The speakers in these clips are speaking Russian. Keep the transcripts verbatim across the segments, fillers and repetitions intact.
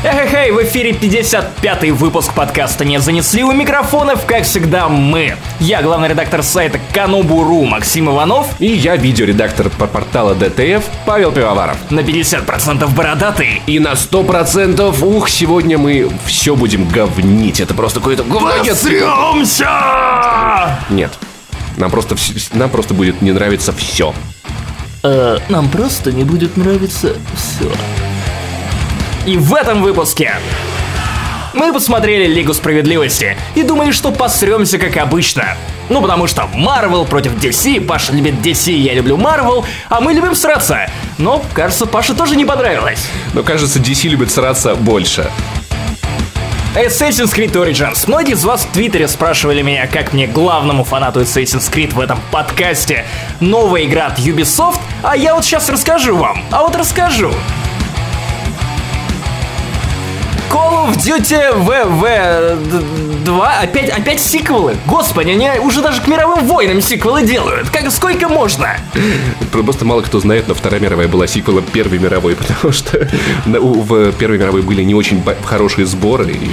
Эй-хей-хей, в эфире пятьдесят пятый выпуск подкаста «Не занесли». У микрофонов, как всегда, мы. Я главный редактор сайта Канобу.ру Максим Иванов. И я видеоредактор по портала ди ти эф Павел Пивоваров. На пятьдесят процентов бородатый. И на сто процентов, ух, сегодня мы все будем говнить. Это просто какой-то говнец. Срёмся! Нет, нам просто, нам просто будет не нравиться все. Э, нам просто не будет нравиться все. И в этом выпуске мы посмотрели Лигу Справедливости и думали, что посрёмся как обычно. Ну, потому что Марвел против ди си, Паша любит ди си, я люблю Марвел, а мы любим сраться. Но, кажется, Паше тоже не понравилось. Но, кажется, ди си любит сраться больше. Assassin's Creed Origins. Многие из вас в Твиттере спрашивали меня, как мне, главному фанату Assassin's Creed в этом подкасте, новая игра от Ubisoft, а я вот сейчас расскажу вам. А вот расскажу. Call of Duty ви ви два, опять, опять сиквелы. Господи, они уже даже к мировым войнам сиквелы делают. Как, сколько можно? Просто мало кто знает, но Вторая мировая была сиквелом Первой мировой, потому что в Первой мировой были не очень хорошие сборы. И...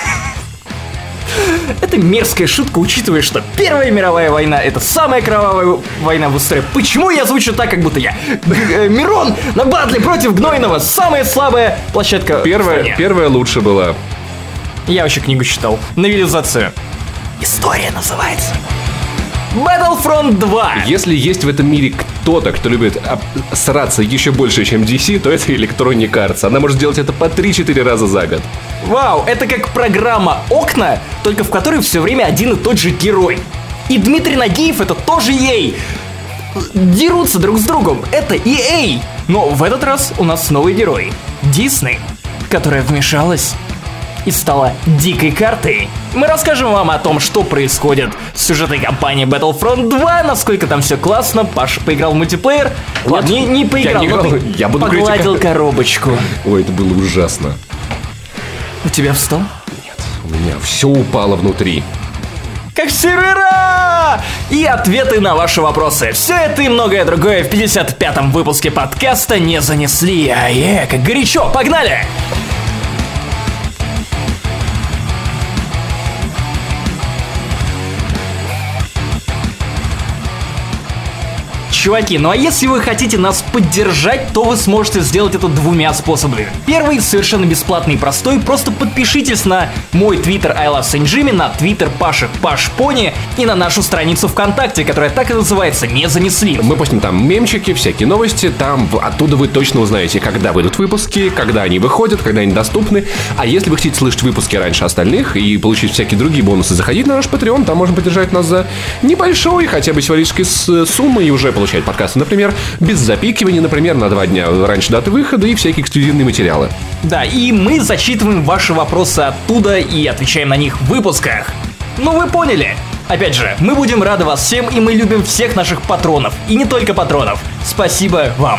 Это мерзкая шутка, учитывая, что Первая мировая война — это самая кровавая война в истории. Почему я звучу так, как будто я Мирон на батле против Гнойного, самая слабая площадка первая, в стране. Первая лучше была. Я вообще книгу читал. Новелизацию. История называется. Battlefront два. Если есть в этом мире кто-то, кто любит сраться еще больше, чем ди си, то это Electronic Arts. Она может делать это по три-четыре раза за год. Вау, это как программа «Окна», только в которой все время один и тот же герой. И Дмитрий Нагиев — это тоже и эй. Дерутся друг с другом. Это и эй. Но в этот раз у нас новый герой. Disney, которая вмешалась и стала дикой картой. Мы расскажем вам о том, что происходит с сюжетной кампанией Battlefront два, насколько там все классно. Паша поиграл в мультиплеер. Ладно, не, не поиграл, я не играл, я буду погладил критика. Коробочку. Ой, это было ужасно. У тебя встал? Нет, у меня все упало внутри. Как сервера! И ответы на ваши вопросы. Все это и многое другое в пятьдесят пятом выпуске подкаста «Не занесли». Ае, как горячо, погнали! Чуваки, ну а если вы хотите нас поддержать, то вы сможете сделать это двумя способами. Первый совершенно бесплатный и простой. Просто подпишитесь на мой твиттер I love Saint Jimmy, на твиттер Паши Паш Пони и на нашу страницу ВКонтакте, которая так и называется «Не занесли». Мы постим там мемчики, всякие новости. Там оттуда вы точно узнаете, когда выйдут выпуски, когда они выходят, когда они доступны. А если вы хотите слышать выпуски раньше остальных и получить всякие другие бонусы, заходите на наш Patreon. Там можно поддержать нас за небольшой, хотя бы символической суммы и уже получать подкасты, например, без запикивания, например, на два дня раньше даты выхода и всякие эксклюзивные материалы. Да, и мы зачитываем ваши вопросы оттуда и отвечаем на них в выпусках. Ну вы поняли. Опять же, мы будем рады вас всем, и мы любим всех наших патронов. И не только патронов. Спасибо вам.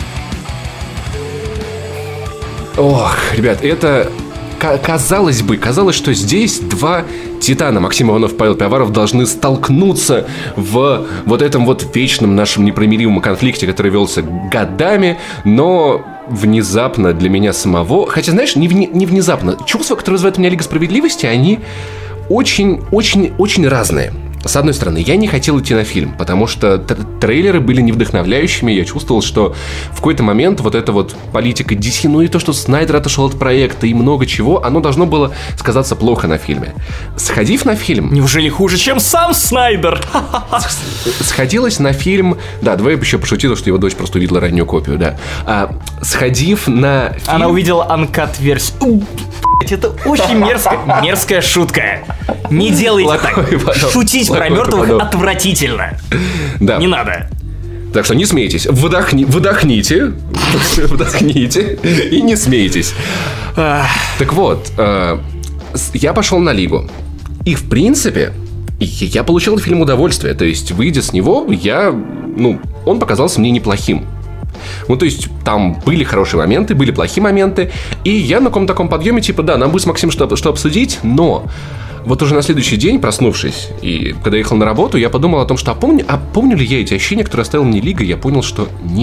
Ох, ребят, это... Казалось бы, казалось, что здесь два титана, Максим Иванов, Павел Пивоваров, должны столкнуться в вот этом вот вечном нашем непримиримом конфликте, который велся годами, но внезапно для меня самого... Хотя, знаешь, не, вне, не внезапно. Чувства, которые вызывает у меня Лига Справедливости, они очень-очень-очень разные. С одной стороны, я не хотел идти на фильм, потому что трейлеры были невдохновляющими. Я чувствовал, что в какой-то момент вот эта вот политика ди си, ну и то, что Снайдер отошел от проекта и много чего, оно должно было сказаться плохо на фильме. Сходив на фильм... Неужели хуже, чем сам Снайдер? Сходилась на фильм... Да, давай я еще пошутил, что его дочь просто увидела раннюю копию, да. А, сходив на фильм... Она увидела анкат-версию. Это очень мерзкая, мерзкая шутка. Не делайте Плохой так. Потом. Шутить Плохой про мертвых потом. Отвратительно. Да. Не надо. Так что не смейтесь. Выдохни, выдохните. Выдохните и не смейтесь. Так вот, я пошел на Лигу. И в принципе, я получил от фильма удовольствие. То есть, выйдя с него, я, ну, он показался мне неплохим. Ну, то есть, там были хорошие моменты, были плохие моменты. И я на каком-то таком подъеме, типа, да, нам будет с Максимом что, что обсудить, но вот уже на следующий день, проснувшись, и когда я ехал на работу, я подумал о том, что а помню, а помню ли я эти ощущения, которые оставила мне Лига, я понял, что нет.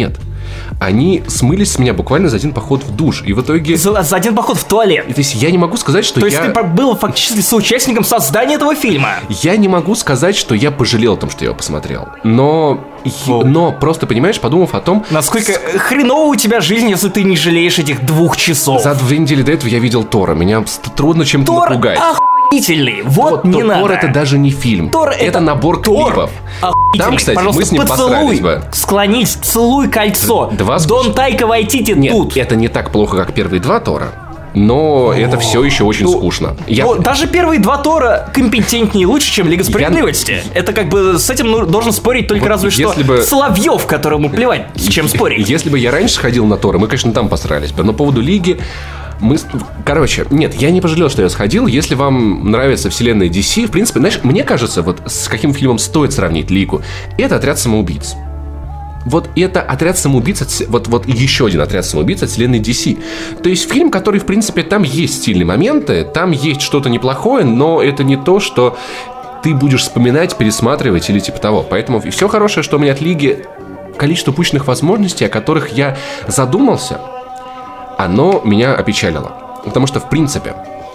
они смылись с меня буквально за один поход в душ. И в итоге... За, за один поход в туалет. То есть я не могу сказать, что То я... есть ты был фактически соучастником создания этого фильма. Я не могу сказать, что я пожалел о том, что я его посмотрел. Но... Но просто, понимаешь, подумав о том... Насколько с... хреново у тебя жизнь, если ты не жалеешь этих двух часов. За две недели до этого я видел Тора. Меня трудно чем-то Тор напугать. Охуительный. Вот Тор, не Тор, надо. Тор это даже не фильм. Тор это, это набор Тор. клипов. Там, кстати, пожалуйста, мы с ним поцелуй, посрались бы. Склонись, целуй кольцо. Два Дон Тайка Вайтити Нет, тут. это не так плохо, как первые два Тора. Но О, это все еще очень ну, скучно. Я... Ну, даже первые два Тора компетентнее лучше, чем Лига Справедливости. Я... Это как бы с этим ну, должен спорить только вот разве что бы... Соловьев, которому плевать, с чем спорить. Если бы я раньше сходил на Тора, мы, конечно, там посрались бы. Но по поводу Лиги... Мы... Короче, нет, я не пожалел, что я сходил. Если вам нравится вселенная ди си, в принципе, знаешь, мне кажется, вот с каким фильмом стоит сравнить Лигу, это «Отряд самоубийц». Вот это «Отряд самоубийц», от, вот, вот еще один «Отряд самоубийц» от вселенной ди си. То есть фильм, который, в принципе, там есть стильные моменты, там есть что-то неплохое, но это не то, что ты будешь вспоминать, пересматривать или типа того. Поэтому все хорошее, что у меня от Лиги, количество упущенных возможностей, о которых я задумался, оно меня опечалило. Потому что, в принципе...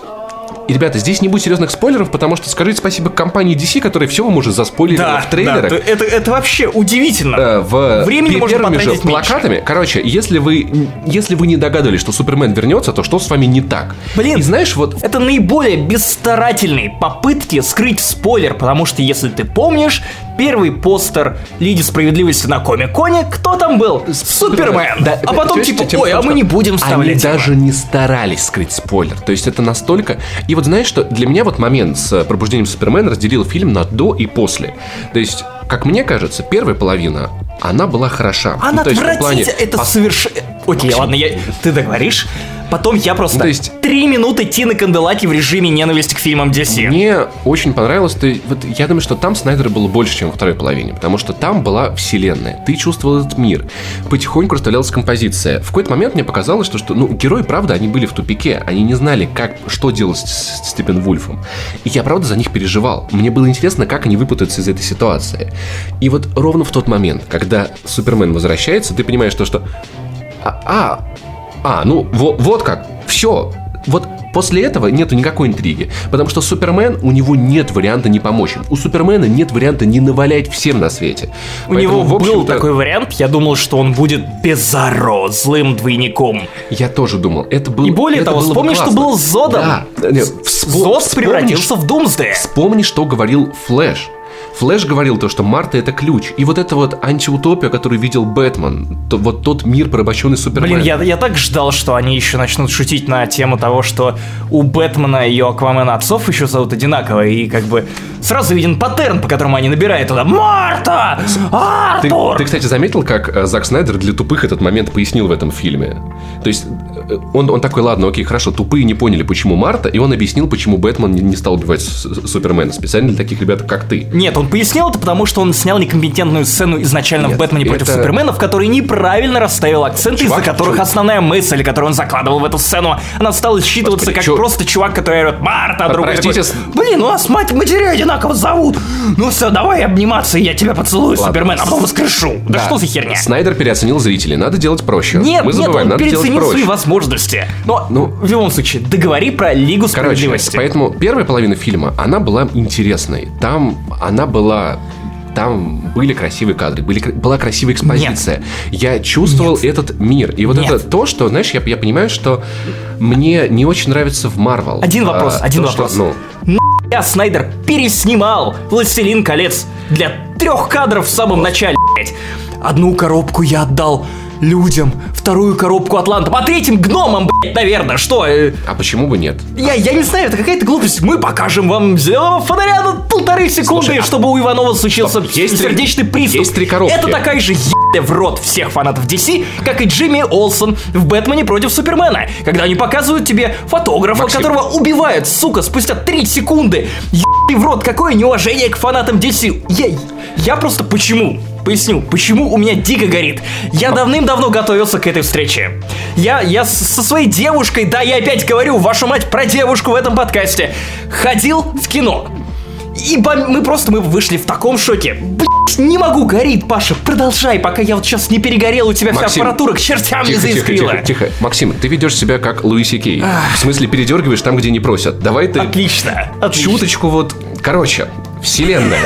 И, ребята, здесь не будет серьезных спойлеров, потому что скажите спасибо компании ди си, которая все вам уже заспойлерила да, в трейлерах. Да, это, это вообще удивительно. Э, в Времени можно потратить же плакатами. Меньше. Короче, если вы, если вы не догадывались, что Супермен вернется, то что с вами не так? Блин, и знаешь, вот... это наиболее бесстарательные попытки скрыть спойлер, потому что, если ты помнишь, первый постер Лиги Справедливости на Комик-Коне, кто там был? Супермен. Да, а потом типа, ой, а мы не будем вставлять. Они даже не старались скрыть спойлер. То есть это настолько... И вот знаешь, что для меня вот момент с пробуждением Супермена разделил фильм на до и после. То есть, как мне кажется, первая половина, она была хороша. Она ну, отвратительна, это по... совершенно... Окей, ладно, я... ты договоришь. Потом я просто ну, то есть... три минуты Тины Канделаки в режиме ненависти к фильмам ди си. Мне очень понравилось. Ты, вот, я думаю, что там Снайдера было больше, чем во второй половине. Потому что там была вселенная. Ты чувствовал этот мир. Потихоньку расставлялась композиция. В какой-то момент мне показалось, что, что ну, герои, правда, они были в тупике. Они не знали, как, что делать с, с Степенвульфом. И я, правда, за них переживал. Мне было интересно, как они выпутаются из этой ситуации. И вот ровно в тот момент, когда Супермен возвращается, ты понимаешь то, что... А, а А, ну, во, вот как, все. Вот после этого нету никакой интриги. Потому что Супермен, у него нет варианта не помочь им. У Супермена нет варианта не навалять всем на свете. У Поэтому, него был такой вариант, я думал, что он будет Безаро, злым двойником. Я тоже думал, это было. И более это того, вспомни, что было с Зодом. Да. Зод превратился в Думсдея. Вспомни, что говорил Флэш. Флэш говорил то, что Марта — это ключ. И вот эта вот антиутопия, которую видел Бэтмен, то, вот тот мир, порабощенный Суперменом. Блин, я, я так ждал, что они еще начнут шутить на тему того, что у Бэтмена и у Аквамена отцов еще зовут одинаково. И как бы сразу виден паттерн, по которому они набирают туда «Марта! Артур!» Ты, ты, кстати, заметил, как Зак Снайдер для тупых этот момент пояснил в этом фильме? То есть он, он такой, ладно, окей, хорошо, тупые не поняли, почему Марта, и он объяснил, почему Бэтмен не, не стал убивать Супермена специально для таких ребят, как ты. Нет, он пояснил это, потому что он снял некомпетентную сцену изначально Нет, в «Бэтмене это... против Супермена», в которой неправильно расставил акценты, чувак, из-за которых чувак... основная мысль, которую он закладывал в эту сцену, она стала считываться Господи, как чё... просто чувак, который орёт «Марта», а другой такой, блин, у нас мать матерей одинаково зовут, ну все, давай обниматься, я тебя поцелую, Ладно. Супермен, а потом воскрешу. Да, да что за херня? Снайдер переоценил зрителей, надо делать проще. Нет, Мы нет, забываем, он надо переоценил свои возможности. Но ну, в любом случае, договори про Лигу Справедливости. Короче, поэтому первая половина фильма, она была интересной. Там она была... Там были красивые кадры, были, была красивая экспозиция. Нет. Я чувствовал Нет. этот мир. И вот Нет. это то, что, знаешь, я, я понимаю, что мне не очень нравится в Марвел. Один вопрос, а, один то, вопрос. Что, ну... Я Снайдер переснимал «Властелин колец» для трех кадров в самом начале, блять. Одну коробку я отдал людям, вторую коробку атлантам, а третьим гномам, блять, наверное, что? А почему бы нет? Я, я не знаю, это какая-то глупость. Мы покажем вам зеленого фонаря на полторы секунды, Слушай, чтобы у Иванова случился есть сердечный три, приступ. Есть три коробки. Это такая же ебля в рот всех фанатов ди си, как и Джимми Олсен в «Бэтмене против Супермена», когда они показывают тебе фотографа, Максим. которого убивают, сука, спустя три секунды. Ебаный в рот, какое неуважение к фанатам ди си. Я, я просто почему? Поясню, почему у меня дико горит. Я давным-давно готовился к этой встрече. Я, я со своей девушкой, да, я опять говорю, вашу мать, про девушку в этом подкасте, ходил в кино. И мы просто мы вышли в таком шоке. Блять, Не могу, горит, Паша, продолжай, пока я вот сейчас не перегорел, у тебя Максим, вся аппаратура к чертям тихо, не заискрила. Тихо, тихо, тихо. Максим, ты ведешь себя как Луи Си Кей. В смысле, передергиваешь там, где не просят. Давай ты... Отлично, отлично. Чуточку вот... Короче, вселенная.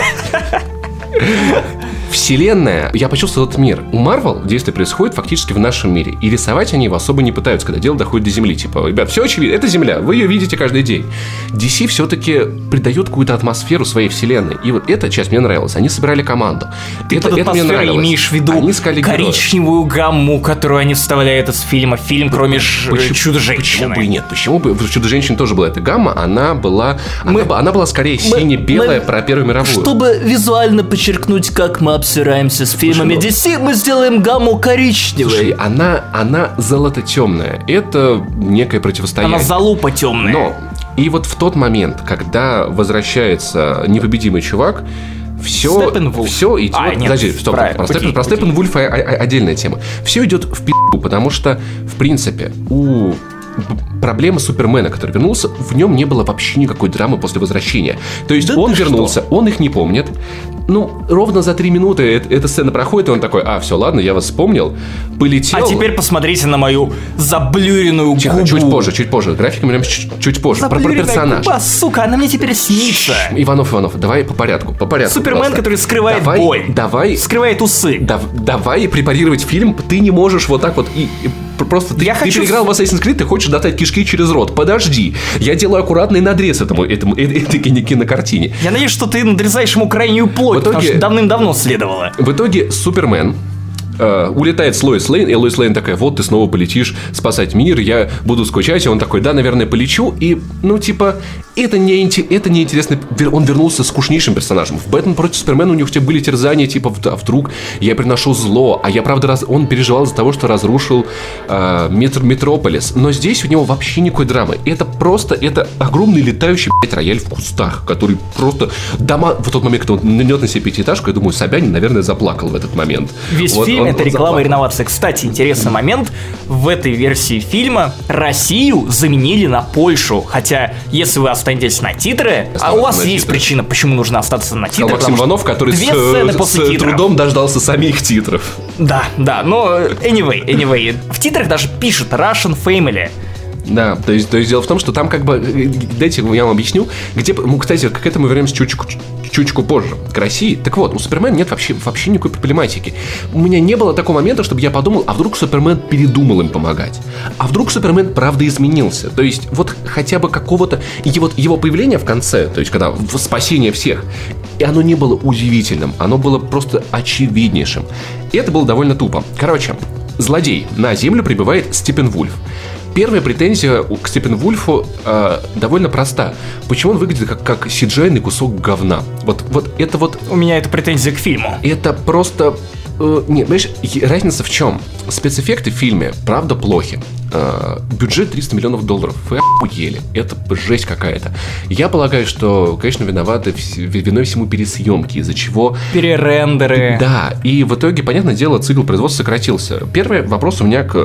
Вселенная, я почувствовал этот мир. У Marvel действие происходит фактически в нашем мире. И рисовать они его особо не пытаются, когда дело доходит до Земли. Типа, ребят, все очевидно, это Земля, вы ее видите каждый день. ди си все-таки придает какую-то атмосферу своей вселенной. И вот эта часть мне нравилась. Они собрали команду. Ты это, под это мне нравилось. Имеешь в виду они коричневую героев. Гамму, которую они вставляют из фильма. Фильм, кроме почему, Чудо-женщины. Почему бы и нет? Почему бы? В Чудо-женщине тоже была эта гамма. Она была, мы, она, она была скорее мы, сине-белая мы, про Первую мировую. Чтобы визуально подчеркнуть, как мы обсираемся с фильмами ди си, мы сделаем гамму коричневой. Слушай, она, она золото-темная. Это некое противостояние. Она залупа темная. Но и вот в тот момент, когда возвращается непобедимый чувак, все, все идет... А, нет, Подожди, стоп, про, Степен, про Степенвульфа отдельная тема. Все идет в пи***у, потому что, в принципе, у... проблема Супермена, который вернулся, в нем не было вообще никакой драмы после возвращения. То есть да он вернулся, что? Он их не помнит. Ну, ровно за три минуты эта сцена проходит, и он такой: а, все, ладно, я вас вспомнил, полетел. А теперь посмотрите на мою заблюренную Тихо, губу. Чуть позже, чуть позже, графиком прям чуть, чуть позже. Про, про персонажа. Губа, сука, она мне теперь снится. Иванов, Иванов, давай по порядку, по порядку. Супермен, просто. Который скрывает давай, боль, давай, скрывает усы. Да, давай препарировать фильм, ты не можешь вот так вот и... и просто ты, я ты хочу... переиграл в Assassin's Creed, ты хочешь достать кишки через рот. Подожди, я делаю аккуратный надрез этому, этому этой кинокартине. Я надеюсь, что ты надрезаешь ему крайнюю плоть, итоге, потому что давным-давно следовало. В итоге Супермен Uh, улетает с Лоис Лейн, и Лоис Лейн такая: вот ты снова полетишь спасать мир, я буду скучать. И он такой: да, наверное, полечу. И, ну, типа, это не, это не интересно. Он вернулся скучнейшим персонажем. В Бэтмен против Супермена у них были терзания, типа, а вдруг я приношу зло. А я, правда, раз... он переживал из-за того, что разрушил uh, метр... Метрополис. Но здесь у него вообще никакой драмы. Это просто, это огромный летающий, блядь, рояль в кустах, который просто... Дома... В тот момент, когда он нанес на себе пятиэтажку, я думаю, Собянин, наверное, заплакал в этот момент. Весь вот, фильм это реклама и реновация. Кстати, интересный момент. В этой версии фильма Россию заменили на Польшу. Хотя, если вы останетесь на титры, а у вас есть титры. Причина, почему нужно остаться на титры. Максим Иванов, который две с, сцены с, после с титров. трудом дождался самих титров. Да, да, но anyway, anyway. В титрах даже пишут Russian Family. Да, то есть, то есть дело в том, что там как бы... Дайте я вам объясню. Где, ну, кстати, к этому вернемся чуть-чуть, чуточку позже. К России. Так вот, у Супермена нет вообще, вообще никакой проблематики. У меня не было такого момента, чтобы я подумал, а вдруг Супермен передумал им помогать? А вдруг Супермен правда изменился? То есть вот хотя бы какого-то... И вот его появление в конце, то есть когда в спасение всех, и оно не было удивительным. Оно было просто очевиднейшим. И это было довольно тупо. Короче, злодей. На Землю прибывает Степенвульф. Первая претензия к Степенвульфу э, довольно проста. Почему он выглядит как, как си джи ай-ный кусок говна? Вот, вот это вот... У меня это претензия к фильму. Это просто... Э, нет, понимаешь, разница в чем? Спецэффекты в фильме, правда, плохи. Э, бюджет триста миллионов долларов. Вы охуели. Это жесть какая-то. Я полагаю, что, конечно, виноваты виной всему пересъемки, из-за чего... Перерендеры. Да, и в итоге, понятное дело, цикл производства сократился. Первый вопрос у меня к...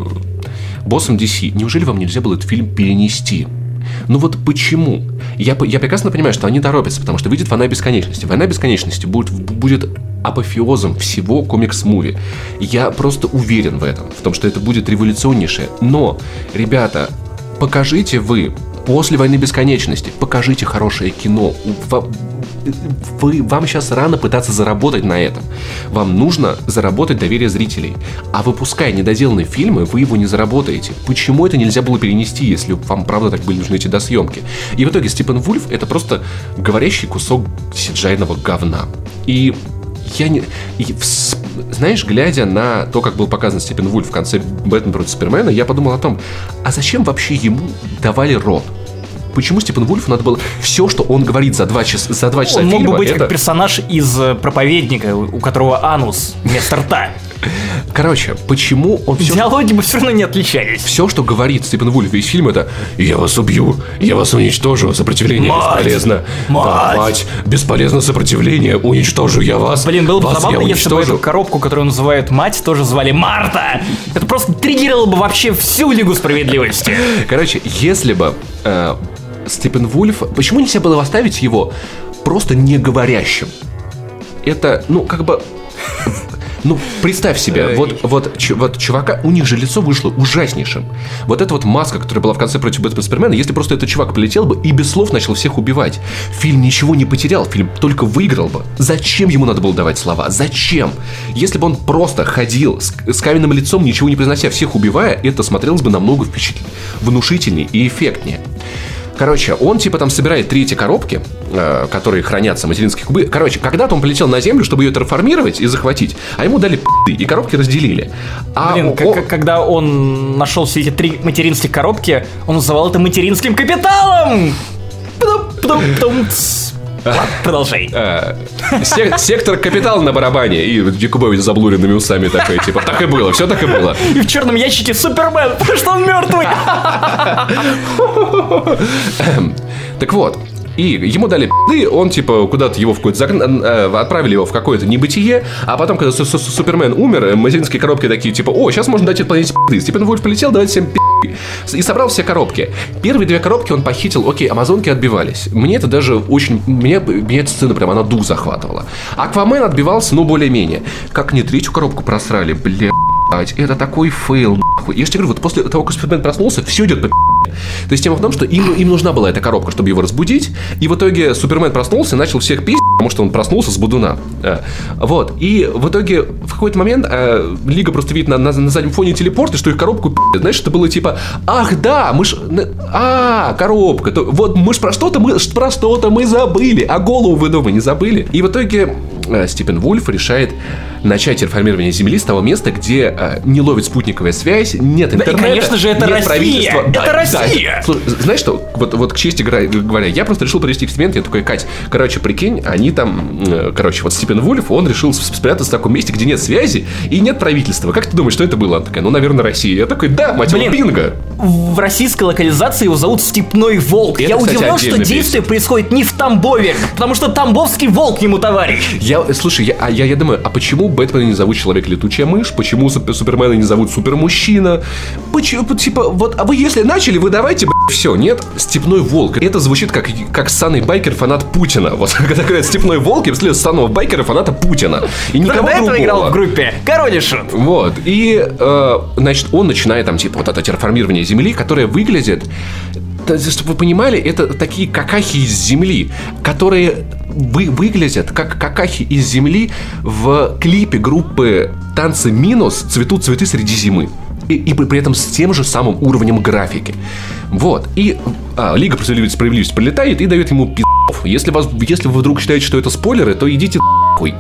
боссом ди си. Неужели вам нельзя было этот фильм перенести? Ну вот почему? Я, я прекрасно понимаю, что они торопятся, потому что выйдет «Война бесконечности». «Война бесконечности» будет, будет апофеозом всего комикс-муви. Я просто уверен в этом, в том, что это будет революционнейшее. Но, ребята, покажите вы после «Войны бесконечности», покажите хорошее кино. Вы, вам сейчас рано пытаться заработать на этом. Вам нужно заработать доверие зрителей. А выпуская недоделанные фильмы, вы его не заработаете. Почему это нельзя было перенести, если вам правда так были нужны эти досъемки? И в итоге Степенвульф — это просто говорящий кусок си джи ай-ного говна. И я не... И, знаешь, глядя на то, как был показан Степенвульф в конце «Бэтмен против Супермена», я подумал о том, а зачем вообще ему давали рот? Почему Степенвульфу надо было все, что он говорит за два часа, за два часа он фильма... Он мог бы быть это... как персонаж из «Проповедника», у которого анус вместо рта. Короче, почему он все... Диалоги бы все равно не отличались. Все, что говорит Степенвульф весь фильм, это «Я вас убью, я вас уничтожу, сопротивление мать, бесполезно». Мать. Да, мать, бесполезно сопротивление, уничтожу я вас. Блин, было бы забавно, если бы эту коробку, которую называют «Мать», тоже звали Марта. Это просто триггерило бы вообще всю Лигу Справедливости. Короче, если бы... Э, Степенвульф... Почему нельзя было оставить его просто не говорящим? это, ну, как бы... Ну, представь себе, вот, вот, ч, вот чувака, у них же лицо вышло ужаснейшим. Вот эта вот маска, которая была в конце против Бэтмена Супермена, если просто этот чувак полетел бы и без слов начал всех убивать, фильм ничего не потерял, фильм только выиграл бы. Зачем ему надо было давать слова? Зачем? Если бы он просто ходил с, с каменным лицом, ничего не произнося, всех убивая, это смотрелось бы намного впечатлительнее, внушительнее и эффектнее. Короче, он типа там собирает три эти коробки, э, которые хранятся, материнские кубы. Короче, когда-то он полетел на Землю, чтобы ее терраформировать и захватить, а ему дали пи***ы, и коробки разделили. А Блин, о- к- к- когда он нашел все эти три материнских коробки, он называл это материнским капиталом! Пдум-пдум-пдум. Ладно, продолжай. э, сек- сектор капитала на барабане. И Якубович с заблуренными усами такой, типа, так и было, все так и было. И в черном ящике Супермен, потому что он мертвый. Так вот, и ему дали пи***ы, он типа куда-то его в какой-то загн... э, отправили его в какое-то небытие, а потом, когда Су- Су- Супермен умер, материнские коробки такие, типа, о, сейчас можно дать этой планете пи***ы. Степен Вульф полетел, давайте всем пи***ы. И собрал все коробки. Первые две коробки он похитил, окей, амазонки отбивались. Мне это даже очень... Меня, меня эта сцена прям, она дух захватывала. Аквамен отбивался, ну, более-менее. Как не третью коробку просрали, бля... Это такой фейл, нахуй. Я же тебе говорю, вот после того, как Супермен проснулся, все идет по пи***е. То есть тема в том, что им, им нужна была эта коробка, чтобы его разбудить. И в итоге Супермен проснулся и начал всех пи***, потому что он проснулся с будуна. Вот. И в итоге в какой-то момент э, Лига просто видит на, на, на заднем фоне телепорт, и что их коробку пи***. Знаешь, это было типа, ах да, мы ж... А, коробка. То, вот мы ж про что-то мы, про что-то мы забыли, а голову вы дома не забыли. И в итоге э, Степен Вульф решает начать реформирование Земли с того места, где э, не ловит спутниковая связь, нет интернета, да, и, конечно же, это нет Россия. правительства. Это да, Россия. Да. Слушай, знаешь что? Вот, вот к чести говоря, я просто решил провести эксперимент. Я такой, Кать, короче, прикинь, они там, э, короче, вот Степен Вульф, он решил спрятаться в таком месте, где нет связи и нет правительства. Как ты думаешь, что это было? Она такая, ну, наверное, Россия. Я такой, да, мать его, бинго. В российской локализации его зовут Степной Волк. Это, я кстати, удивлен, что отдельный действие бесит. происходит не в Тамбове, потому что Тамбовский волк ему товарищ. Я, слушай, я, я, я думаю, а почему Бэтмена не зовут Человек-летучая мышь? Почему Супер, Супермена не зовут Супермужчина? Почему, типа, вот, а вы если начали, вы давайте, блядь, все, нет? Степной волк. Это звучит как, как ссаный байкер, фанат Путина. Вот, когда говорят Степной волк, я представляю ссаного байкера, фаната Путина. И никого До этого другого. играл в группе Король и Шут. Вот, и, э, значит, он начинает там, типа, вот это терраформирование Земли, которое выглядит, чтобы вы понимали, это такие какахи из земли, которые вы, выглядят как какахи из земли в клипе группы «Танцы минус» «Цветут цветы среди зимы». И, и при этом с тем же самым уровнем графики. Вот. И а, Лига справедливости, справедливости прилетает и дает ему пи***ов. Если, вас, если вы вдруг считаете, что это спойлеры, то идите нахуй.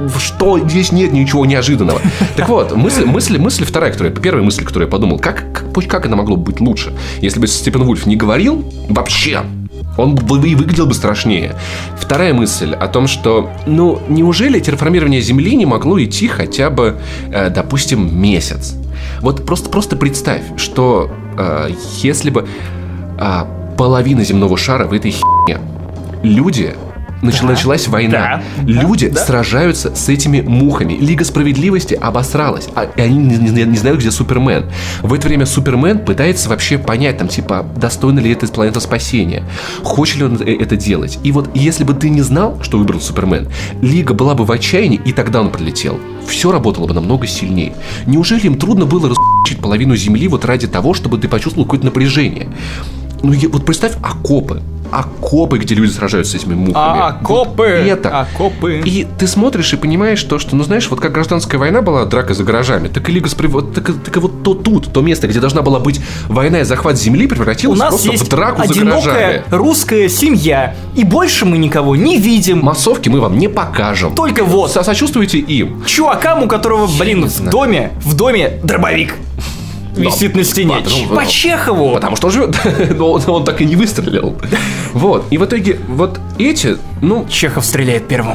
Что здесь нет ничего неожиданного. Так вот, мысль, мысль, мысль вторая, которая, первая мысль, которую я подумал, как, как, как это могло быть лучше, если бы Степен Вульф не говорил вообще, он бы и выглядел бы страшнее. Вторая мысль о том, что, ну, неужели терраформирование Земли не могло идти хотя бы, э, допустим, месяц? Вот просто, просто представь, что э, если бы э, половина земного шара в этой херне, люди... Начала, да. Началась война. Да. Люди да. сражаются с этими мухами. Лига справедливости обосралась. А, и они не, не, не знают, где Супермен. В это время Супермен пытается вообще понять, там, типа, достойна ли эта планета спасения. Хочет ли он это делать. И вот если бы ты не знал, что выбрал Супермен, Лига была бы в отчаянии, и тогда он прилетел. Все работало бы намного сильнее. Неужели им трудно было расчить половину Земли вот ради того, чтобы ты почувствовал какое-то напряжение? Ну, вот представь окопы. Окопы, где люди сражаются с этими мухами. А, окопы! Вот это. Окопы. И ты смотришь и понимаешь то, что, ну знаешь, вот как гражданская война была, драка за гаражами, так и Лига справедливости, так, так и вот то тут, то место, где должна была быть война и захват земли, превратилось просто в драку за гаражами. У нас есть одинокая русская семья, и больше мы никого не видим. Массовки мы вам не покажем. Только вот. Со- сочувствуйте им. Чувакам, у которого, блин, в доме, в доме дробовик висит на стене. Потому, по Чехову. Потому что он живет. Но он, он так и не выстрелил. Вот. И в итоге вот эти, ну... Чехов стреляет первым.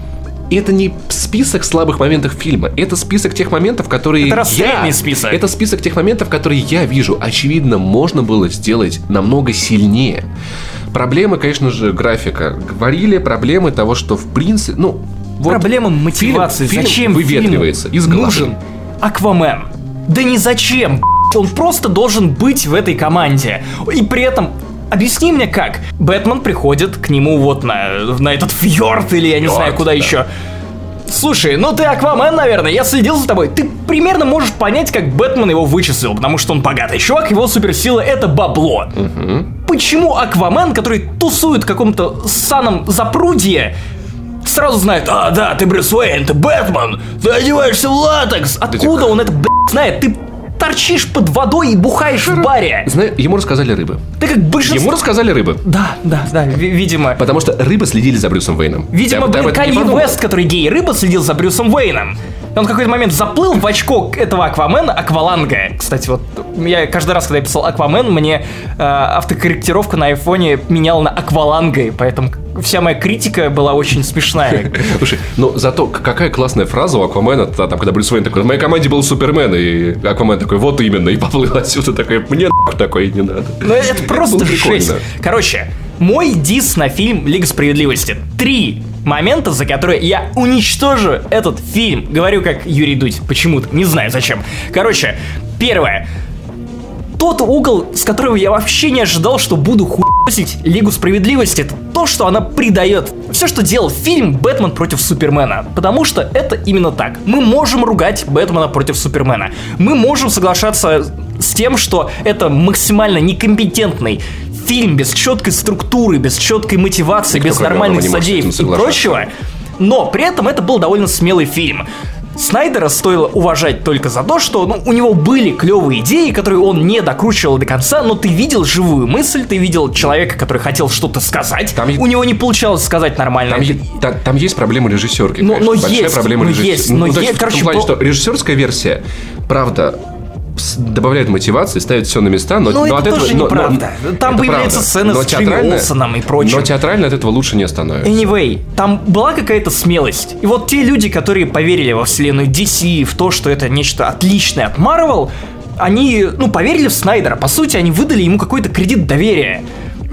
Это не список слабых моментов фильма. Это список тех моментов, которые... Это расстрельный я... список. Это список тех моментов, которые я вижу. Очевидно, можно было сделать намного сильнее. Проблемы, конечно же, графика. Говорили, проблемы того, что в принципе... Ну, вот проблема мотивации. Фильм, зачем фильм выветривается из головы. Нужен Аквамен? Да не зачем, он просто должен быть в этой команде. И при этом, объясни мне как. Бэтмен приходит к нему вот на, на этот фьорд, или я не фьорд, знаю куда да. еще. Слушай, ну ты Аквамен, наверное, я следил за тобой. Ты примерно можешь понять, как Бэтмен его вычислил, потому что он богатый чувак, его суперсила — это бабло. Угу. Почему Аквамен, который тусует в каком-то ссаном запрудье, сразу знает: а, да, ты Брюс Уэйн, ты Бэтмен, ты одеваешься в латекс. Откуда он это, блядь, знает? Ты торчишь под водой и бухаешь в баре. Знаю, ему рассказали рыбы. Ты как большинство... Ему рассказали рыбы. Да, да, да, ви- видимо. Потому что рыбы следили за Брюсом Уэйном. Видимо, Ты- ты об блин, этом не Канье подумал? Уэст, который гей-рыба, следил за Брюсом Уэйном. И он в какой-то момент заплыл в очко этого Аквамена, Акваланга. Кстати, вот я каждый раз, когда я писал Аквамен, мне э, автокорректировка на айфоне меняла на Акваланга, и поэтому вся моя критика была очень смешная. Слушай, ну зато к- какая классная фраза у Аквамена, та- там, когда Брюс Уэйн такой: в моей команде был Супермен, и Аквамен такой: вот именно, и поплыл отсюда такой: мне нахуй такой не надо. Ну это просто было жесть. прикольно. Короче, мой дис на фильм «Лига справедливости». Три момента, за которые я уничтожу этот фильм. Говорю как Юрий Дудь, почему-то, не знаю зачем. Короче, первое. Тот угол, с которого я вообще не ожидал, что буду хуесить Лигу справедливости, это то, что она придает. Все, что делал фильм «Бэтмен против Супермена». Потому что это именно так. Мы можем ругать Бэтмена против Супермена. Мы можем соглашаться с тем, что это максимально некомпетентный фильм без четкой структуры, без четкой мотивации, Никто, без кроме нормальных него, не может с злодеев этим и соглашаться. прочего. Но при этом это был довольно смелый фильм. Снайдера стоило уважать только за то, что ну, у него были клевые идеи, которые он не докручивал до конца, но ты видел живую мысль, ты видел человека, который хотел что-то сказать, Там у него не получалось сказать нормально. Там, е- та- там есть проблема режиссерки. Но- конечно, но большая есть, проблема но режисс- есть, Ну, но то е- есть в том короче, плане, по- что режиссерская версия, правда, с- добавляет мотивации, ставит все на места, но, Но но это от этого... тоже но- неправда. но- Там это появляются правда. сцены Но с Джимми театрально- Олсоном и прочим. Но театрально от этого лучше не становится. Anyway, там была какая-то смелость. И вот те люди, которые поверили во вселенную ди си, в то, что это нечто отличное от Marvel, они, ну, поверили в Снайдера. По сути, они выдали ему какой-то кредит доверия.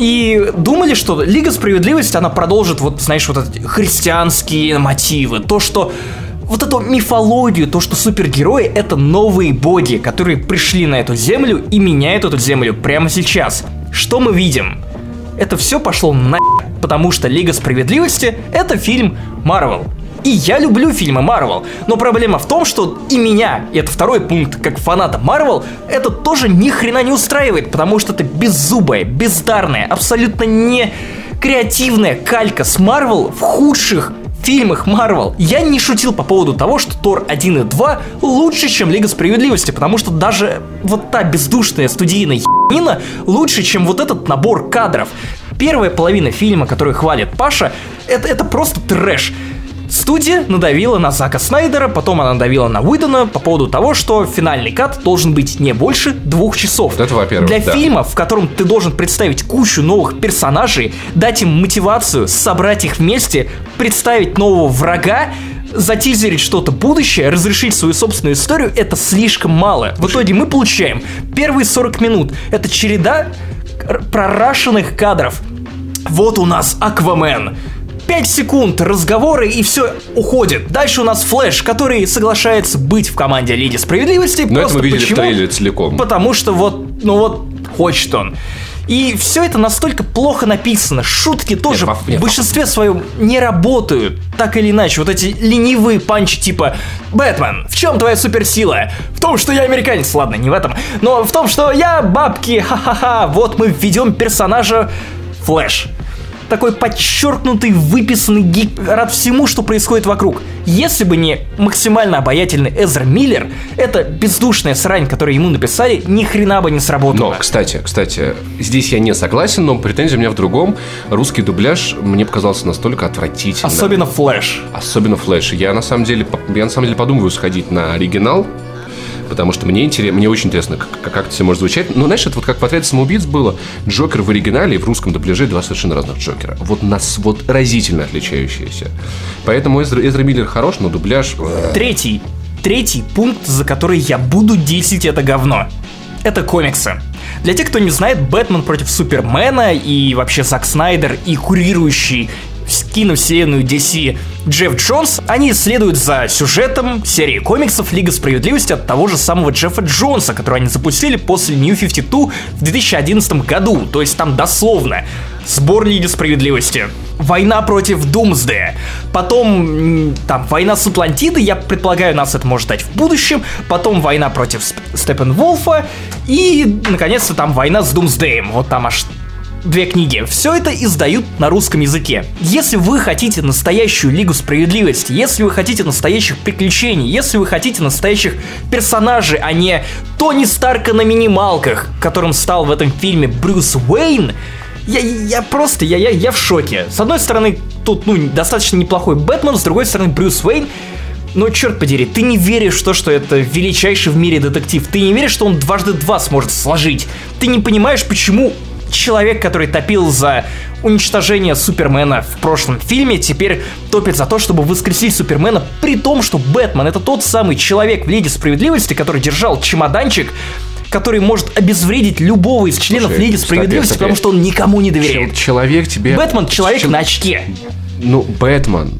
И думали, что Лига справедливости, она продолжит, вот, знаешь, вот эти христианские мотивы. То, что... Вот эту мифологию, то, что супергерои — это новые боги, которые пришли на эту землю и меняют эту землю прямо сейчас. Что мы видим? Это все пошло на, потому что Лига справедливости — это фильм Marvel. И я люблю фильмы Marvel, но проблема в том, что и меня, и это второй пункт, как фаната Marvel, это тоже ни хрена не устраивает, потому что это беззубая, бездарная, абсолютно не креативная калька с Marvel в худших фильмах Marvel. Я не шутил по поводу того, что Тор один и два лучше, чем Лига справедливости, потому что даже вот та бездушная студийная ебанина лучше, чем вот этот набор кадров. Первая половина фильма, которую хвалит Паша, это, это просто трэш. Студия надавила на Зака Снайдера, потом она надавила на Уидона по поводу того, что финальный кат должен быть не больше двух часов. Вот это, во-первых, Для да. фильма, в котором ты должен представить кучу новых персонажей, дать им мотивацию, собрать их вместе, представить нового врага, затизерить что-то будущее, разрешить свою собственную историю, это слишком мало. В итоге мы получаем первые сорок минут. Это череда р- прорашенных кадров. Вот у нас Аквамен. пять секунд разговоры, и все уходит. Дальше у нас Флэш, который соглашается быть в команде Лиги Справедливости. Но это просто мы видели почему? в трейлере целиком. Потому что вот, ну вот, хочет он. И все это настолько плохо написано. Шутки тоже Нет, в большинстве своем не работают. Так или иначе, вот эти ленивые панчи типа: Бэтмен, в чем твоя суперсила? В том, что я американец. Ладно, не в этом. Но в том, что я бабки. Ха-ха-ха. Вот мы введем персонажа Флэш. Такой подчеркнутый, выписанный гик, рад всему, что происходит вокруг. Если бы не максимально обаятельный Эзра Миллер, эта бездушная срань, которую ему написали, ни хрена бы не сработала. Но, кстати, кстати, здесь я не согласен, но претензия у меня в другом. Русский дубляж мне показался настолько отвратительным. Особенно Флэш. Особенно Флэш. Я на самом деле, я на самом деле подумываю сходить на оригинал, потому что мне интересно, мне очень интересно, как, как это все может звучать. Но, знаешь, это вот как в «Отряде самоубийц» было. Джокер в оригинале и в русском дубляже два совершенно разных Джокера. Вот нас вот разительно отличающиеся. Поэтому Эзра, Эзра Миллер хорош, но дубляж... Третий. Третий пункт, за который я буду десять это говно. Это комиксы. Для тех, кто не знает, Бэтмен против Супермена и вообще Зак Снайдер и курирующий киновселенную ди си Джефф Джонс, они следуют за сюжетом серии комиксов Лига Справедливости от того же самого Джеффа Джонса, который они запустили после New пятьдесят два в две тысячи одиннадцатом году. То есть там дословно сбор Лиги Справедливости. война против Думсдея. Потом там война с Атлантидой, я предполагаю, нас это может дать в будущем. Потом война против Степпенволфа. И, наконец-то, там война с Думсдеем. Вот там аж две книги. Все это издают на русском языке. Если вы хотите настоящую Лигу Справедливости, если вы хотите настоящих приключений, если вы хотите настоящих персонажей, а не Тони Старка на минималках, которым стал в этом фильме Брюс Уэйн, я, я просто, я, я, я в шоке. С одной стороны, тут, ну, достаточно неплохой Бэтмен, с другой стороны, Брюс Уэйн. Но, черт подери, ты не веришь в то, что это величайший в мире детектив. Ты не веришь, что он дважды два сможет сложить. Ты не понимаешь, почему человек, который топил за уничтожение Супермена в прошлом фильме, теперь топит за то, чтобы воскресить Супермена, при том, что Бэтмен — это тот самый человек в Лиге Справедливости, который держал чемоданчик, который может обезвредить любого из членов Слушай, Лиги Справедливости, стопе, потому что он никому не доверяет. Человек тебе... Бэтмен — человек Чел... на очке. Ну, Бэтмен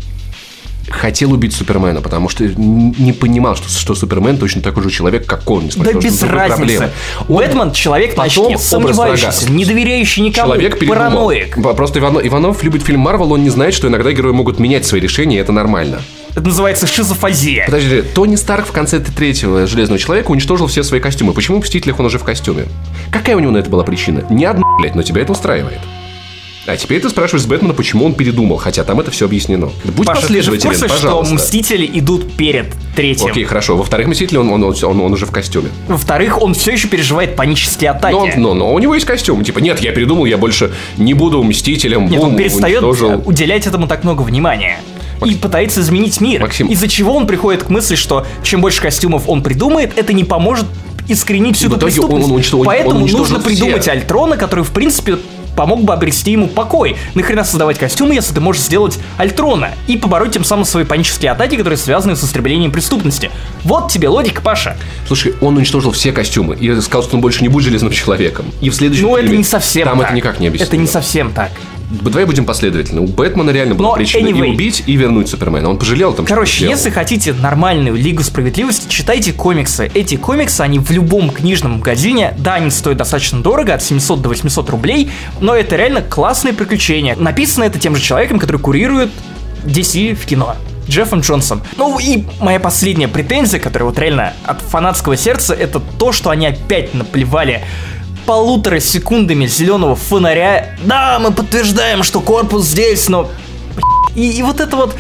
хотел убить Супермена, потому что не понимал, что, что Супермен точно такой же человек, как он. Да без разницы. Бэтмен — человек на очке, сомневающийся, не доверяющий никому, человек параноик. Просто Иванов, Иванов любит фильм Марвел, он не знает, что иногда герои могут менять свои решения, и это нормально. Это называется шизофазия. Подожди, Тони Старк в конце третьего Железного Человека уничтожил все свои костюмы. Почему в Мстителях он уже в костюме? Какая у него на это была причина? Ни одна, блядь, но тебя это устраивает. А теперь ты спрашиваешь с Бэтмена, почему он передумал, хотя там это все объяснено. Будь Паша, последователен, ты же в курсе, пожалуйста. что Мстители идут перед третьим? Окей, хорошо. Во-вторых, Мстители он, он, он, он уже в костюме. Во-вторых, он все еще переживает панические атаки. Но, но, но у него есть костюм. Типа, нет, я передумал, я больше не буду Мстителем. Нет, бум, он перестает уничтожил. уделять этому так много внимания. Максим. И пытается изменить мир. Максим. Из-за чего он приходит к мысли, что чем больше костюмов он придумает, это не поможет искоренить всю в эту преступность. Он, он уничтожил, Поэтому он нужно придумать все. Альтрона, который, в принципе, помог бы обрести ему покой. Нахрена создавать костюмы, если ты можешь сделать Альтрона и побороть тем самым свои панические атаки, которые связаны с истреблением преступности. Вот тебе логика, Паша. Слушай, он уничтожил все костюмы и сказал, что он больше не будет Железным Человеком. И в следующем Ну, фильме это не совсем там так. это никак не объяснено. Это не совсем так. Давай будем последовательны. У Бэтмена реально была Но причина anyway. и убить, и вернуть Супермена. Он пожалел там, Короче, что если хотите нормальную Лигу Справедливости, читайте комиксы. Эти комиксы, они в любом книжном магазине. Да, они стоят достаточно дорого, от семьсот до восьмисот рублей, но это реально классные приключения. Написано это тем же человеком, который курирует ди си в кино. Джеффом Джонсом. Ну и моя последняя претензия, которая вот реально от фанатского сердца, это то, что они опять наплевали полутора секундами зеленого фонаря. Да, мы подтверждаем, что корпус здесь, но... И, и вот это вот...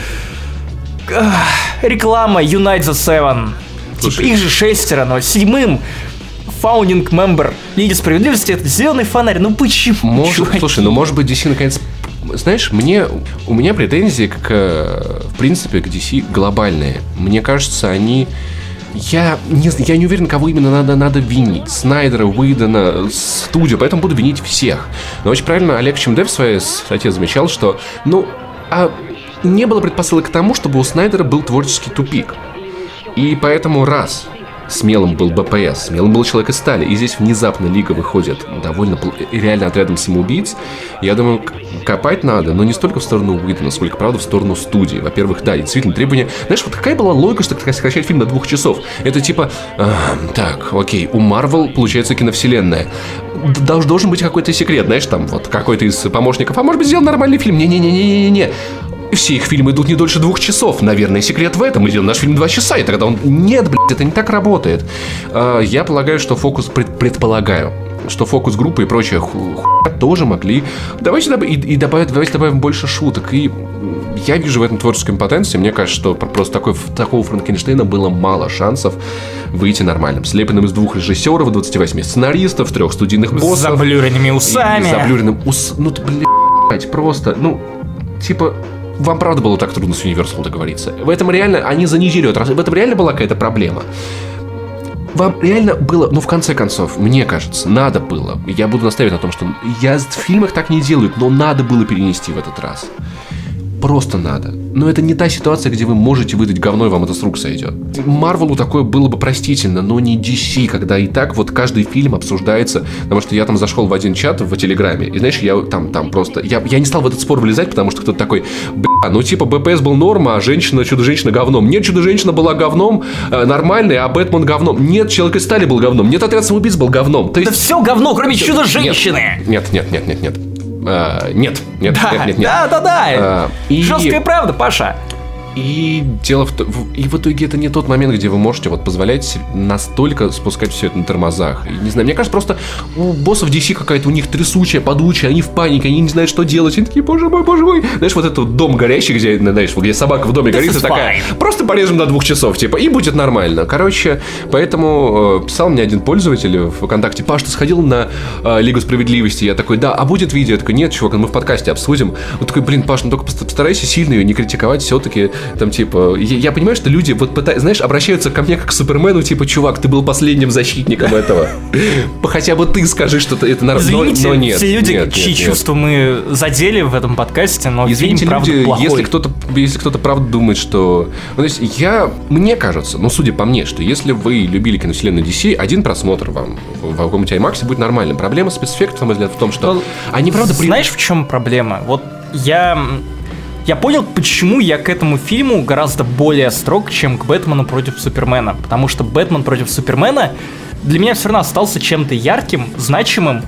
Эх, реклама Unite the Seven. Типа, их же шестеро, но седьмым founding member Лиги Справедливости — это зеленый фонарь. Ну почему? Может, слушай, ну может быть ди си наконец... Знаешь, мне, у меня претензии к, в принципе, к ди си глобальные. Мне кажется, они... Я не, я не уверен, кого именно надо, надо винить. Снайдера, Уидона, студию, поэтому буду винить всех. Но очень правильно Олег Чемдев в своей статье замечал, что, ну, а не было предпосылок к тому, чтобы у Снайдера был творческий тупик. И поэтому раз смелым был бэ пэ эс, смелым был Человек из стали, и здесь внезапно Лига выходит довольно реально отрядом самоубийц, я думаю, копать надо, но не столько в сторону Уидона, сколько, правда, в сторону студии. Во-первых, да, действительно, требования... Знаешь, вот какая была логика, что сокращать фильм до двух часов? Это типа, а, так, окей, у Марвел получается киновселенная. Долж, должен быть какой-то секрет, знаешь, там, вот, какой-то из помощников, а может быть, сделал нормальный фильм? Не-не-не-не-не-не. Все их фильмы идут не дольше двух часов. Наверное, секрет в этом. Мы делаем наш фильм два часа, и тогда он... Нет, блядь, это не так работает. Я полагаю, что фокус... Предполагаю, что фокус группы и прочая хуйня тоже могли... Давайте добав... и, и добавить, давайте добавим больше шуток. И я вижу в этом творческом потенции. Мне кажется, что просто такой, такого Франкенштейна было мало шансов выйти нормальным. Слепленным из двух режиссеров, двадцати восьми сценаристов, трех студийных боссов. С заблюренными усами. И, и заблюренным ус... Ну, блядь, просто... Ну, типа... Вам правда было так трудно с Universal договориться? В этом реально, они за неделю, в этом реально была какая-то проблема? Вам реально было, ну в конце концов, мне кажется, надо было, я буду настаивать на том, что я в фильмах так не делают, но надо было перенести в этот раз. Просто надо. Но это не та ситуация, где вы можете выдать говно, и вам это с рук сойдет. Марвелу такое было бы простительно, но не ди си, когда и так вот каждый фильм обсуждается. Потому что я там зашел в один чат в Телеграме, и знаешь, я там, там просто... Я, я не стал в этот спор влезать, потому что кто-то такой, бля, ну типа бэ пэ эс был норма, а женщина, Чудо-женщина говном. Нет, Чудо-женщина была говном, э, нормальной, а Бэтмен говном. Нет, Человек из стали был говном. Нет, Отряд самоубийц был говном. То есть... Да все говно, кроме Чудо-женщины. Нет, нет, нет, нет, нет. А, нет, нет, Да, нет, нет, нет. да, да, да. А, и... Жесткая правда, Паша. И дело в том, и в итоге это не тот момент, где вы можете вот позволять настолько спускать все это на тормозах. И, не знаю, мне кажется, просто у боссов ди си какая-то у них трясучая, падучая, они в панике, они не знают, что делать. Они такие, боже мой, боже мой. Знаешь, вот этот дом горящий, где, знаешь, где собака в доме горит, и такая, просто порежем до двух часов, типа, и будет нормально. Короче, поэтому э, писал мне один пользователь в ВКонтакте: Паш, ты сходил на э, Лигу Справедливости? Я такой, да, а будет видео? Я такой, нет, чувак, мы в подкасте обсудим. Он такой, блин, Паш, ну только постарайся сильно ее не критиковать, все-таки. Там, типа, я, я понимаю, что люди, вот, пытаются, знаешь, обращаются ко мне как к Супермену, типа, чувак, ты был последним защитником этого. Хотя бы ты скажи, что это нормально, но нет. Все люди, чьи чувства мы задели в этом подкасте, но извините, фильм, правда, люди, плохой. Если кто-то, если кто-то правда думает, что... Ну, то есть, я... Мне кажется, ну, судя по мне, что если вы любили киновселенную ди си, один просмотр вам в каком-нибудь IMAX будет нормальным. Проблема спецэффектов, на мой взгляд, в том, что... Но, они, правда... Знаешь, при... в чем проблема? Вот я... Я понял, почему я к этому фильму гораздо более строг, чем к «Бэтмену против Супермена». Потому что «Бэтмен против Супермена» для меня все равно остался чем-то ярким, значимым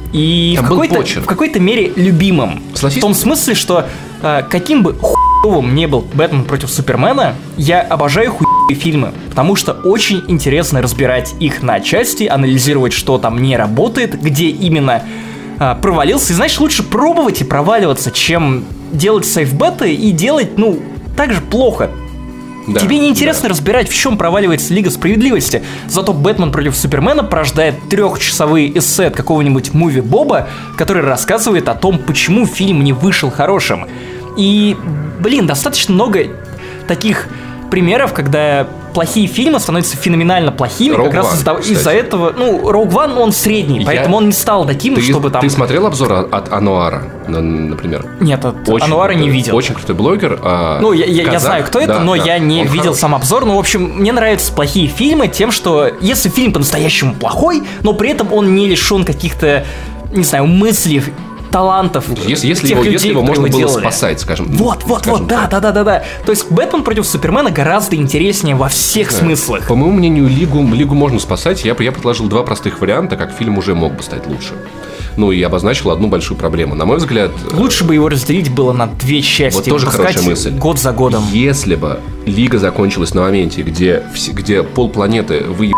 и в какой-то, в какой-то мере любимым. Согласись? В том смысле, что э, каким бы хуевым не был «Бэтмен против Супермена», я обожаю хуевые фильмы, потому что очень интересно разбирать их на части, анализировать, что там не работает, где именно э, провалился. И знаешь, лучше пробовать и проваливаться, чем... делать сейф-беты и делать, ну, так же плохо. Да, тебе не интересно да. разбирать, в чем проваливается Лига Справедливости. Зато «Бэтмен против Супермена» порождает трехчасовые эссе от какого-нибудь Муви Боба, который рассказывает о том, почему фильм не вышел хорошим. И, блин, достаточно много таких примеров, когда плохие фильмы становятся феноменально плохими, Rogue как раз из-за, из-за этого. Ну, Rogue One, он средний, Я... поэтому он не стал таким, ты, чтобы там... Ты смотрел обзор от Ануара, например? Нет, от очень Ануара крутой, не видел. Очень крутой блогер. А, ну, я, я, я знаю, кто это, да, но да, я не видел хороший. сам обзор. Ну, в общем, мне нравятся плохие фильмы тем, что если фильм по-настоящему плохой, но при этом он не лишен каких-то, не знаю, мыслей, талантов. Если, если, тех его, людей, если его можно было делали. спасать, скажем. Вот, вот, скажем вот, да, да, да, да, да. То есть «Бэтмен против Супермена» гораздо интереснее во всех да. смыслах. По моему мнению, Лигу, Лигу можно спасать. Я, я предложил два простых варианта, как фильм уже мог бы стать лучше. Ну и обозначил одну большую проблему. На мой взгляд... Лучше бы его разделить было на две части. Вот тоже хорошая мысль. Год за годом. Если бы Лига закончилась на моменте, где, где полпланеты выеб...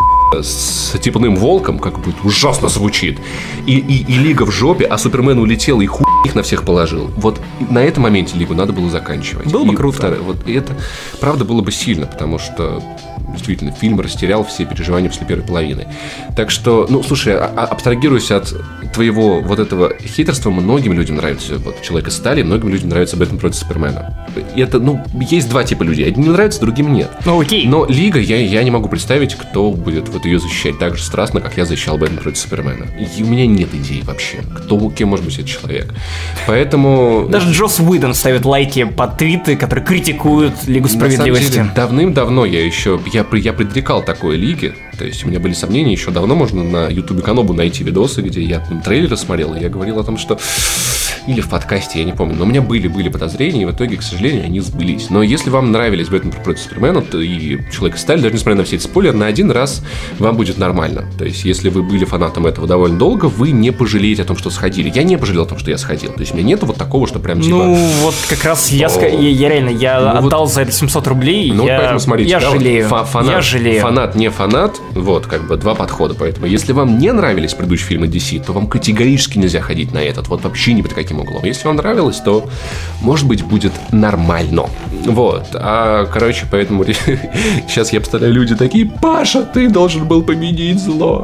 с типным волком, как бы ужасно звучит, и, и, и Лига в жопе, а Супермен улетел и хуй их на всех положил. Вот на этом моменте Лигу надо было заканчивать. Было бы круто. Второе, вот, и это, правда, было бы сильно, потому что действительно фильм растерял все переживания после первой половины. Так что, ну, слушай, а, а, абстрагируясь от твоего вот этого хитрства, многим людям нравится вот «Человек из стали», многим людям нравится «Бэтмен против Супермена». И это, ну, есть два типа людей. Одним нравится, другим нет. Ну, окей. Но Лига, я, я не могу представить, кто будет вот ее защищать так же страстно, как я защищал «Бэтмен против Супермена». И у меня нет идей вообще, кто, кем может быть этот человек. Поэтому... Даже Джосс Уидон ставит лайки под твиты, которые критикуют Лигу Справедливости. На самом деле, давным-давно я еще... Я, я предрекал такой Лиге. То есть у меня были сомнения. Еще давно можно на Ютубе Канобу найти видосы, где я там, трейлеры смотрел, и я говорил о том, что... Или в подкасте, я не помню. Но у меня были, были подозрения, и в итоге, к сожалению, они сбылись. Но если вам нравились «Бэтмен против Супермена» и «Человек из стали», даже несмотря на все эти спойлеры, на один раз вам будет нормально. То есть, если вы были фанатом этого довольно долго, вы не пожалеете о том, что сходили. Я не пожалел о том, что я сходил. То есть, у меня нету вот такого, что прям типа... Ну, вот как раз я, я, я реально, я ну, отдал вот... за это семьсот рублей, ну, я, вот поэтому, смотрите, я да, жалею. Фа- фанат, я жалею. Фанат, не фанат, вот, как бы два подхода. Поэтому, если вам не нравились предыдущие фильмы ди си, то вам категорически нельзя ходить на этот. Вот вообще ни под каким углом. Если вам нравилось, то, может быть, будет нормально. Вот. А, короче, поэтому сейчас я представляю, люди такие: Паша, ты должен был победить зло.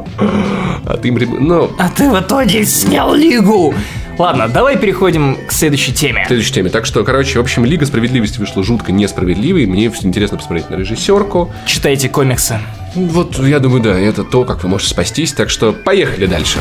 А ты... Ну... А ты в итоге снял Лигу. Ладно, давай переходим к следующей теме. К следующей теме. Так что, короче, в общем, Лига Справедливости вышла жутко несправедливой. Мне интересно посмотреть на режиссерку. Читайте комиксы. Вот, я думаю, да, это то, как вы можете спастись. Так что поехали дальше.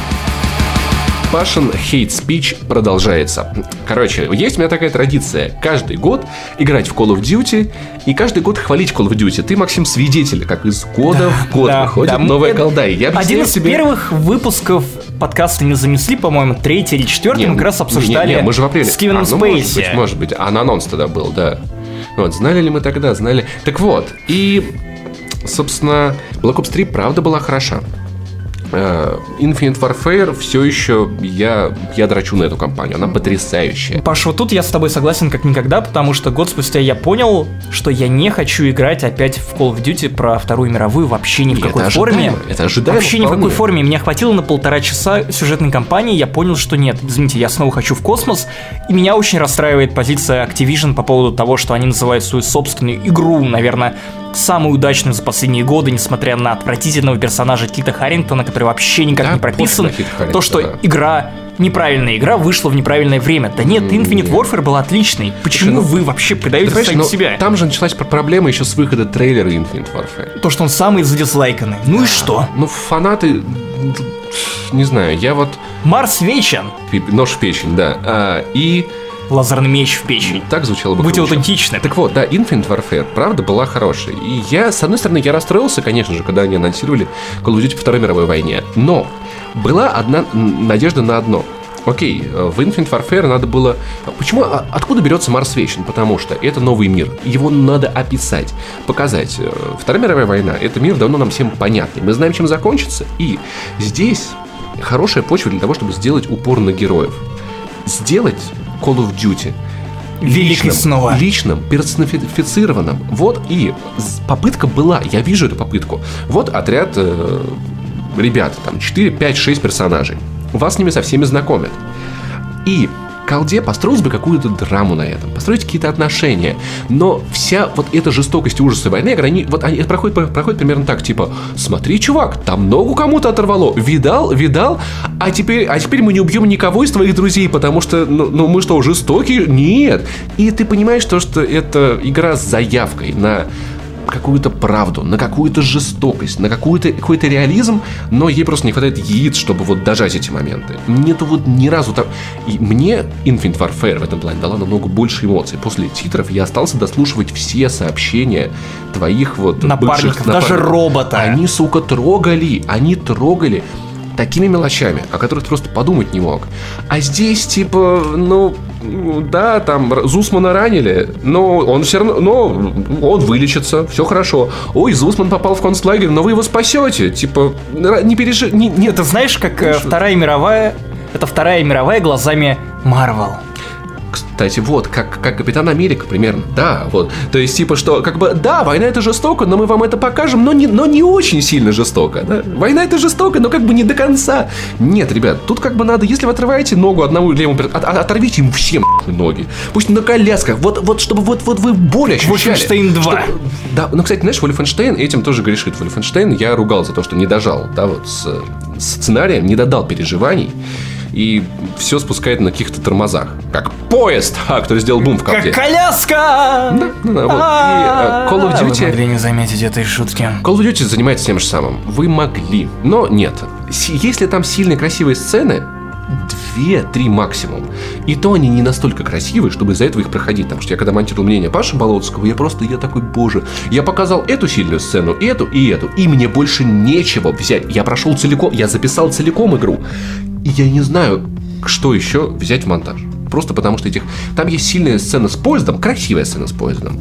Пашин хейт-спич продолжается. Короче, есть у меня такая традиция каждый год играть в Call of Duty и каждый год хвалить Call of Duty. Ты, Максим, свидетель, как из года да, в год да, выходит да. новая колда. Я Один из тебе... первых выпусков подкаста «Не занесли», по-моему, третий или четвертый, не, мы как раз обсуждали не, не, мы же в апреле. с Кевином а, ну, Спейси. Может быть, может быть. А на анонс тогда был, да. Вот, знали ли мы тогда, знали. Так вот, и, собственно, Black Ops три правда была хороша. Infinite Warfare все еще я, я дрочу на эту кампанию. Она потрясающая. Паш, вот тут я с тобой согласен как никогда, потому что год спустя я понял, что я не хочу играть опять в Call of Duty про Вторую мировую вообще ни в какой это форме. Это ожидаемо. Вообще ни в какой форме. Меня хватило на полтора часа сюжетной кампании, я понял, что нет, извините, я снова хочу в космос, и меня очень расстраивает позиция Activision по поводу того, что они называют свою собственную игру, наверное, самую удачную за последние годы, несмотря на отвратительного персонажа Кита Харингтона, который вообще никак да, не прописан. То, что да. игра, неправильная игра, вышла в неправильное время. Да нет, Infinite Warfare была отличной. Почему Слушай, ну, вы вообще предаете да, сами ну, себя? Там же началась проблема еще с выхода трейлера Infinite Warfare. То, что он самый задизлайканный. Ну и что? Ну, фанаты... Не знаю, я вот... Марс вечен. Нож в печень, да. А, и... Лазерный меч в печень. Так звучало бы. Будьте аутентичны. Так вот, да, Infinite Warfare, правда, была хорошей. И я, с одной стороны, я расстроился, конечно же, когда они анонсировали Call of Duty по Второй мировой войне. Но была одна надежда на одно. Окей, в Infinite Warfare надо было... Почему? Откуда берется Марс Вечен? Потому что это новый мир. Его надо описать, показать. Вторая мировая война — это мир давно нам всем понятный. Мы знаем, чем закончится. И здесь хорошая почва для того, чтобы сделать упор на героев. Сделать Call of Duty великий снова. Личным, персонифицированным. Вот и попытка была. Я вижу эту попытку. Вот отряд э, ребят, там четыре, пять, шесть персонажей. Вас с ними со всеми знакомят. И колде построить бы какую-то драму на этом, построить какие-то отношения. Но вся вот эта жестокость и ужасы войны, они, вот они проходят, проходят примерно так, типа, смотри, чувак, там ногу кому-то оторвало, видал, видал, а теперь, а теперь мы не убьем никого из твоих друзей, потому что, ну, ну мы что, жестокие? Нет. И ты понимаешь то, что это игра с заявкой на какую-то правду, на какую-то жестокость, на какую-то, какой-то реализм, но ей просто не хватает яиц, чтобы вот дожать эти моменты. Нету вот ни разу так... И мне Infinite Warfare в этом плане дала намного больше эмоций. После титров я остался дослушивать все сообщения твоих вот напарников, бывших напарников. Даже робота. Они, сука, трогали, они трогали такими мелочами, о которых ты просто подумать не мог. А здесь, типа, ну, да, там Зусмана ранили, но он все равно, но он вылечится, все хорошо. Ой, Зусман попал в концлагерь, но вы его спасете. Типа, не пережи... Не, не... Это знаешь, как э, Вторая мировая... Это Вторая мировая глазами Марвел. Кстати, вот, как, как Капитан Америка примерно, да, вот. То есть, типа, что, как бы, да, война это жестоко, но мы вам это покажем, но не, но не очень сильно жестоко, да? Война это жестоко, но как бы не до конца. Нет, ребят, тут как бы надо, если вы отрываете ногу одному левому, от, от, оторвите им всем ноги. Пусть на колясках, вот, вот, чтобы вот, вот вы боль ощущали. Wolfenstein два. Что, да, ну, кстати, знаешь, Wolfenstein этим тоже грешит. Wolfenstein я ругал за то, что не дожал, да, вот, с, с сценарием, не додал переживаний. И все спускает на каких-то тормозах. Как поезд, а, который сделал бум в колде. Как коляска! Да, да, да, вот. И uh, Call of Duty... Вы могли не заметить этой шутки. Call of Duty занимается тем же самым. Вы могли, но нет. Если там сильные красивые сцены, две-три максимум. И то они не настолько красивые, чтобы из-за этого их проходить. Потому что я когда монтировал мнение Паши Болотского, я просто, я такой, боже, я показал эту сильную сцену, эту и эту, и мне больше нечего взять. Я прошел целиком, я записал целиком игру. И я не знаю, что еще взять в монтаж. Просто потому что этих... Там есть сильная сцена с поездом, красивая сцена с поездом.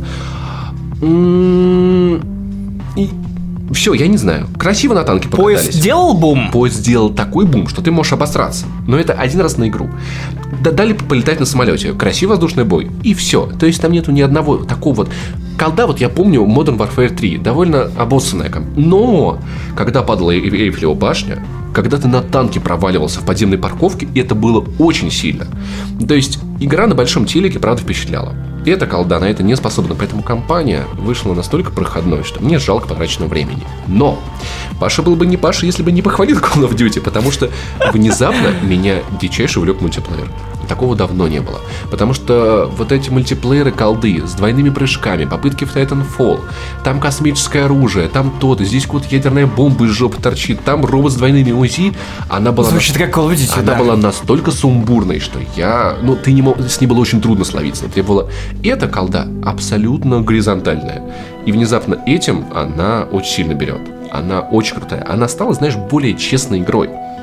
И... Все, я не знаю. Красиво на танке покатались. Поезд сделал бум? Поезд сделал такой бум, что ты можешь обосраться. Но это один раз на игру. Дали полетать на самолете. Красивый воздушный бой. И все. То есть там нету ни одного такого вот... Колда, вот я помню, Modern Warfare три, довольно обоссанная. Но, когда падала Эйфелева башня, когда ты на танке проваливался в подземной парковке, это было очень сильно. То есть, игра на большом телеке, правда, впечатляла. И эта колда на это не способна. Поэтому компания вышла настолько проходной, что мне жалко потраченного времени. Но Паша был бы не Паша, если бы не похвалил Call of Duty, потому что внезапно меня дичайше увлек мультиплеер. Такого давно не было. Потому что вот эти мультиплееры колды с двойными прыжками, попытки в Titanfall, там космическое оружие, там то-то, здесь вот ядерная бомба из жопы торчит, там робот с двойными УЗИ, она была... Звучит как Call of Duty, Она да. была настолько сумбурной, что я... Ну, ты не мог... С ней было очень трудно словиться. Требовала... Эта колда абсолютно горизонтальная. И внезапно этим она очень сильно берет. Она очень крутая. Она стала, знаешь, более честной игрой.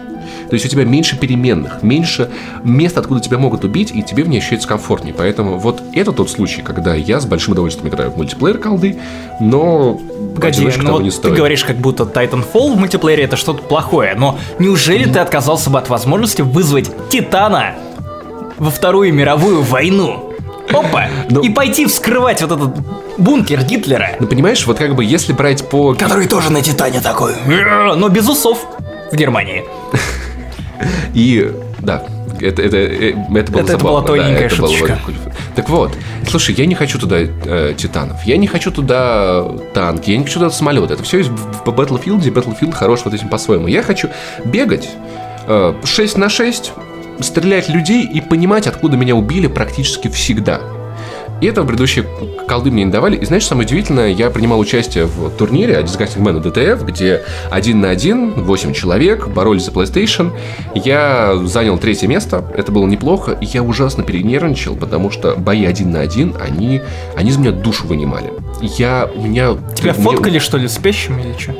То есть у тебя меньше переменных, меньше места, откуда тебя могут убить, и тебе в ней ощущается комфортнее. Поэтому вот это тот случай, когда я с большим удовольствием играю в мультиплеер колды, но... Погоди, ну вот ты говоришь, как будто Titanfall в мультиплеере это что-то плохое, но неужели mm-hmm. ты отказался бы от возможности вызвать Титана во Вторую мировую войну? Опа! Но... И пойти вскрывать вот этот бункер Гитлера. Ну, понимаешь, вот как бы если брать по... Который тоже на Титане такой, но без усов в Германии. И, да, это, это, это было это, забавно. Это была тоненькая да, шуточка. Было... Так вот, слушай, я не хочу туда э, титанов, я не хочу туда танки, я не хочу туда самолеты. Это все есть в Battlefield, Battlefield хорош вот этим по-своему. Я хочу бегать э, шесть на шесть, стрелять в людей и понимать, откуда меня убили практически всегда. И этого предыдущие колды мне не давали. И знаешь, самое удивительное, я принимал участие в турнире Disgusting Man ди ти эф, где один на один, восемь человек боролись за PlayStation. Я занял третье место, это было неплохо, и я ужасно перенервничал, потому что бои один на один, они, они из меня душу вынимали. Я, у меня... Тебя мне... фоткали, что ли, спящим или что?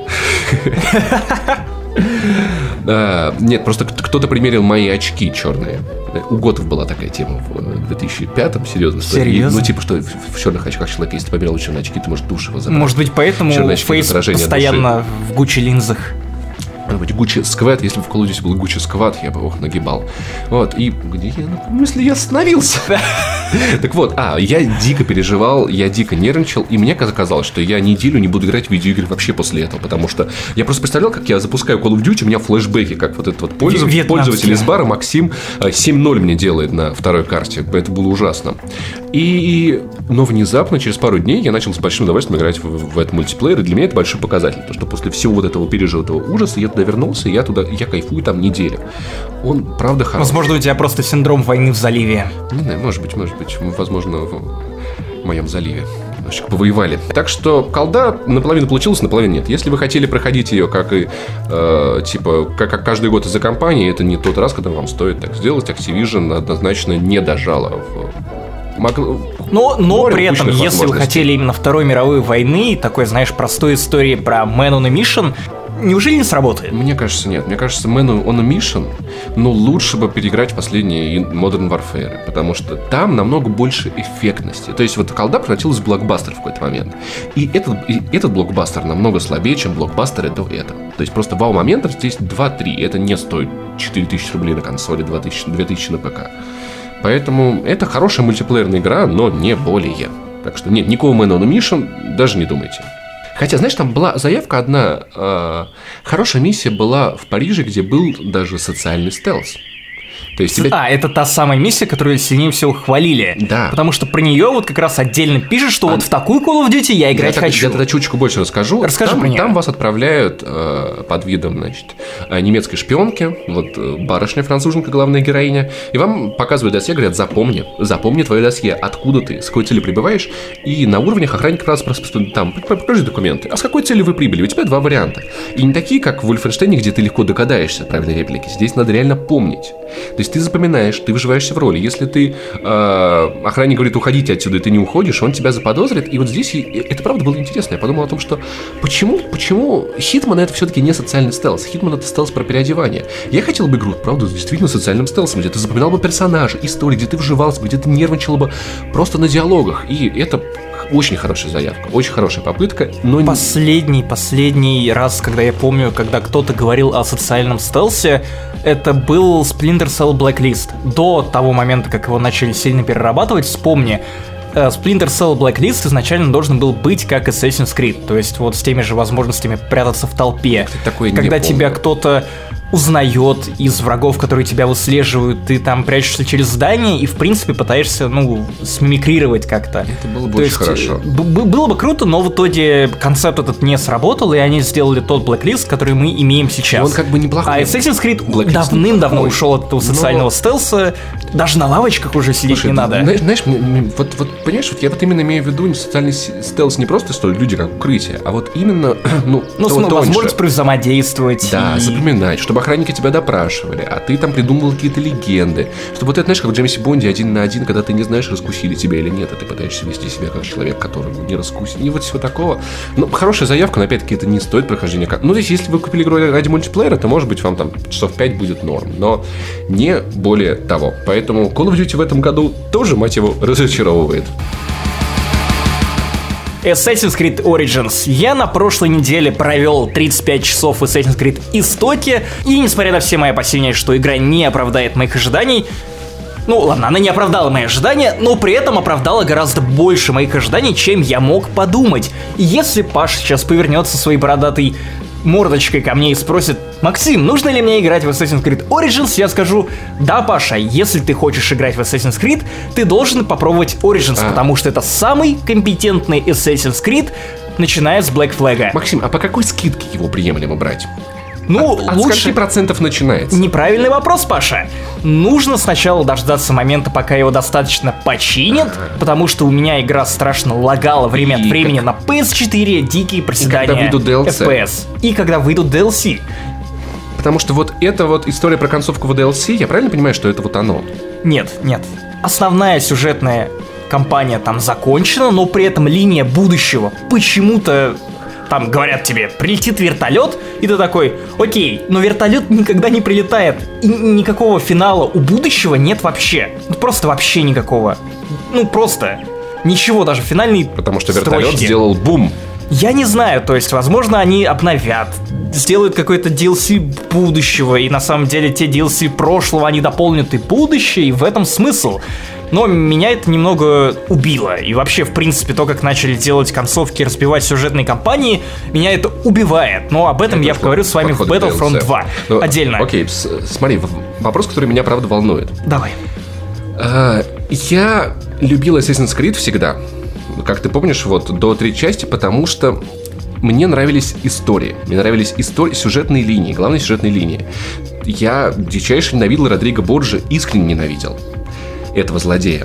Uh, нет, просто кто-то примерил мои очки черные. У Готов была такая тема в две тысячи пятом, серьезно. Серьезно? И, ну, типа, что в, в черных очках человек, если ты померил черные очки, ты можешь душу его забрать. Может быть, поэтому Фейс постоянно души. В Гуччи-линзах. Может быть, Гуччи Сквад, если бы в Call of Duty был Гуччи Сквад, я бы его нагибал. Вот, и где я, в смысле, я остановился? Так вот, а, я дико переживал, я дико нервничал, и мне казалось, что я неделю не буду играть в видеоигры вообще после этого, потому что я просто представлял, как я запускаю Call of Duty, у меня флешбеки, как вот этот вот пользователь, пользователь из бара Максим семь ноль мне делает на второй карте, это было ужасно. И, но внезапно, через пару дней, я начал с большим удовольствием играть в, в этот мультиплеер, и для меня это большой показатель, потому что после всего вот этого пережитого ужаса я туда вернулся, и я туда, я кайфую там неделю. Он, правда, хороший. Возможно, у тебя просто синдром войны в заливе. Не знаю, может быть, может быть, возможно, в моем заливе немножечко повоевали. Так что колда наполовину получилась, наполовину нет. Если вы хотели проходить ее, как и, э, типа, как, как каждый год из-за компании, это не тот раз, когда вам стоит так сделать. Activision однозначно не дожала в... Мог... Но, но при этом, если вы хотели именно Второй мировой войны, такой, знаешь, простой истории про Man on a Mission, неужели не сработает? Мне кажется, нет. Мне кажется, Man on a Mission, но лучше бы переиграть последние Modern Warfare, потому что там намного больше эффектности. То есть вот колда превратилась в блокбастер в какой-то момент. И этот, и этот блокбастер намного слабее, чем блокбастеры до этого. То есть просто вау-моментов здесь два-три. Это не стоит четыре тысячи рублей на консоли, две тысячи на ПК. Поэтому это хорошая мультиплеерная игра, но не более. Так что нет, никакого Man on a Mission даже не думайте. Хотя, знаешь, там была заявка одна, э, хорошая миссия была в Париже, где был даже социальный стелс. То есть тебя... А, это та самая миссия, которую сильнее всего хвалили. Да. Потому что про нее вот как раз отдельно пишет, что а... вот в такую Call of Duty я играть я хочу. Так, я тогда чуточку больше расскажу. Расскажи там, про нее. Там вас отправляют э, под видом, значит, немецкой шпионки, вот барышня, француженка, главная героиня, и вам показывают досье, говорят, запомни, запомни твое досье, откуда ты, с какой целью прибываешь, и на уровнях охранник раз просто там, покажи документы, а с какой целью вы прибыли, у тебя два варианта. И не такие, как в Вольфенштейне, где ты легко догадаешься правильной реплики, здесь надо реально помнить. То есть ты запоминаешь, ты выживаешься в роли. Если ты э, охранник говорит, уходите отсюда, и ты не уходишь, он тебя заподозрит. И вот здесь это правда было интересно. Я подумал о том, что почему, почему Hitman это все-таки не социальный стелс. Hitman это стелс про переодевание. Я хотел бы игру, правда, с действительно социальным стелсом, где ты запоминал бы персонажа, истории, где ты вживался бы, где ты нервничал бы просто на диалогах. И это очень хорошая заявка, очень хорошая попытка, но... Последний, последний раз, когда я помню, когда кто-то говорил о социальном стелсе, это был Splinter Cell Blacklist. До того момента, как его начали сильно перерабатывать, вспомни, Splinter Cell Blacklist изначально должен был быть как Assassin's Creed, то есть вот с теми же возможностями прятаться в толпе. Такое когда тебя кто-то узнает из врагов, которые тебя выслеживают, ты там прячешься через здание и, в принципе, пытаешься, ну, смимикрировать как-то. Это было бы То очень есть, хорошо. Б- было бы круто, но в итоге концепт этот не сработал, и они сделали тот Blacklist, который мы имеем сейчас. Он как бы неплохой. А Assassin's Creed Blacklist давным-давно неплохой. ушел от этого социального но... стелса, даже на лавочках уже сидеть Слушай, не надо. Знаешь, знаешь вот, вот, понимаешь, вот я вот именно имею в виду социальный стелс не просто, что люди как укрытие, а вот именно, ну, ну, то, возможность взаимодействовать. Да, и... запоминать, чтобы охранники тебя допрашивали, а ты там придумывал какие-то легенды. Что вот это, знаешь, как в Джеймсе Бонде один на один, когда ты не знаешь, раскусили тебя или нет, а ты пытаешься вести себя как человек, который не раскусил. И вот всего такого. Ну, хорошая заявка, но опять-таки это не стоит прохождения. Ну, здесь, если вы купили игру ради мультиплеера, то, может быть, вам там часов пять будет норм. Но не более того. Поэтому Call of Duty в этом году тоже, мать его, разочаровывает. Assassin's Creed Origins. Я на прошлой неделе провел тридцать пять часов в Assassin's Creed Истоки, и несмотря на все мои опасения, что игра не оправдает моих ожиданий, ну ладно, она не оправдала мои ожидания, но при этом оправдала гораздо больше моих ожиданий, чем я мог подумать. И если Паша сейчас повернется своей бородатой мордочкой ко мне и спросит: Максим, нужно ли мне играть в Assassin's Creed Origins? Я скажу: да, Паша, если ты хочешь играть в Assassin's Creed, ты должен попробовать Origins, а. потому что это самый компетентный Assassin's Creed, начиная с Black Flag. Максим, а по какой скидке его приемлемо брать? Ну, от, лучше... От скольки процентов начинается? Неправильный вопрос, Паша. Нужно сначала дождаться момента, пока его достаточно починят, А-а-а. потому что у меня игра страшно лагала время и от времени как... на пи эс четыре, дикие проседания, когда выйдут ди эл си. эф пи эс. И когда выйдут ди эл си. Потому что вот эта вот история про концовку в ди эл си, я правильно понимаю, что это вот оно? Нет, нет. Основная сюжетная кампания там закончена, но при этом линия будущего почему-то... Там говорят тебе: прилетит вертолет, и ты такой: окей, но вертолет никогда не прилетает. И никакого финала у будущего нет вообще. Ну просто вообще никакого. Ну просто. Ничего, даже финальный Потому что вертолет строчки. Сделал бум. Я не знаю, то есть, возможно, они обновят, сделают какой-то ди эл си будущего, и на самом деле те ди эл си прошлого, они дополнят и будущее, и в этом смысл. Но меня это немного убило. И вообще, в принципе, то, как начали делать концовки, разбивать сюжетные кампании, меня это убивает. Но об этом это я поговорю с вами в Battlefront два. Ну, отдельно. Окей, смотри, вопрос, который меня, правда, волнует. Давай. А, я любил Assassin's Creed всегда, как ты помнишь, вот до третьей части, потому что мне нравились истории. Мне нравились истории, сюжетные линии, главные сюжетные линии. Я дичайше ненавидел Родриго Борджа, искренне ненавидел этого злодея.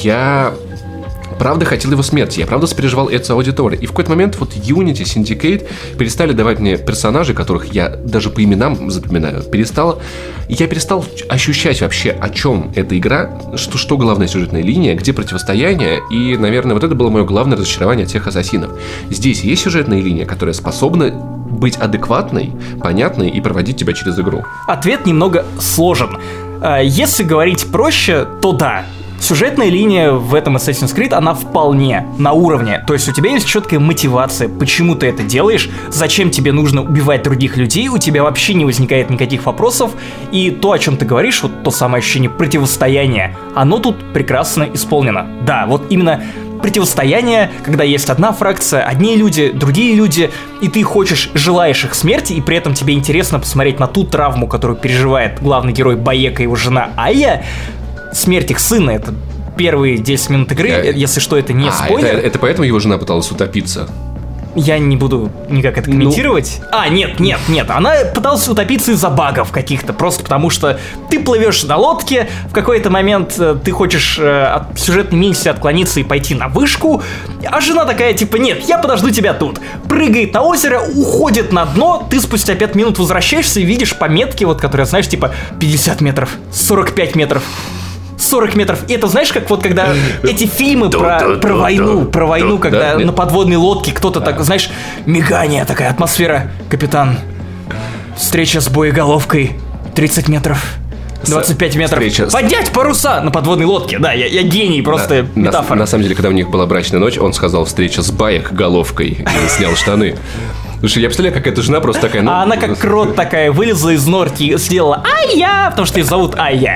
Я правда хотел его смерти, я правда сопереживал Эцио Аудиторе. И в какой-то момент вот Unity, Syndicate перестали давать мне персонажей, которых я даже по именам запоминаю, перестал, и я перестал ощущать вообще, о чем эта игра, что, что главная сюжетная линия, где противостояние, и, наверное, вот это было мое главное разочарование от тех ассасинов. Здесь есть сюжетная линия, которая способна быть адекватной, понятной и проводить тебя через игру. Ответ немного сложен. Если говорить проще, то да. Сюжетная линия в этом Assassin's Creed, она вполне на уровне. То есть у тебя есть четкая мотивация, почему ты это делаешь, зачем тебе нужно убивать других людей, у тебя вообще не возникает никаких вопросов. И то, о чем ты говоришь, вот то самое ощущение противостояния, оно тут прекрасно исполнено. Да, вот именно противостояние, когда есть одна фракция, одни люди, другие люди, и ты хочешь, желаешь их смерти, и при этом тебе интересно посмотреть на ту травму, которую переживает главный герой Баека и его жена Айя. Смерть их сына — это первые десять минут игры, я... если что, это не а, спойлер. Это, это поэтому его жена пыталась утопиться? Я не буду никак это комментировать. Ну... А, нет, нет, нет. Она пыталась утопиться из-за багов каких-то. Просто потому что ты плывешь на лодке, в какой-то момент э, ты хочешь э, от сюжетной миссии отклониться и пойти на вышку, а жена такая, типа: нет, я подожду тебя тут. Прыгает на озеро, уходит на дно, ты спустя пять минут возвращаешься и видишь пометки, вот, которые, знаешь, типа пятьдесят метров, сорок пять метров. сорок метров. И это, знаешь, как вот когда эти фильмы про, про войну, про войну, когда на подводной лодке кто-то так, знаешь, мигание, такая атмосфера. Капитан, встреча с боеголовкой, тридцать метров, двадцать пять метров. Встреча. Поднять паруса на подводной лодке. Да, я, я гений, просто на, метафора. На, на самом деле, когда у них была брачная ночь, он сказал: встреча с боеголовкой, и снял штаны. Слушай, я представляю, как эта жена просто такая... Ну... А она как крот такая вылезла из норки, сделала «Ай-я», потому что ее зовут Айя.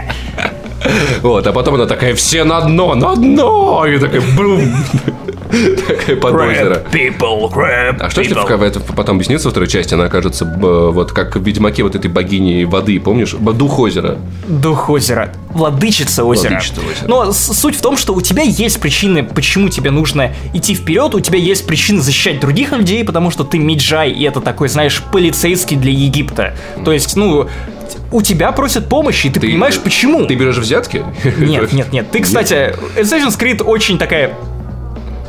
Вот, а потом она такая: все на дно, на дно! И такая бум! Такая под озеро. People, crab, а что если это потом объяснится во второй части, она окажется вот как в Ведьмаке вот этой богини воды, помнишь? Дух озера. Дух озера. Владычица озера. Владычица озера. Но суть в том, что у тебя есть причины, почему тебе нужно идти вперед, у тебя есть причины защищать других людей, потому что ты Меджай, и это такой, знаешь, полицейский для Египта. То есть, ну... У тебя просят помощи, и ты, ты понимаешь, почему. Ты берешь взятки? Нет, нет, нет. Ты, кстати, Assassin's Creed очень такая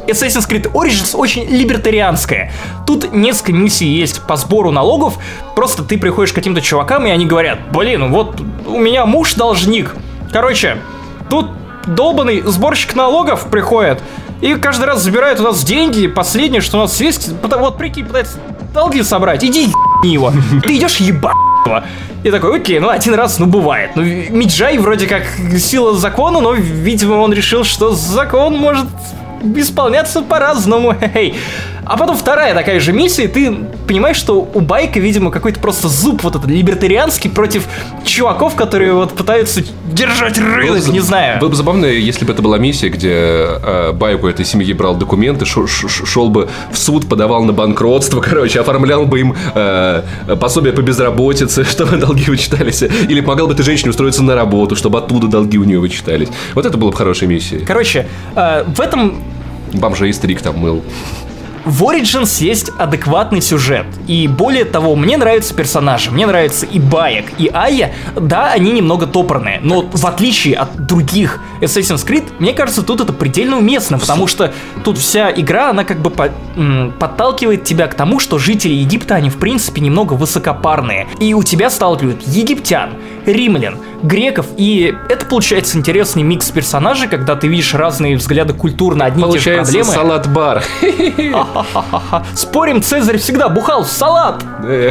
Assassin's Creed Origins очень либертарианская. Тут несколько миссий есть по сбору налогов. Просто ты приходишь к каким-то чувакам, и они говорят: блин, вот у меня муж должник. Короче, тут долбанный сборщик налогов приходит и каждый раз забирает у нас деньги. Последнее, что у нас есть, вот прикинь, пытается долги собрать. Иди ебани его. Ты идешь ебать его. И такой: окей, ну один раз, ну бывает. Ну Миджай вроде как сила закона, но, видимо, он решил, что закон может исполняться по-разному. Хе-хей. А потом вторая такая же миссия, и ты понимаешь, что у Байка, видимо, какой-то просто зуб вот этот либертарианский против чуваков, которые вот пытаются держать рынок, было, не знаю. Было бы забавно, если бы это была миссия, где э, Байку этой семьи брал документы, шел, шел бы в суд, подавал на банкротство, короче, оформлял бы им э, пособие по безработице, чтобы долги вычитались, или помогал бы этой женщине устроиться на работу, чтобы оттуда долги у нее вычитались. Вот это было бы хорошей миссией. Короче, э, в этом... Бомжей стрик там мыл. В Origins есть адекватный сюжет. И более того, мне нравятся персонажи. Мне нравятся и Байек, и Айя. Да, они немного топорные, но в отличие от других Assassin's Creed, мне кажется, тут это предельно уместно, потому что тут вся игра, она как бы по- м- подталкивает тебя к тому, что жители Египта, они в принципе немного высокопарные. И у тебя сталкивают египтян, римлян, греков, и это получается интересный микс персонажей, когда ты видишь разные взгляды культур на одни и те же проблемы. Получается салат-бар. Спорим, Цезарь всегда бухал в салат.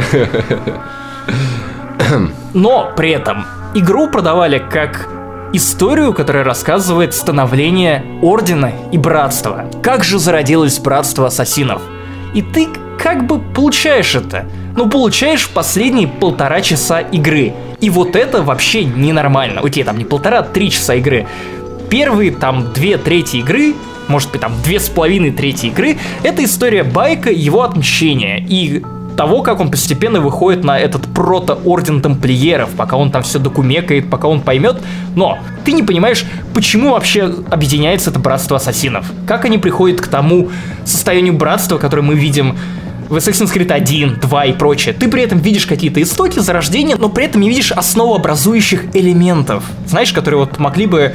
Но при этом игру продавали как историю, которая рассказывает становление Ордена и Братства. Как же зародилось Братство Ассасинов? И ты как бы получаешь это. Ну, получаешь в последние полтора часа игры. И вот это вообще ненормально. Окей, там не полтора, а три часа игры. Первые там две трети игры, может быть там две с половиной трети игры, это история Байка, его отмщения и того, как он постепенно выходит на этот прото-орден тамплиеров, пока он там все докумекает, пока он поймет. Но ты не понимаешь, почему вообще объединяется это братство ассасинов. Как они приходят к тому состоянию братства, которое мы видим в Assassin's Creed один, два и прочее. Ты при этом видишь какие-то истоки, зарождения, но при этом не видишь основообразующих элементов. Знаешь, которые вот могли бы...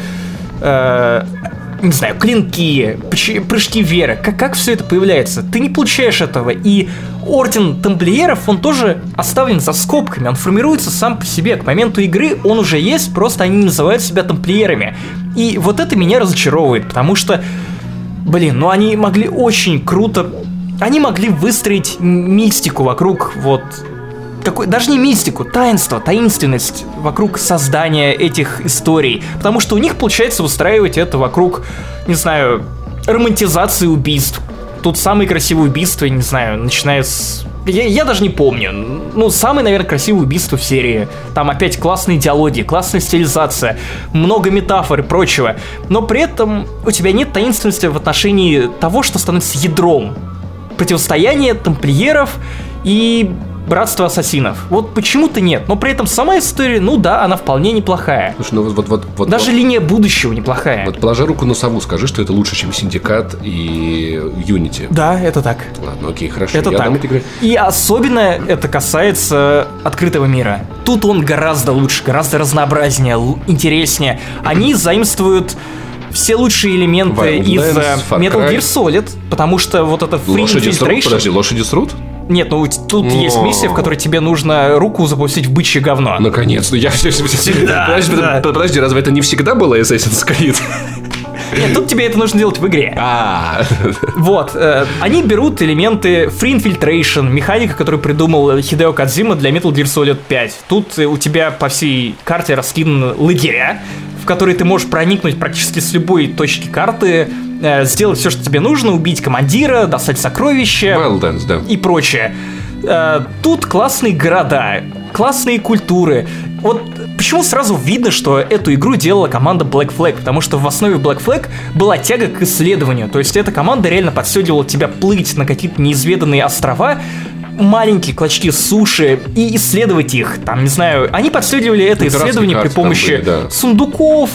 Э- не знаю, клинки, прыжки веры, как, как все это появляется? Ты не получаешь этого, и Орден Тамплиеров, он тоже оставлен за скобками, он формируется сам по себе, к моменту игры он уже есть, просто они называют себя тамплиерами. И вот это меня разочаровывает, потому что, блин, ну они могли очень круто, они могли выстроить мистику вокруг вот... Какой, даже не мистику, таинство, таинственность вокруг создания этих историй. Потому что у них получается выстраивать это вокруг, не знаю, романтизации убийств. Тут самые красивые убийства, не знаю, начиная с... Я, я даже не помню. Ну, самые, наверное, красивые убийства в серии. Там опять классные диалоги, классная стилизация, много метафор и прочего. Но при этом у тебя нет таинственности в отношении того, что становится ядром противостояния тамплиеров и... Братство ассасинов. Вот почему-то нет. Но при этом сама история, ну да, она вполне неплохая. Слушай, ну вот, вот, вот, Даже вот, линия будущего неплохая. Вот положи руку на сову, скажи, что это лучше, чем Синдикат и Unity. Да, это так. Ладно, окей, хорошо. Это Я так. игры... И особенно это касается открытого мира. Тут он гораздо лучше, гораздо разнообразнее, интереснее. Они заимствуют все лучшие элементы Wildlands, из Far Cry. Metal Gear Solid, потому что вот это Free Лошади срут? Infiltration... Подожди, лошади срут? Нет, ну тут О. есть миссия, в которой тебе нужно руку запустить в бычье говно. Наконец-то. Я... Да, подожди, да. подожди, разве это не всегда было Assassin's Creed? Нет, тут тебе это нужно делать в игре. А, Вот, э, они берут элементы Free Infiltration, механика, которую придумал Хидео Кодзима для Metal Gear Solid пять. Тут э, у тебя по всей карте раскиданы лагеря, в которые ты можешь проникнуть практически с любой точки карты, э, сделать все, что тебе нужно, убить командира, достать сокровища Wildlands, да. и прочее. Э, тут классные города, классные культуры. Вот почему сразу видно, что эту игру делала команда Black Flag, потому что в основе Black Flag была тяга к исследованию, то есть эта команда реально подстегивала тебя плыть на какие-то неизведанные острова, маленькие клочки суши и исследовать их, там, не знаю, они подстегивали это исследование при помощи были, да. сундуков,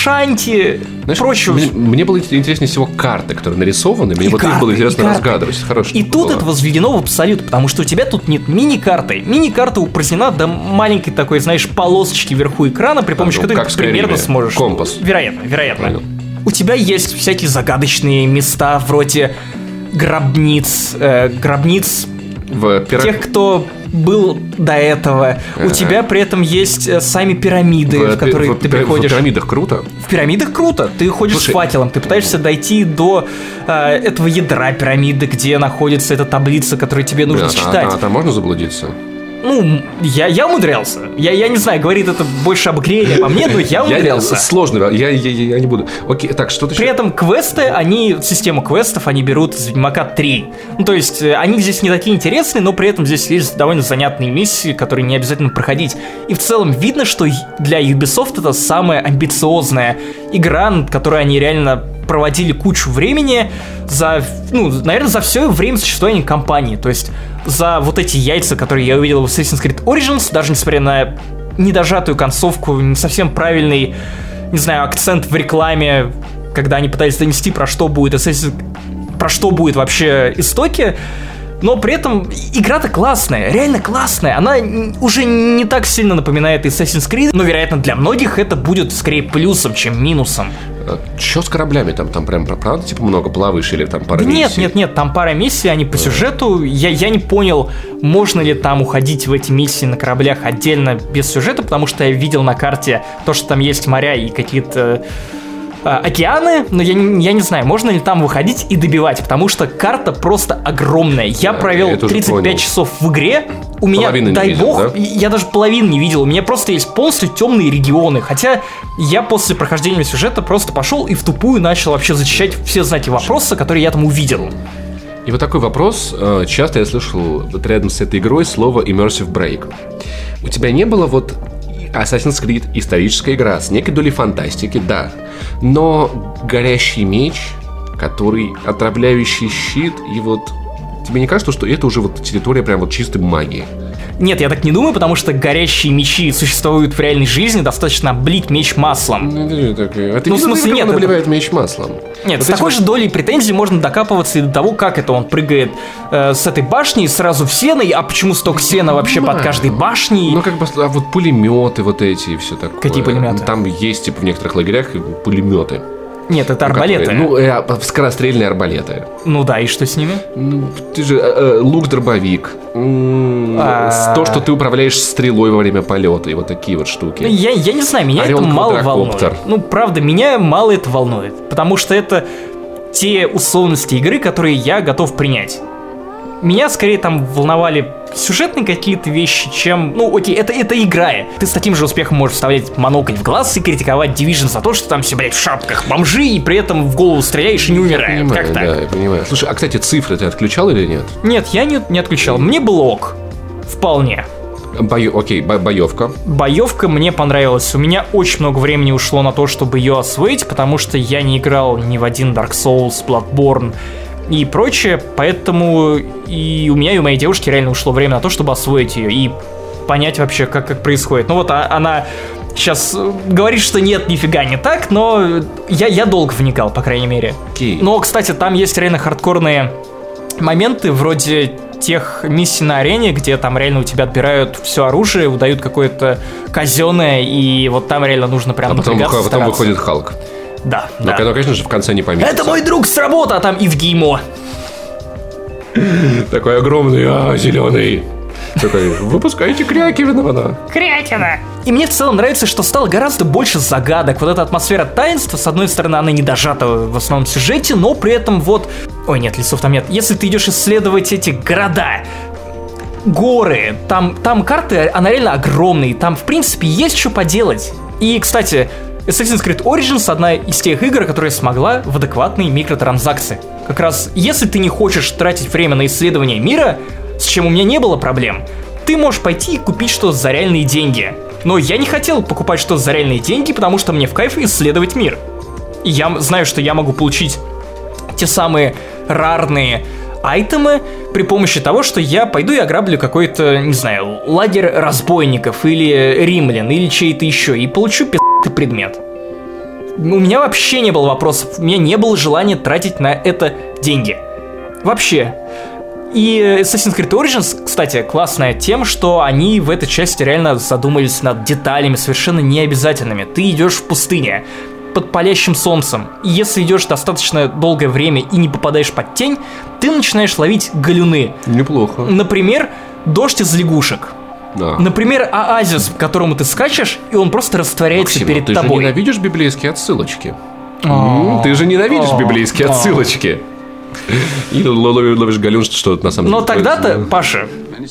шанти, Знаешь, прочего. Мне, мне было интереснее всего карты, которые нарисованы, мне И вот карты, их было интересно и карты. разгадывать. Хорошо. И тут было. это возведено в абсолют, потому что у тебя тут нет мини-карты. Мини-карта упразднена до маленькой такой, знаешь, полосочки вверху экрана, при помощи ну, которой как ты в Skyrim'е. примерно сможешь. Компас. Вероятно, вероятно. Правильно. у тебя есть всякие загадочные места вроде гробниц, э, гробниц В пирог... тех, кто был до этого. Ага. У тебя при этом есть э, сами пирамиды, в, в которые в, ты в, приходишь. В пирамидах круто. В пирамидах круто. Ты ходишь Слушай, с факелом, ты пытаешься дойти до э, этого ядра пирамиды, где находится эта таблица, которую тебе нужно Блин, считать. А, а, а там можно заблудиться? Ну, я, я умудрялся. Я, я не знаю, говорит это больше об игре или обо мне, но я умудрялся. Сложно, я, я, я не буду. Окей, так, что ты При еще? этом квесты, они, систему квестов они берут из Ведьмака три. Ну, то есть, они здесь не такие интересные, но при этом здесь есть довольно занятные миссии, которые не обязательно проходить. И в целом видно, что для Ubisoft это самая амбициозная игра, над которой они реально проводили кучу времени за, ну, наверное, за все время существования компании. То есть за вот эти яйца, которые я увидел в Assassin's Creed Origins, даже несмотря на недожатую концовку, не совсем правильный, не знаю, акцент в рекламе, когда они пытались донести, про что будет Assassin's... про что будет вообще истоки, но при этом игра-то классная, реально классная. Она уже не так сильно напоминает Assassin's Creed, но, вероятно, для многих это будет скорее плюсом, чем минусом. Чё с кораблями там? Там прям, правда, типа много плаваешь или там пара да миссий? Нет, нет, нет, там пара миссий, они по сюжету. Я, я не понял, можно ли там уходить в эти миссии на кораблях отдельно без сюжета, потому что я видел на карте то, что там есть моря и какие-то океаны, но я не, я не знаю, можно ли там выходить и добивать, потому что карта просто огромная. Я да, провел я тридцать пять часов в игре, у меня, половины дай видел, бог, да? Я даже половину не видел, у меня просто есть полностью темные регионы, хотя я после прохождения сюжета просто пошел и в тупую начал вообще зачищать все знаки вопроса, которые я там увидел. И вот такой вопрос, часто я слышал вот рядом с этой игрой слово immersive break. У тебя не было вот Assassin's Creed — историческая игра с некой долей фантастики, да, но горящий меч, который отравляющий щит, и вот тебе не кажется, что это уже вот территория прям вот чистой магии? Нет, я так не думаю, потому что горящие мечи существуют в реальной жизни, достаточно облить меч маслом. Ну, так, а ты ну, в смысле, нет, обливает это... меч маслом? Нет, вот с такой вот... же долей претензий можно докапываться и до того, как это он прыгает э, с этой башни сразу в сено, а почему столько сена вообще под каждой башней? Ну, как бы, а вот пулеметы вот эти и все такое. Какие пулеметы? Там есть, типа, в некоторых лагерях пулеметы. Нет, это ну, арбалеты. Ну, э, скорострельные арбалеты. Ну да, и что с ними? Ну, ты же э, лук-дробовик. А... То, что ты управляешь стрелой во время полета, и вот такие вот штуки. Я, я не знаю, меня Орел это мало волнует. Ну, правда, меня мало это волнует. Потому что это те условности игры, которые я готов принять. Меня скорее там волновали сюжетные какие-то вещи, чем... Ну, окей, это, это игра. Ты с таким же успехом можешь вставлять монокль в глаз и критиковать Division за то, что там все, блядь, в шапках бомжи, и при этом в голову стреляешь и не умираешь. Понимаю, как да, так? я понимаю. Слушай, а, кстати, цифры ты отключал или нет? Нет, я не, не отключал. Мне было ок. Вполне. Бою... Окей, бо- боевка. Боевка мне понравилась. У меня очень много времени ушло на то, чтобы ее освоить, потому что я не играл ни в один Dark Souls, Bloodborne и прочее, поэтому и у меня, и у моей девушки реально ушло время на то, чтобы освоить ее и понять вообще, как, как происходит. Ну вот а, она сейчас говорит, что нет, нифига не так, но я, я долго вникал, по крайней мере. Okay. Но, кстати, там есть реально хардкорные моменты, вроде тех миссий на арене, где там реально у тебя отбирают все оружие, выдают какое-то казенное, и вот там реально нужно прям а потом, напрягаться, потом выходит Халк. Да, но, да. Но, конечно же, в конце не поместится. Это мой друг с работы, а там Ивгимо. Такой огромный, а, зеленый. Такой, выпускайте Крякина. Крякина. И мне в целом нравится, что стало гораздо больше загадок. Вот эта атмосфера таинства, с одной стороны, она не дожата в основном сюжете, но при этом вот... Ой, нет, лесов там нет. Если ты идешь исследовать эти города, горы, там, там карты, она реально огромная, там, в принципе, есть что поделать. И, кстати, Assassin's Creed Origins — одна из тех игр, которая смогла в адекватные микротранзакции. Как раз, если ты не хочешь тратить время на исследование мира, с чем у меня не было проблем, ты можешь пойти и купить что-то за реальные деньги. Но я не хотел покупать что-то за реальные деньги, потому что мне в кайф исследовать мир. И я знаю, что я могу получить те самые рарные айтемы при помощи того, что я пойду и ограблю какой-то, не знаю, лагерь разбойников или римлян, или чей-то еще, и получу пи***ый предмет. У меня вообще не было вопросов, у меня не было желания тратить на это деньги. Вообще. И Assassin's Creed Origins, кстати, классная тем, что они в этой части реально задумались над деталями совершенно необязательными. Ты идешь в пустыне, под палящим солнцем. И если идешь достаточно долгое время и не попадаешь под тень, ты начинаешь ловить галюны. Неплохо. Например, дождь из лягушек. Да. Например, оазис, к которому ты скачешь, и он просто растворяется Максим, перед ты тобой. Ты же ненавидишь библейские отсылочки. М, Ты же ненавидишь библейские отсылочки. Или ловишь, ловишь галюн, что на самом деле. Но тогда-то, Паша,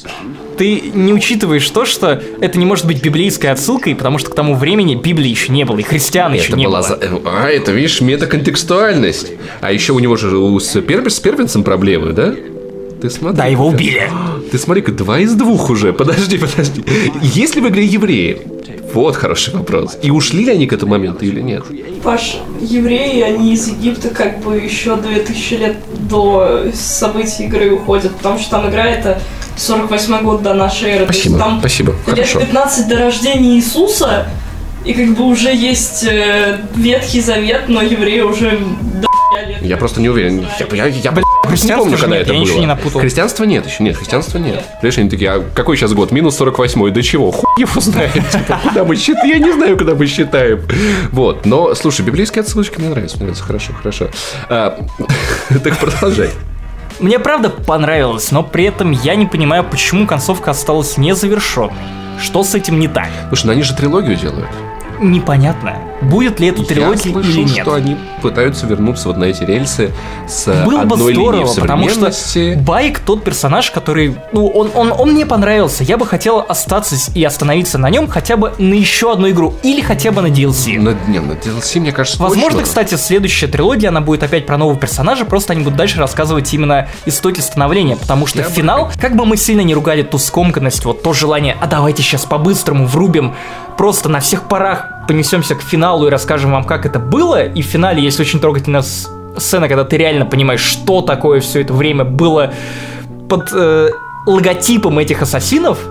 ты не учитываешь то, что это не может быть библейской отсылкой, потому что к тому времени Библии еще не было, и христиан еще Это не была было. за- А, это, видишь, метаконтекстуальность. А еще у него же у- с, перв- с первенцем проблемы, да? Ты смотри. Да, его убили. Ты смотри-ка, два из двух уже. Подожди, подожди. Есть ли в игре евреи? Вот хороший вопрос. И ушли ли они к этому моменту или нет? Паш, евреи, они из Египта как бы еще две тысячи лет до событий игры уходят, потому что там игра это сорок восьмой год до нашей эры. То есть Спасибо, там спасибо, лет хорошо. пятнадцать до рождения Иисуса, и как бы уже есть э, Ветхий Завет, но евреи уже до лет. Я просто не уверен. Я, я, я, блин, не христианства помню, же когда нет, это я было. ничего не напутал. Христианства нет еще, нет, христианства нет. Понимаешь, они такие, а какой сейчас год? Минус сорок восьмой, до чего? Хуй его знает. Типа, куда мы считаем? Я не знаю, куда мы считаем. Вот, но, слушай, библейские отсылочки мне нравятся, мне нравятся, хорошо, хорошо. А, так продолжай. Мне правда понравилось, но при этом я не понимаю, почему концовка осталась незавершенной. Что с этим не так? Слушай, ну они же трилогию делают. Непонятно, будет ли это трилогия Я слышал, или нет. что они пытаются вернуться вот на эти рельсы с Было бы одной линией здорово, потому что современности. Байк тот персонаж, который, ну, он, он, он мне понравился. Я бы хотел остаться с- и остановиться на нем хотя бы на еще одну игру или хотя бы на ди эл си. На, не, на ди эл си, мне кажется, Возможно, точно. кстати, следующая трилогия, она будет опять про нового персонажа, просто они будут дальше рассказывать именно истоки становления, потому что Я бы финал, как бы мы сильно не ругали ту скомканность, вот то желание, а давайте сейчас по-быстрому врубим, просто на всех парах понесемся к финалу и расскажем вам, как это было, и в финале есть очень трогательная с- сцена, когда ты реально понимаешь, что такое все это время было под э, логотипом этих ассасинов.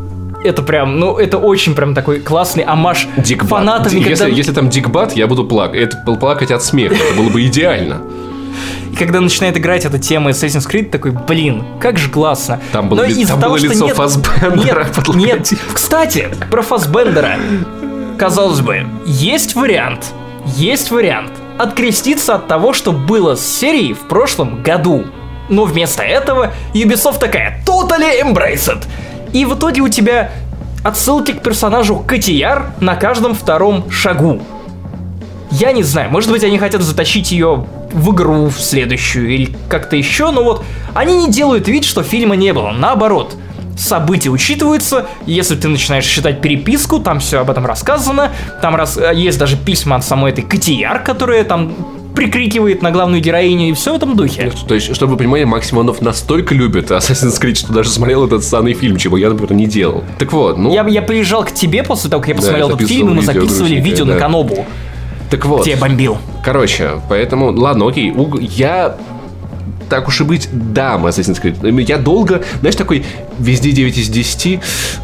Это прям, ну, это очень прям такой классный омаж Дикбат. фанатами, Если, когда... если там дикбат, я буду плакать. Это плакать от смеха. Это было бы идеально. И когда начинает играть эта тема Assassin's Creed, такой, блин, как же классно. Там было Но ли- из-за там того, было что лицо нет- Фассбендера под Нет, нет. логотипом. Кстати, про Фассбендера. Казалось бы, есть вариант, есть вариант откреститься от того, что было с серией в прошлом году. Но вместо этого Ubisoft такая totally embraced. И в итоге у тебя отсылки к персонажу Котияр на каждом втором шагу. Я не знаю, может быть, они хотят затащить ее в игру в следующую или как-то еще, но вот они не делают вид, что фильма не было. Наоборот, события учитываются, если ты начинаешь читать переписку, там все об этом рассказано, там раз... есть даже письма от самой этой Котияр, которая там прикрикивает на главную героиню, и все в этом духе. То есть, чтобы вы понимали, Максим Иванов настолько любит Assassin's Creed, что даже смотрел этот странный фильм, чего я, например, не делал. Так вот, ну... Я, я приезжал к тебе после того, как я Да, посмотрел я этот фильм, и мы записывал видео записывали грустненькое, видео да. на Канобу, Так вот. где я бомбил. Короче, поэтому, ладно, окей, уг- я, так уж и быть, дам Assassin's Creed. Я долго, знаешь, такой, везде девять из десяти,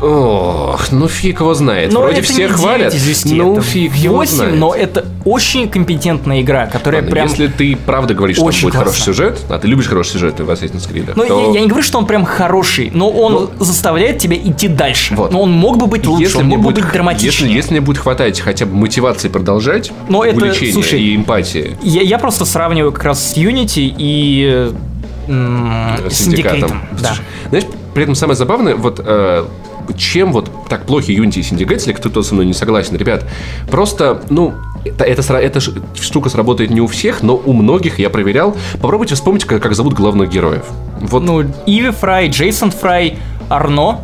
ох, ну фиг его знает. Но Вроде это все не хвалят, девять из десяти, ну это фиг его восемь, знает. но это очень компетентная игра, которая Ладно, прям... если ты правда говоришь, что там очень будет классно. хороший сюжет, а ты любишь хороший сюжет в Assassin's Creed, Ну, то... я, я не говорю, что он прям хороший, но он заставляет тебя идти дальше. Вот. Но он мог бы быть лучше, Если он мне, мог бы будет, быть драматичнее. если, если мне будет хватать хотя бы мотивации продолжать, Но это, увлечения слушай, и эмпатии Я, я просто сравниваю как раз с Unity и м, с Syndicate. Да. Слушай, знаешь, при этом самое забавное, вот э, чем вот так плохи Unity и Syndicate, если кто-то со мной не согласен, ребят, просто, ну, это, это, сра- эта ш- штука сработает не у всех, но у многих, я проверял. Попробуйте вспомнить, как, как зовут главных героев. Вот Ну, Иви Фрай, Джейсон Фрай, Арно.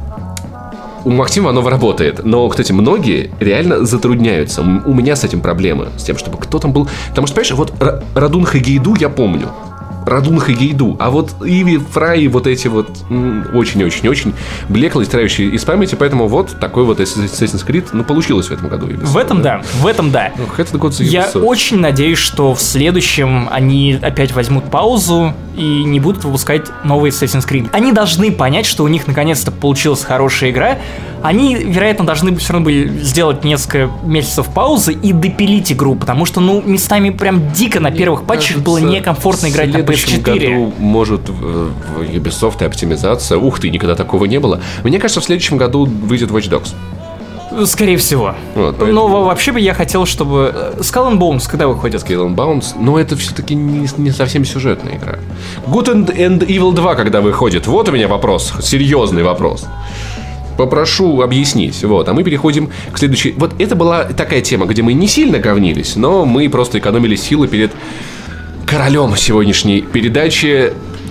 у Максима оно работает, но, кстати, многие реально затрудняются. М- У меня с этим проблемы, с тем, чтобы кто там был. Потому что, понимаешь, вот Ра- Радун Хагейду я помню. Радун Хагейду. А вот Иви Фрай, вот эти вот м, очень-очень-очень блеклые, стирающие из памяти, поэтому вот такой вот Assassin's Creed, ну, получилось в этом году. Ubisoft, В этом да, в этом да. Ох, этот год за Я Ubisoft. очень надеюсь, что в следующем они опять возьмут паузу и не будут выпускать новый Assassin's Creed. Они должны понять, что у них наконец-то получилась хорошая игра. Они, вероятно, должны все равно были сделать несколько месяцев паузы и допилить игру, потому что, ну, местами прям дико на первых патчах было некомфортно играть на пи эс В следующем четыре. году может в, в Ubisoft и оптимизация. Ух ты, никогда такого не было. Мне кажется, в следующем году выйдет Watch Dogs. Скорее всего. Вот, Но вообще бы я хотел, чтобы... Skull and Bones когда выходит? Skull and Bones, но это все-таки не, не совсем сюжетная игра. Good and, and Evil два когда выходит? Вот у меня вопрос, серьезный вопрос. Попрошу объяснить. Вот, а мы переходим к следующей. Вот это была такая тема, где мы не сильно говнились, но мы просто экономили силы перед королем сегодняшней передачи.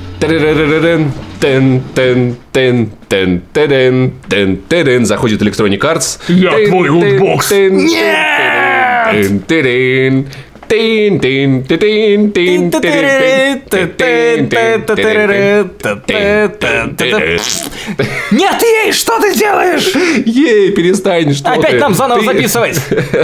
Заходит Electronic Arts. Я твой лутбокс. Нет, ей, что ты делаешь? Ей, перестань, что Опять ты? нам заново ты... записывать.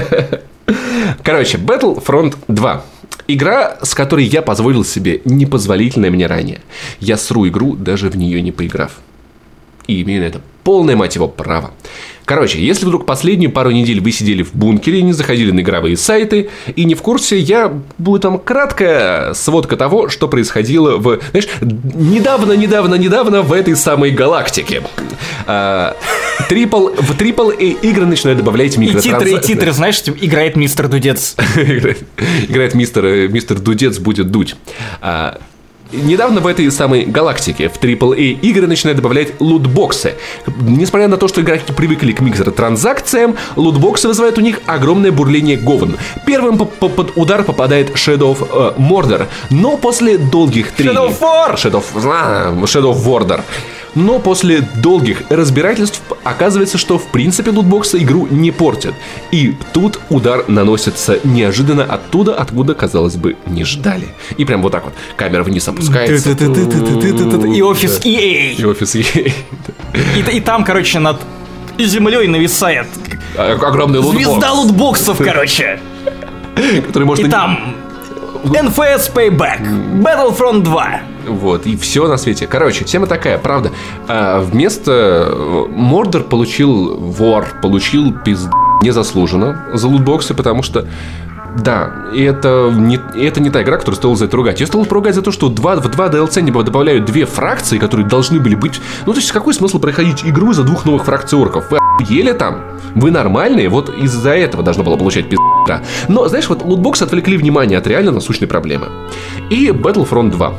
Короче, Battlefront два. Игра, с которой я позволил себе непозволительное мне ранее. Я сру игру, даже в нее не поиграв. И имею на это полное, мать его, право. Короче, если вдруг последнюю пару недель вы сидели в бункере, не заходили на игровые сайты и не в курсе, я буду там краткая сводка того, что происходило в, знаешь, недавно, недавно, недавно в этой самой галактике. А, трипл, в трипл A игры начинают добавлять микротранзакции. И титры, и титры, знаешь, играет мистер Дудец. Играет мистер, мистер Дудец будет дуть. А, недавно в этой самой галактике в трипл A игры начинают добавлять лутбоксы. Несмотря на то, что игроки привыкли к микротранзакциям, лутбоксы вызывают у них огромное бурление говен. Первым под удар попадает Shadow of uh, Mordor, но после долгих трений... Shadow of War! Shadow of, Shadow of Mordor. Но после долгих разбирательств оказывается, что в принципе лутбоксы игру не портят. И тут удар наносится неожиданно оттуда, откуда, казалось бы, не ждали. И прям вот так вот камера вниз опускается. И офис и эй. И офис и эй. И, и там, короче, над землей нависает огромный лутбокс. Звезда лутбоксов, короче. Который может... И там эн эф эс Payback, Battlefront два. Вот, и все на свете. Короче, тема такая, правда. А, вместо Мордор получил вор, получил пизд... незаслуженно за лутбоксы, потому что да, и это не, это не та игра, которую стоило за это ругать. Ее стоило поругать за то, что два, в два ди эл си добавляют две фракции, которые должны были быть... Ну, то есть, какой смысл проходить игру за двух новых фракций орков? Вы охуели там? Вы нормальные? Вот из-за этого должна была получать пизда. Но, знаешь, вот лутбоксы отвлекли внимание от реально насущной проблемы. И Battlefront два.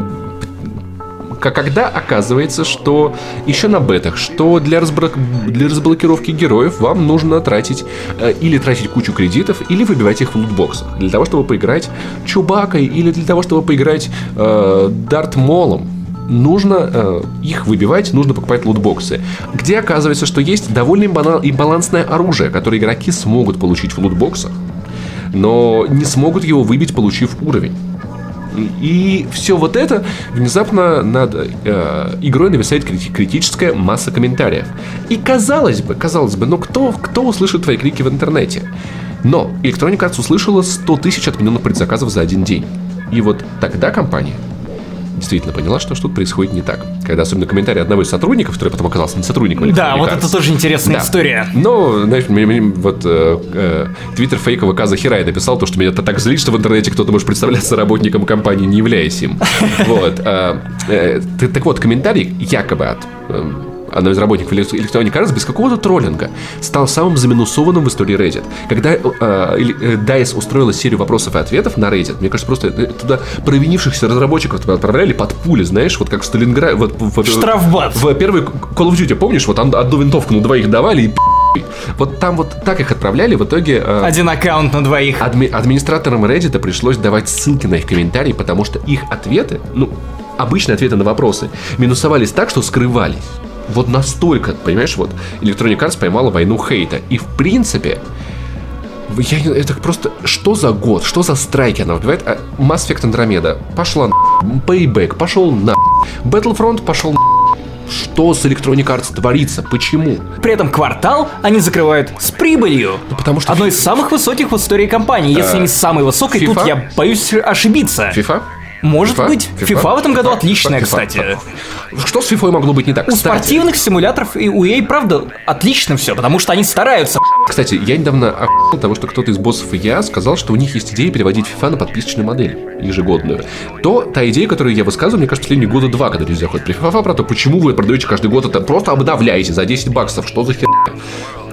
Когда оказывается, что еще на бетах, что для, разброк... для разблокировки героев вам нужно тратить э, или тратить кучу кредитов, или выбивать их в лутбоксах. Для того, чтобы поиграть Чубакой, или для того, чтобы поиграть э, Дарт Молом, нужно э, их выбивать, нужно покупать лутбоксы. Где оказывается, что есть довольно имбалансное оружие, которое игроки смогут получить в лутбоксах, но не смогут его выбить, получив уровень. И все вот это внезапно над э, игрой нависает критическая масса комментариев. И казалось бы, казалось бы, но кто, кто услышит твои крики в интернете? Но Electronic Arts услышала сто тысяч отмененных предзаказов за один день. И вот тогда компания действительно поняла, что что-то происходит не так. Когда особенно комментарий одного из сотрудников, который потом оказался не сотрудником Electronic Arts. Да, вот это тоже интересная да. история. Но, знаешь, мне, мне, вот э, твиттер фейкового Каза Хирай написал то, что меня это так злит, что в интернете кто-то может представляться работником компании, не являясь им. Вот. Так вот, комментарий якобы от одного из работников Electronic Arts без какого-то троллинга стал самым заминусованным в истории Reddit. Когда э, дайс устроила серию вопросов и ответов на Reddit, мне кажется, просто туда провинившихся разработчиков отправляли под пули, знаешь, вот как в Сталинграде. Вот, в, штрафбат. В, в первой Call of Duty, помнишь, вот одну винтовку на двоих давали и вот там вот так их отправляли, в итоге... Э, Один аккаунт на двоих. Адми, администраторам Reddit пришлось давать ссылки на их комментарии, потому что их ответы, ну, обычные ответы на вопросы, минусовались так, что скрывались. Вот настолько, понимаешь, вот Electronic Arts поймала войну хейта. И в принципе, я, это просто, что за год, что за страйки она выбивает? А Mass Effect Andromeda пошла на Payback, пошел на Battlefront, пошел на. Что с Electronic Arts творится? Почему? При этом квартал они закрывают с прибылью. Ну, потому что одной из самых высоких в истории компании. Если а, не самой высокой, FIFA? Тут я боюсь ошибиться. FIFA? Может FIFA? быть. FIFA? FIFA в этом году FIFA? отличная, FIFA? кстати. FIFA? Что с FIFA могло быть не так? У Кстати, спортивных симуляторов и у и эй, правда, отлично все, потому что они стараются. Кстати, я недавно охуел того, что кто-то из боссов и я сказал, что у них есть идея переводить FIFA на подписочную модель ежегодную. То та идея, которую я высказываю, мне кажется, последние года два, когда люди заходят при FIFA, про то, почему вы продаете каждый год это, просто обновляете за десять баксов, что за херня?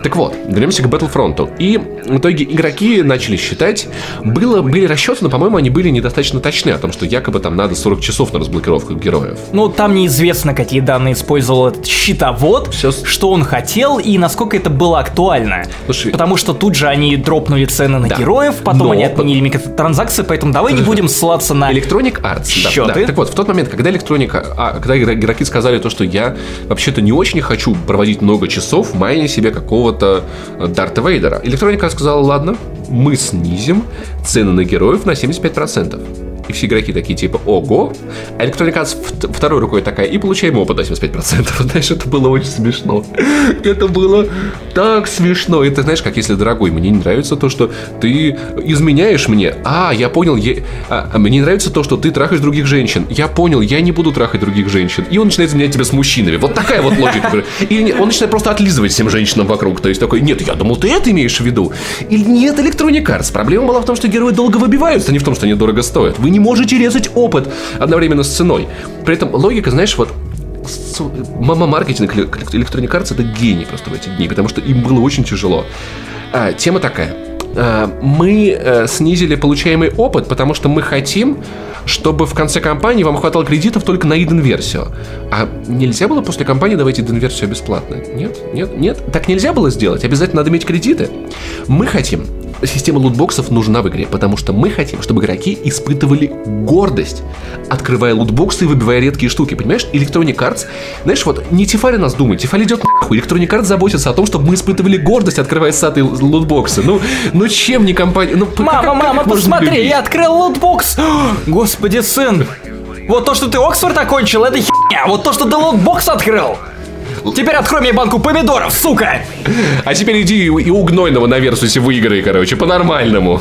Так вот, вернемся к Battlefront. И в итоге игроки начали считать, было, были расчеты, но, по-моему, они были недостаточно точны о том, что якобы там надо сорок часов на разблокировку героев. Ну, там неизвестно, какие данные использовал этот щитовод, Все... что он хотел и насколько это было актуально. Слушай... Потому что тут же они дропнули цены на да. героев, потом но... они отменили микротранзакции, поэтому давай не будем ссылаться на Electronic Arts. счеты. Да, да. Так вот, в тот момент, когда Electronic, а, когда игроки сказали то, что я вообще-то не очень хочу проводить много часов в майне себе какого-то Дарта Вейдера, Electronic Arts сказала, ладно, мы снизим цены на героев на семьдесят пять процентов. И все игроки такие типа ого. А Electronic Arts второй рукой такая, и получаем опыт на семьдесят пять процентов. Знаешь, это было очень смешно. Это было так смешно. Это знаешь, как если, дорогой, мне не нравится то, что ты изменяешь мне. А, я понял, я... А, мне не нравится то, что ты трахаешь других женщин. Я понял, я не буду трахать других женщин. И он начинает изменять тебя с мужчинами. Вот такая вот логика. И он начинает просто отлизывать всем женщинам вокруг. То есть такой, нет, я думал, ты это имеешь в виду. Или нет, Electronic Arts. Проблема была в том, что герои долго выбиваются, а не в том, что они дорого стоят. Вы не можете резать опыт одновременно с ценой. При этом логика, знаешь, вот мама-маркетинг Electronic Arts — это гений просто в эти дни, потому что им было очень тяжело. А, тема такая. А, мы а, снизили получаемый опыт, потому что мы хотим, чтобы в конце кампании вам хватало кредитов только на иден-версию. А нельзя было после кампании давать иден-версию бесплатно? Нет? Нет? Нет? Так нельзя было сделать? Обязательно надо иметь кредиты? Мы хотим... Система лутбоксов нужна в игре, потому что мы хотим, чтобы игроки испытывали гордость, открывая лутбоксы и выбивая редкие штуки. Понимаешь, Electronic Arts, знаешь, вот не Тефали нас думает, Тефали идет нахуй. Electronic Arts заботится о том, чтобы мы испытывали гордость, открывая сатые лутбоксы. Ну, ну чем не компания... Ну, мама, как, мама, как посмотри, я открыл лутбокс. Господи, сын. Вот то, что ты Оксфорд окончил, это херня. Вот то, что ты лутбокс открыл. Теперь открой мне банку помидоров, сука! А теперь иди и у гнойного на Версусе выиграй, короче, по-нормальному.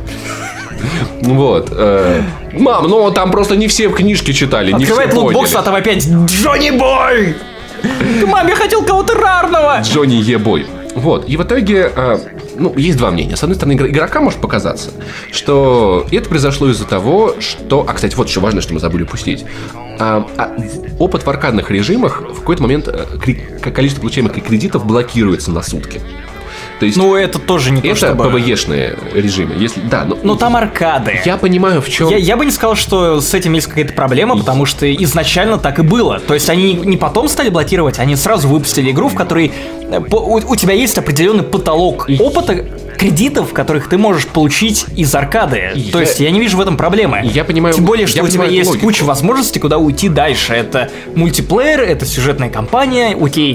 Вот. Э, мам, ну там просто не все в книжке читали. Открывает лутбокс, а там опять Джонни Бой! Мам, я хотел кого-то рарного! Джонни Е-бой. Вот, и в итоге, э, ну, есть два мнения. С одной стороны, игрока может показаться, что это произошло из-за того, что... А, кстати, вот еще важно, что мы забыли упустить. А, а, опыт в аркадных режимах в какой-то момент количество получаемых кредитов блокируется на сутки. То есть, ну, это тоже не то, это чтобы... Это пи ви и-шные режимы. Если... Да, но... но там аркады. Я понимаю, в чем... Я, я бы не сказал, что с этим есть какая-то проблема, потому что изначально так и было. То есть они не потом стали блокировать, они сразу выпустили игру, в которой у, у тебя есть определенный потолок и... опыта, кредитов, которых ты можешь получить из аркады. Я... То есть я не вижу в этом проблемы. Я понимаю... Тем более, что я у тебя есть логику. куча возможностей, куда уйти дальше. Это мультиплеер, это сюжетная кампания, окей.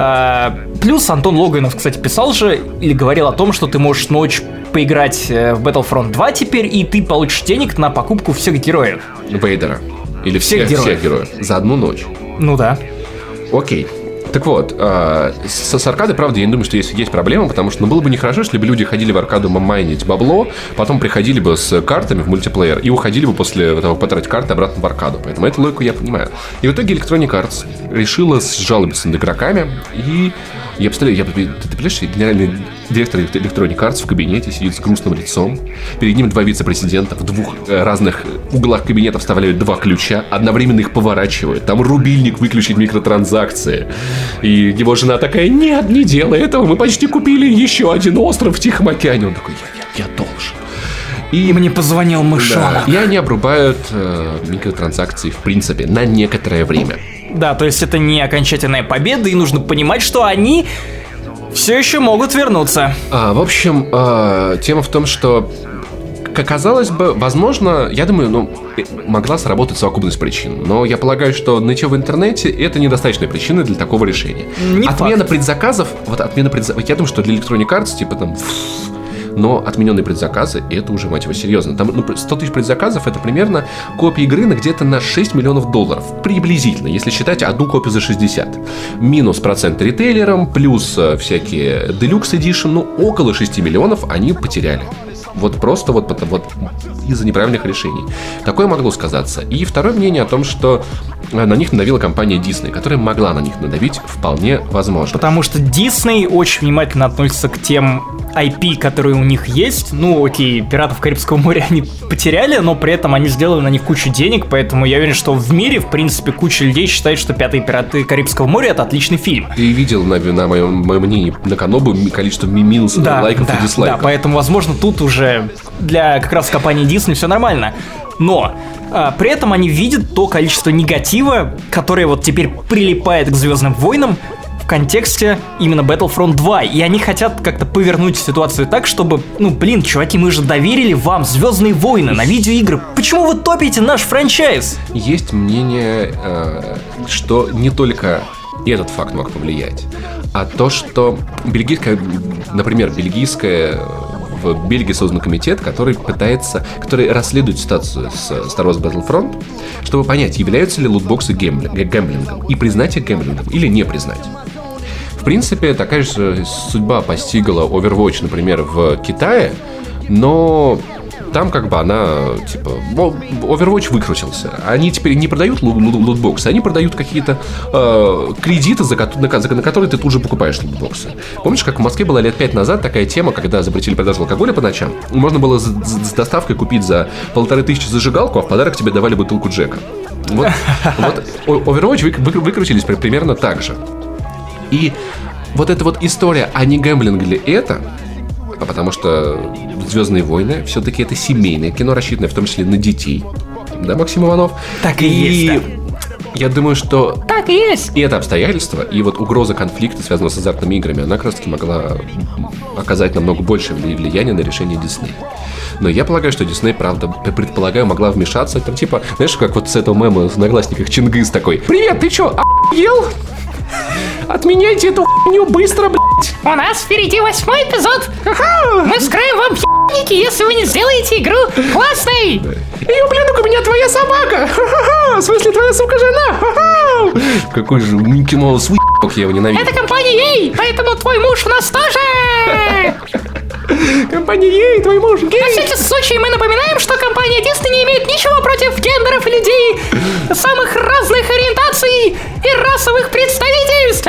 А, плюс Антон Логвинов, кстати, писал же или говорил о том, что ты можешь ночь поиграть в Battlefront два теперь, и ты получишь денег на покупку всех героев. Вейдера. Или всех, всех, героев. всех героев. За одну ночь. Ну да. Окей. Так вот, э, с, с аркадой, правда, я не думаю, что есть, есть проблема, потому что ну, было бы нехорошо, если бы люди ходили в аркаду майнить бабло, потом приходили бы с картами в мультиплеер и уходили бы после того потратить карты обратно в аркаду. Поэтому эту логику я понимаю. И в итоге Electronic Arts решила сжалобиться над игроками, и я представляю, я, ты, ты понимаешь, генеральный директор Electronic Arts в кабинете сидит с грустным лицом, перед ним два вице-президента, в двух э, разных углах кабинета вставляют два ключа, одновременно их поворачивают, там рубильник выключить микротранзакции. И его жена такая: нет, не делай этого, мы почти купили еще один остров в Тихом океане. Он такой: я, я, я должен. И мне позвонил мышонок. Да, и они обрубают э, микротранзакции в принципе на некоторое время. Да, то есть это не окончательная победа, и нужно понимать, что они все еще могут вернуться. А, в общем, э, тема в том, что, как казалось бы, возможно, я думаю, ну, могла сработать совокупность причин. Но я полагаю, что нытье в интернете — это недостаточная причина для такого решения. Не отмена факт. предзаказов, вот отмена предзаказов, я думаю, что для Electronic Arts, типа там... Но отмененные предзаказы, это уже, мать его, серьезно. Там, ну, сто тысяч предзаказов — это примерно копия игры на где-то на шесть миллионов долларов. Приблизительно, если считать одну копию за шестьдесят. Минус процент ритейлерам, плюс э, всякие Deluxe Edition, ну, около шести миллионов они потеряли. Вот просто вот, вот из-за неправильных решений. Такое могло сказаться. И второе мнение о том, что на них надавила компания Disney, которая могла на них надавить, вполне возможно. Потому что Disney очень внимательно относится к тем ай пи, которые у них есть. Ну, окей, «Пиратов Карибского моря» они потеряли, но при этом они сделали на них кучу денег, поэтому я уверен, что в мире, в принципе, куча людей считает, что «Пятые пираты Карибского моря» — это отличный фильм. Ты видел, на, на моем, моем мнении, на Канобу количество минусов, да, лайков да, и дизлайков. Да, поэтому, возможно, тут уже для как раз компании Disney все нормально. Но а, при этом они видят то количество негатива, которое вот теперь прилипает к «Звездным войнам», в контексте именно Battlefront два. И они хотят как-то повернуть ситуацию так, чтобы, ну блин, чуваки, мы же доверили вам «Звездные войны» на видеоигры. Почему вы топите наш франчайз? Есть мнение, э, что не только этот факт мог повлиять, а то, что бельгийская, например, бельгийская в Бельгии создан комитет, который пытается, который расследует ситуацию с Star Wars Battlefront, чтобы понять, являются ли лутбоксы гэмблингом, и признать их гэмблингом или не признать. В принципе, такая же судьба постигла Overwatch, например, в Китае, но там как бы она, типа, Overwatch выкрутился. Они теперь не продают лутбоксы, они продают какие-то э, кредиты, за, на, на которые ты тут же покупаешь лутбоксы. Помнишь, как в Москве была лет пять назад такая тема, когда запретили продажу алкоголя по ночам? Можно было с, с доставкой купить за полторы тысячи зажигалку, а в подарок тебе давали бутылку Джека. Вот, вот Overwatch вы, вы, выкрутились примерно так же. И вот эта вот история, а не гэмблинг ли это? А потому что «Звездные войны» все-таки это семейное кино, рассчитанное в том числе на детей. Да, Максим Иванов? Так и, и есть, да. Я думаю, что так и есть. И это обстоятельство, и вот угроза конфликта, связанного с азартными играми, она как раз таки могла оказать намного большее влияние на решение Дисней. Но я полагаю, что Дисней, правда, предполагаю, могла вмешаться. Там типа, знаешь, как вот с этого мема в «Одноклассниках» Чингис такой: «Привет, ты чё, охуел? Отменяйте эту хуйню быстро, блядь! У нас впереди восьмой эпизод! Ха-ха! Мы вскроем вам ебники, если вы не сделаете игру классной! Эй, ублюдок, у меня твоя собака! Ха-ха-ха! В смысле, твоя сука жена? Ха-ха! Какой же Микки Маус уебок, я его ненавижу. Это компания Ей, поэтому твой муж у нас тоже! Компания Ей, твой муж гей! На всякий случай мы напоминаем, что компания Disney не имеет ничего против гендеров и людей самых разных ориентаций и расовых представительств!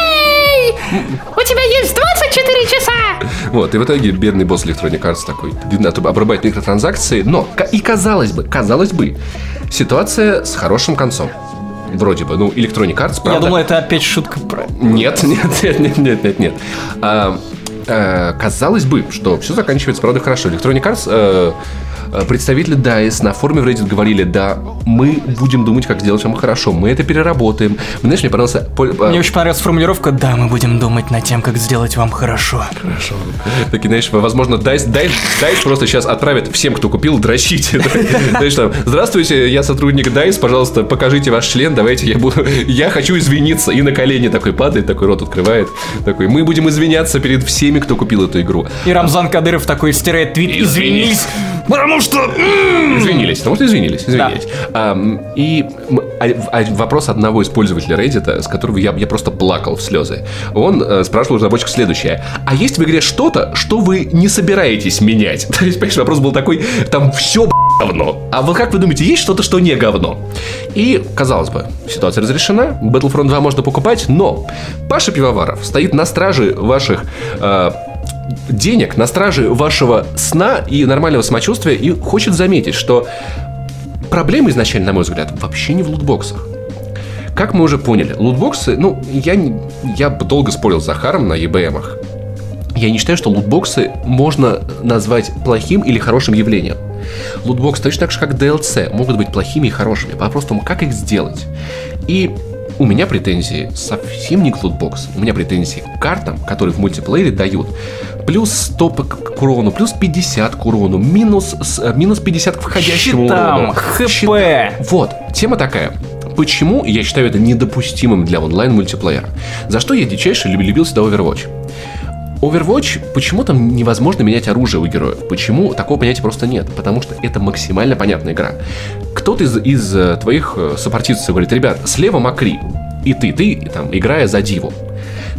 Эй! У тебя есть двадцать четыре часа! Вот, и в итоге бедный босс Electronic Arts такой: надо обрубать микротранзакции. Но, и казалось бы, казалось бы, ситуация с хорошим концом. Вроде бы, ну, Electronic Arts, правда... Я думал, это опять шутка про... Нет, нет, нет, нет, нет, нет, нет. А, а, казалось бы, что все заканчивается, правда, хорошо. Electronic Arts... А, представители дайс на форуме в Reddit говорили: да, мы будем думать, как сделать вам хорошо, мы это переработаем. Знаешь, мне понравился... Мне очень понравилась формулировка: да, мы будем думать над тем, как сделать вам хорошо. Хорошо. Такие, знаешь, возможно, дайс, дайс, дайс просто сейчас отправит всем, кто купил, дрочить. Знаешь, там: здравствуйте, я сотрудник дайс, пожалуйста, покажите ваш член, давайте я буду... Я хочу извиниться. И на колени такой падает, такой рот открывает. Такой: мы будем извиняться перед всеми, кто купил эту игру. И Рамзан Кадыров такой стирает твит: извинись, потому что... Извинились, потому что извинились, извинились. Да. А, и а, а вопрос одного из пользователей Reddit, с которого я, я просто плакал в слезы. Он а, спрашивал у разработчиков следующее: а есть в игре что-то, что вы не собираетесь менять? То есть, понимаешь, вопрос был такой: там все говно. А вот как вы думаете, есть что-то, что не говно? И, казалось бы, ситуация разрешена, Battlefront два можно покупать, но Паша Пивоваров стоит на страже ваших... А, денег, на страже вашего сна и нормального самочувствия, и хочет заметить, что проблема изначально, на мой взгляд, вообще не в лутбоксах. Как мы уже поняли, лутбоксы, ну, я, я долго спорил с Захаром на и би эм-ах. Я не считаю, что лутбоксы можно назвать плохим или хорошим явлением. Лутбоксы, точно так же, как ди эл си, могут быть плохими и хорошими. Вопрос в том, как их сделать. И у меня претензии совсем не к лутбоксу. У меня претензии к картам, которые в мультиплеере дают плюс сто к урону, плюс пятьдесят к урону, минус, минус пятьдесят к входящему Щитам, урону. хп. Щит... Вот, тема такая. Почему я считаю это недопустимым для онлайн-мультиплеера? За что я дичайше любил всегда Overwatch? Overwatch, почему там невозможно менять оружие у героев? Почему такого понятия просто нет? Потому что это максимально понятная игра. Кто-то из, из твоих сопартийцев говорит: ребят, слева Макри, и ты, ты там, играя за Диву.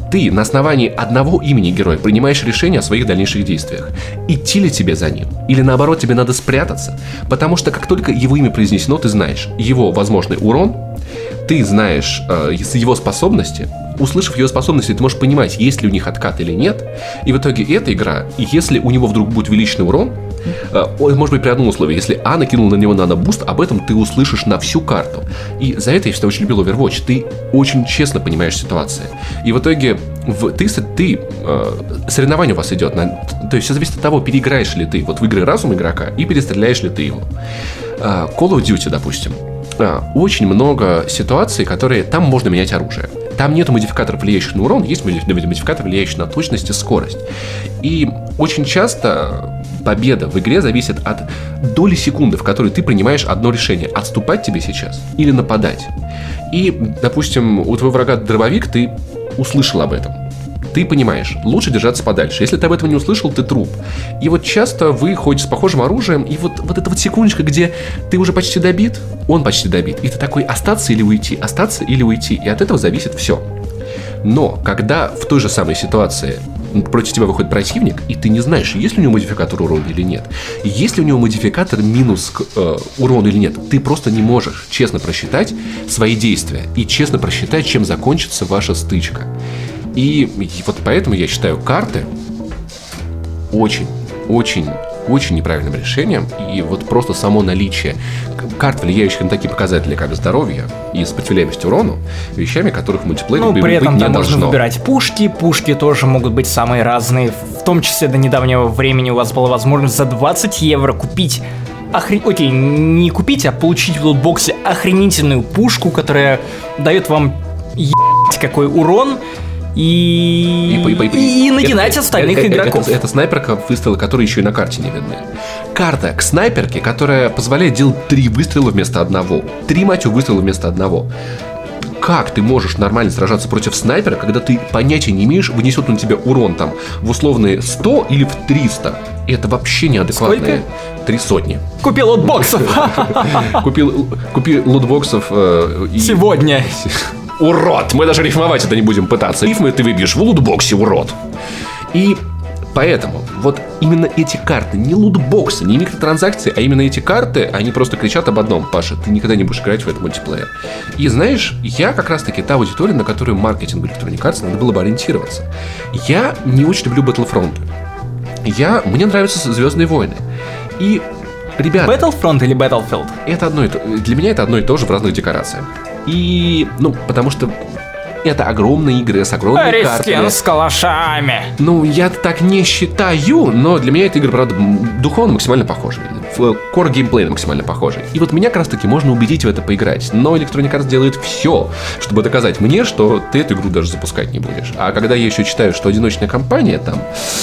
ты на основании одного имени героя принимаешь решение о своих дальнейших действиях. Идти ли тебе за ним? Или наоборот, тебе надо спрятаться? Потому что как только его имя произнесено, ты знаешь его возможный урон, ты знаешь э, его способности. Услышав его способности, ты можешь понимать, есть ли у них откат или нет. И в итоге эта игра, если у него вдруг будет увеличенный урон, э, может быть при одном условии, если А накинул на него нано-буст, об этом ты услышишь на всю карту. И за это я всегда очень любил Overwatch. Ты очень честно понимаешь ситуацию. И в итоге в, ты, ты э, соревнование у вас идет. На, то есть все зависит от того, переиграешь ли ты вот в игры разум игрока и перестреляешь ли ты его. Э, Call of Duty, допустим. Э, очень много ситуаций, которые там можно менять оружие. Там нету модификаторов, влияющих на урон, есть модификатор, влияющий на точность и скорость. И очень часто победа в игре зависит от доли секунды, в которой ты принимаешь одно решение: отступать тебе сейчас или нападать. И, допустим, у твоего врага дробовик, ты услышал об этом. Ты понимаешь, лучше держаться подальше. Если ты об этом не услышал, ты труп. И вот часто вы ходите с похожим оружием, и вот, вот эта вот секундочка, где ты уже почти добит, он почти добит, и ты такой: остаться или уйти, остаться или уйти. И от этого зависит все. Но когда в той же самой ситуации против тебя выходит противник, и ты не знаешь, есть ли у него модификатор урона или нет, есть ли у него модификатор минус к э, урону или нет, ты просто не можешь честно просчитать свои действия и честно просчитать, чем закончится ваша стычка. И вот поэтому я считаю карты очень, очень, очень неправильным решением. И вот просто само наличие карт, влияющих на такие показатели, как здоровье и сопротивляемость урону, вещами, которых в мультиплеере ну, быть при этом не там должно. можно выбирать пушки. Пушки тоже могут быть самые разные. В том числе до недавнего времени у вас была возможность за двадцать евро купить Охрен... Окей, не купить, а получить в лутбоксе охренительную пушку, которая дает вам ебать какой урон. И... И, и, и, и нагинать это, остальных это, игроков. Это, это, это снайперка, выстрелы, которые еще и на карте не видны. Карта к снайперке, которая позволяет делать три выстрела вместо одного. Три, мать его, выстрела вместо одного. Как ты можешь нормально сражаться против снайпера, когда ты понятия не имеешь, вынесет он тебе урон там в условные сто или в триста? И это вообще неадекватные. Три сотни. Купи лутбоксов. Купи лутбоксов. Сегодня. Урод! Мы даже рифмовать это не будем пытаться. Рифмы ты выбьешь в лутбоксе, урод. И поэтому вот именно эти карты, не лутбоксы, не микротранзакции, а именно эти карты, они просто кричат об одном: Паша, ты никогда не будешь играть в этот мультиплеер. И знаешь, я как раз таки та аудитория, на которую маркетинг Electronic Arts надо было бы ориентироваться. Я не очень люблю Battlefront. Я, мне нравятся Звездные войны. И, ребята... Battlefront или Battlefield? Это одно и то, для меня это одно и то же в разных декорациях. И, ну, потому что это огромные игры с огромными картами. Рискин с калашами. Ну, я так не считаю, но для меня эта игра, правда, духовно максимально похожа. В core геймплей максимально похожа. И вот меня как раз таки можно убедить в это поиграть. Но Electronic Arts делает все, чтобы доказать мне, что ты эту игру даже запускать не будешь. А когда я еще читаю, что одиночная кампания там...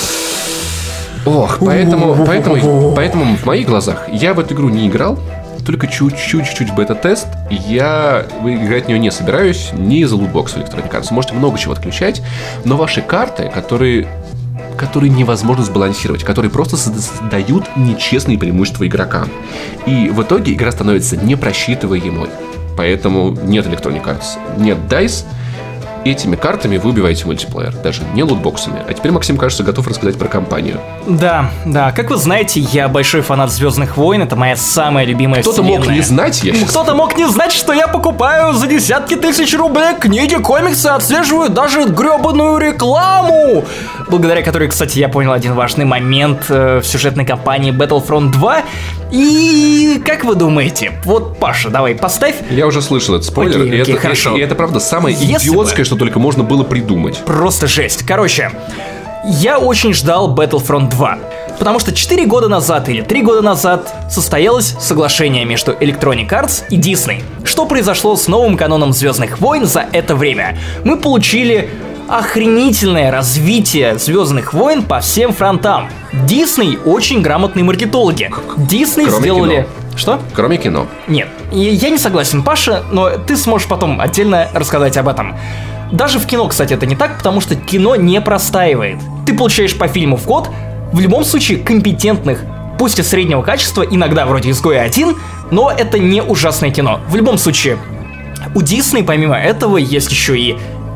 Ох, поэтому, поэтому, поэтому в моих глазах я в эту игру не играл. Только чуть-чуть бета-тест. Я играть в нее не собираюсь. Не из-за лутбокса Electronic Arts. Можете много чего отключать. Но ваши карты, которые, которые невозможно сбалансировать, которые просто дают нечестные преимущества игрокам. И в итоге игра становится непросчитываемой. Поэтому нет Electronic Arts, нет дайс. Этими картами вы убиваете мультиплеер, даже не лутбоксами. А теперь Максим, кажется, готов рассказать про компанию. Да, да, как вы знаете, я большой фанат Звездных войн, это моя самая любимая Кто-то вселенная. Кто-то мог не знать, я сейчас... Кто-то мог не знать, что я покупаю за десятки тысяч рублей книги, комиксы, отслеживаю даже гребаную рекламу, благодаря которой, кстати, я понял один важный момент э, в сюжетной кампании Battlefront два. И как вы думаете, вот, Паша, давай поставь. Я уже слышал этот спойлер, окей, и, окей, это, хорошо. И, и это правда самое Если идиотское, бы... что только можно было придумать. Просто жесть. Короче, я очень ждал Battlefront два, потому что четыре года назад или три года назад состоялось соглашение между Electronic Arts и Disney. Что произошло с новым каноном Звездных войн за это время? Мы получили охренительное развитие Звездных войн по всем фронтам. Disney очень грамотные маркетологи. Disney Кроме сделали... кино. Что? Кроме кино. Нет, я не согласен, Паша, но ты сможешь потом отдельно рассказать об этом. Даже в кино, кстати, это не так, потому что кино не простаивает. Ты получаешь по фильму вход, в любом случае компетентных, пусть и среднего качества, иногда вроде «Изгоя один», но это не ужасное кино. В любом случае, у Disney помимо этого есть еще и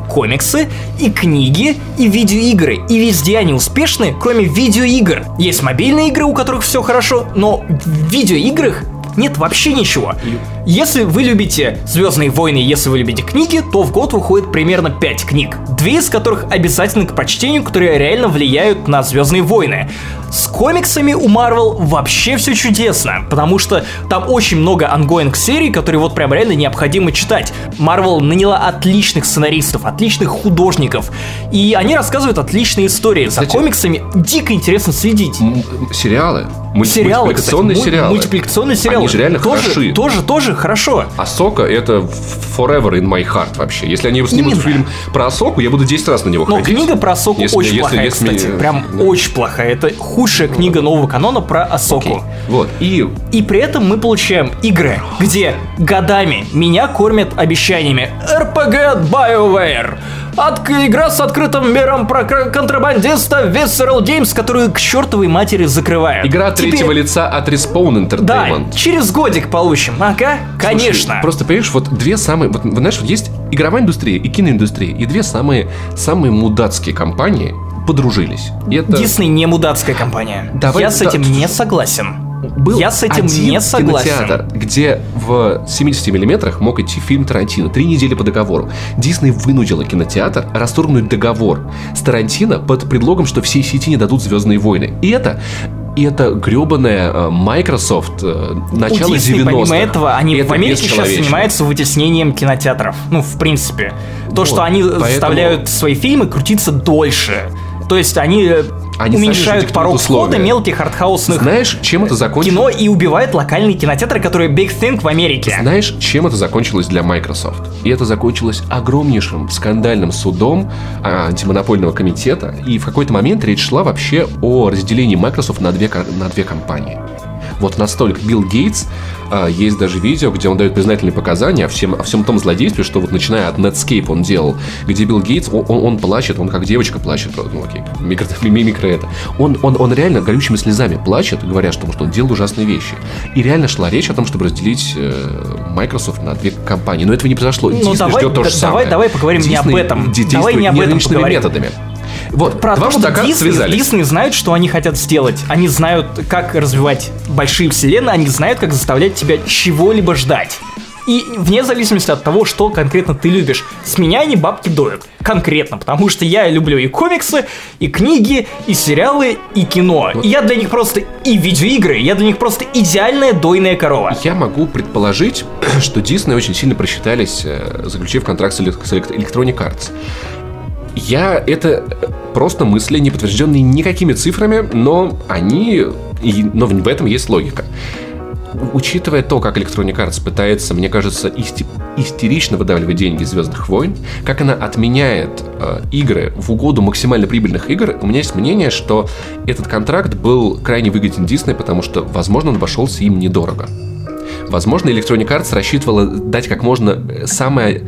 комиксы, и книги, и видеоигры. И везде они успешны, кроме видеоигр. Есть мобильные игры, у которых все хорошо, но в видеоиграх нет вообще ничего. Если вы любите «Звездные войны», если вы любите книги, то в год выходит примерно пять книг. Две из которых обязательны к прочтению, которые реально влияют на «Звездные войны». С комиксами у Marvel вообще все чудесно, потому что там очень много ангоинг серий, которые вот прям реально необходимо читать. Marvel наняла отличных сценаристов, отличных художников, и они рассказывают отличные истории. За Кстати, комиксами дико интересно следить. М- сериалы. Мульти- Сериалы, мультипликационные кстати, сериалы. Мультипликационные сериалы. Они же реально тоже, хороши. Тоже, тоже хорошо. Асока — это forever in my heart вообще. Если они снимут Именно. фильм про Асоку, я буду десять раз на него Но ходить. книга про Асоку Если- очень если- плохая, если- кстати. Прям да. очень плохая. Это худшая книга нового канона про Асоку. Окей. Вот. И И при этом мы получаем игры, где годами меня кормят обещаниями. эр пи джи от BioWare. От, игра с открытым миром про кр- контрабандиста Visceral Games, которую к чертовой матери закрывают. игра Теперь- третьего лица от Respawn Да, Entertainment. через годик получим. Ага, конечно. Слушай, просто понимаешь, вот две самые, вот, знаешь, вот есть игровая индустрия и киноиндустрия, и две самые, самые мудацкие компании подружились. И это Дисней не мудацкая компания. Давай- Я с да, этим слушай, не согласен. был Я с этим один не согласен. кинотеатр, где в семидесяти миллиметрах мог идти фильм Тарантино. Три недели по договору. Дисней вынудила кинотеатр расторгнуть договор с Тарантино под предлогом, что всей сети не дадут «Звездные войны». И это... И это гребаная э, Microsoft э, начала У Disney, девяностых. помимо этого, они Это в Америке сейчас бесчеловечно. занимаются вытеснением кинотеатров. Ну, в принципе. То, Вот, что они поэтому- заставляют свои фильмы крутиться дольше. То есть они, э, Они сами же уменьшают диктуют порог условия. входа мелких артхаусных Знаешь, чем это закончилось? кино и убивают локальные кинотеатры, которые Big Thing в Америке. Знаешь, чем это закончилось для Microsoft? И это закончилось огромнейшим скандальным судом а, антимонопольного комитета. И в какой-то момент речь шла вообще о разделении Microsoft на две, ко- на две компании. Вот настолько Билл Гейтс, а, есть даже видео, где он дает признательные показания о всем, о всем том злодействе, что вот начиная от Netscape он делал, где Билл Гейтс, он, он, он плачет, он как девочка плачет, ну окей, микро, микро это. Он, он, он реально горючими слезами плачет, говоря, что, что он делал ужасные вещи. И реально шла речь о том, чтобы разделить э, Microsoft на две компании. Но этого не произошло. Ну, Disney давай, ждет то же да- самое. давай- давай поговорим не об Disney этом. де- Давай не действует об этом нерыночными поговорим. методами. Вот, Про два то, что мудака Disney, связались. Disney знают, что они хотят сделать. Они знают, как развивать большие вселенные, они знают, как заставлять тебя чего-либо ждать. И вне зависимости от того, что конкретно ты любишь, с меня они бабки доят. Конкретно, потому что я люблю и комиксы, и книги, и сериалы, и кино. И я для них просто... И видеоигры, я для них просто идеальная дойная корова. Я могу предположить, что Disney очень сильно просчитались, э, заключив контракт с элек- с элект- Electronic Arts. Я... Это просто мысли, не подтвержденные никакими цифрами, но они... и- но в этом есть логика. Учитывая то, как Electronic Arts пытается, мне кажется, исти- истерично выдавливать деньги из «Звездных войн», как она отменяет э, игры в угоду максимально прибыльных игр, у меня есть мнение, что этот контракт был крайне выгоден Disney, потому что, возможно, он обошелся им недорого. Возможно, Electronic Arts рассчитывала дать как можно самое,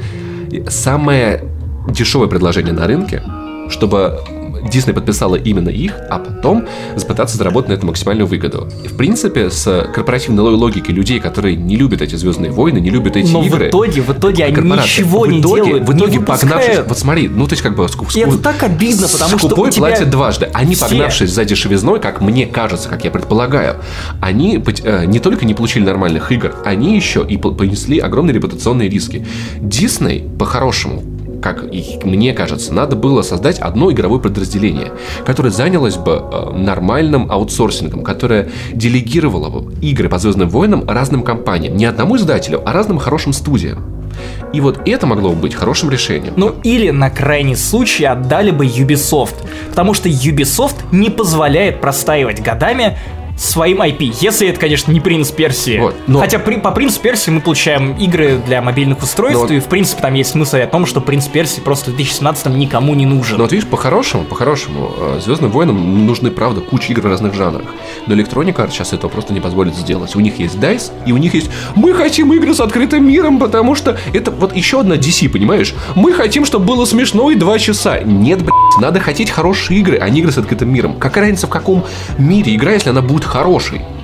самое дешевое предложение на рынке, чтобы Disney подписала именно их, а потом попытаться заработать на это максимальную выгоду. И, в принципе, с корпоративной логикой людей, которые не любят эти «Звездные войны», не любят эти Но игры... в итоге, в итоге они корпорации, ничего в не итоге, делают, В итоге, не выпускают. погнавшись... Вот смотри, ну то есть как бы... Ску, И это так обидно, потому что скупой у тебя платят дважды. Они, все- погнавшись за дешевизной, как мне кажется, как я предполагаю, они пот- э, не только не получили нормальных игр, они еще и по- понесли огромные репутационные риски. Дисней, по-хорошему, как и мне кажется, надо было создать одно игровое подразделение, которое занялось бы э, нормальным аутсорсингом, которое делегировало бы игры по «Звездным войнам» разным компаниям. Не одному издателю, а разным хорошим студиям. И вот это могло бы быть хорошим решением. Ну или на крайний случай отдали бы Ubisoft, потому что Ubisoft не позволяет простаивать годами своим ай пи, если это, конечно, не «Принц Персии». Вот, но- Хотя при, по «Принц Персии» мы получаем игры для мобильных устройств, Но- и, в принципе, там есть смысл о том, что «Принц Персии» просто в две тысячи семнадцатом никому не нужен. Но вот видишь, по-хорошему, по-хорошему, э, «Звездным войнам» нужны, правда, куча игр в разных жанрах. Но Electronic Arts сейчас этого просто не позволит сделать. У них есть дайс, и у них есть «Мы хотим игры с открытым миром, потому что...» Это вот еще одна ди си, понимаешь? «Мы хотим, чтобы было смешно и два часа». Нет, блядь, надо хотеть хорошие игры, а не игры с открытым миром. Какая разница, в каком мире игра, если она будет хорошей?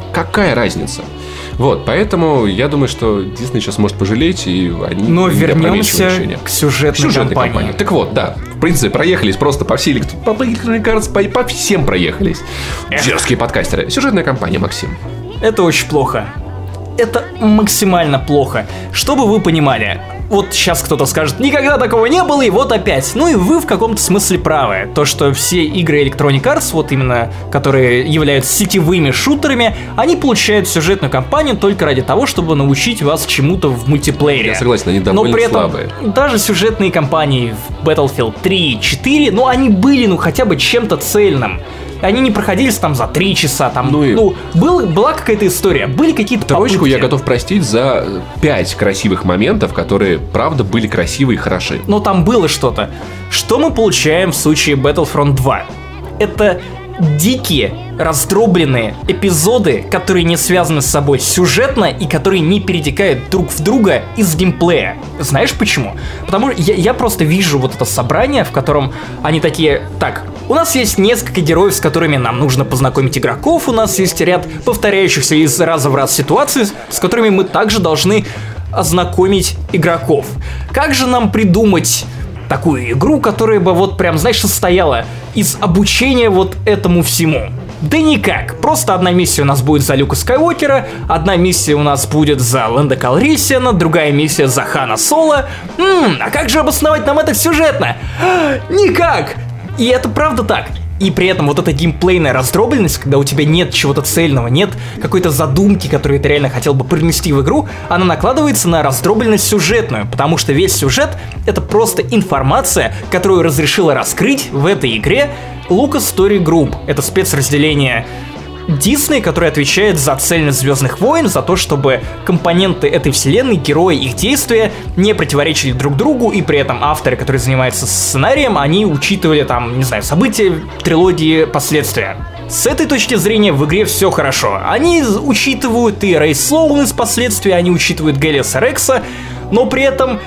какая разница? Вот, поэтому я думаю, что Disney сейчас может пожалеть, и они... Но вернемся к сюжетной, сюжетной кампании. кампании. Так вот, да, в принципе, проехались просто по всей электро... по, кажется, по, по всем проехались. Дерзкие подкастеры. Сюжетная кампания, Максим. Это очень плохо. Это максимально плохо. Чтобы вы понимали, вот сейчас кто-то скажет, никогда такого не было, и вот опять. Ну и вы в каком-то смысле правы. То, что все игры Electronic Arts, вот именно, которые являются сетевыми шутерами, они получают сюжетную кампанию только ради того, чтобы научить вас чему-то в мультиплеере. Я согласен, они довольно Но при этом слабые. Даже сюжетные кампании в Battlefield три и четыре, ну они были, ну хотя бы чем-то цельным. Они не проходились там за три часа, там, ну, и... ну был, была какая-то история, были какие-то попытки. Троечку я готов простить за пять красивых моментов, которые, правда, были красивые и хороши. Но там было что-то. Что мы получаем в случае Battlefront два? Это дикие, раздробленные эпизоды, которые не связаны с собой сюжетно и которые не перетекают друг в друга из геймплея. Знаешь почему? Потому что я, я просто вижу вот это собрание, в котором они такие: так, у нас есть несколько героев, с которыми нам нужно познакомить игроков, у нас есть ряд повторяющихся из раза в раз ситуаций, с которыми мы также должны ознакомить игроков. Как же нам придумать такую игру, которая бы вот прям, знаешь, состояла из обучения вот этому всему? Да никак. Просто одна миссия у нас будет за Люка Скайуокера, одна миссия у нас будет за Лэнда Калрисиана, другая миссия за Хана Соло. Ммм, а как же обосновать нам это сюжетно? Никак! И это правда так. И при этом вот эта геймплейная раздробленность, когда у тебя нет чего-то цельного, нет какой-то задумки, которую ты реально хотел бы принести в игру, она накладывается на раздробленность сюжетную, потому что весь сюжет — это просто информация, которую разрешила раскрыть в этой игре Lucas Story Group. Это спецразделение Disney, который отвечает за цельность Звездных войн, за то, чтобы компоненты этой вселенной, герои, их действия не противоречили друг другу, и при этом авторы, которые занимаются сценарием, они учитывали там, не знаю, события, трилогии, последствия. С этой точки зрения в игре все хорошо. Они учитывают и Рэй Слоун из последствий, они учитывают Гэлиоса Рекса, но при этом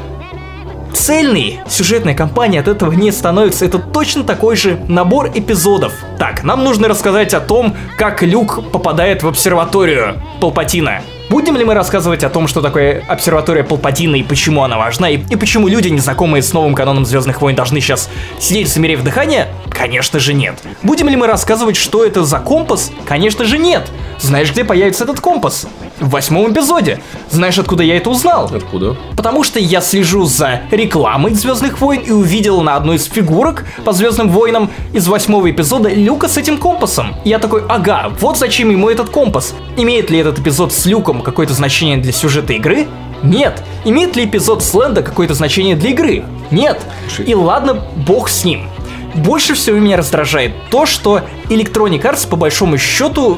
цельной сюжетной кампании от этого не становится. Это точно такой же набор эпизодов. Так, нам нужно рассказать о том, как Люк попадает в обсерваторию Палпатина. Будем ли мы рассказывать о том, что такое обсерватория Палпатина и почему она важна, и, и почему люди, незнакомые с новым каноном Звездных войн, должны сейчас сидеть, замерев дыхание? Конечно же нет. Будем ли мы рассказывать, что это за компас? Конечно же нет. Знаешь, где появится этот компас? В восьмом эпизоде. Знаешь, откуда я это узнал? Откуда? Потому что я слежу за рекламой Звездных войн и увидел на одной из фигурок по Звездным войнам из восьмого эпизода Люка с этим компасом. И я такой: ага, вот зачем ему этот компас. Имеет ли этот эпизод с Люком какое-то значение для сюжета игры? Нет. Имеет ли эпизод с Лэнда какое-то значение для игры? Нет. И ладно, бог с ним. Больше всего меня раздражает то, что Electronic Arts по большому счету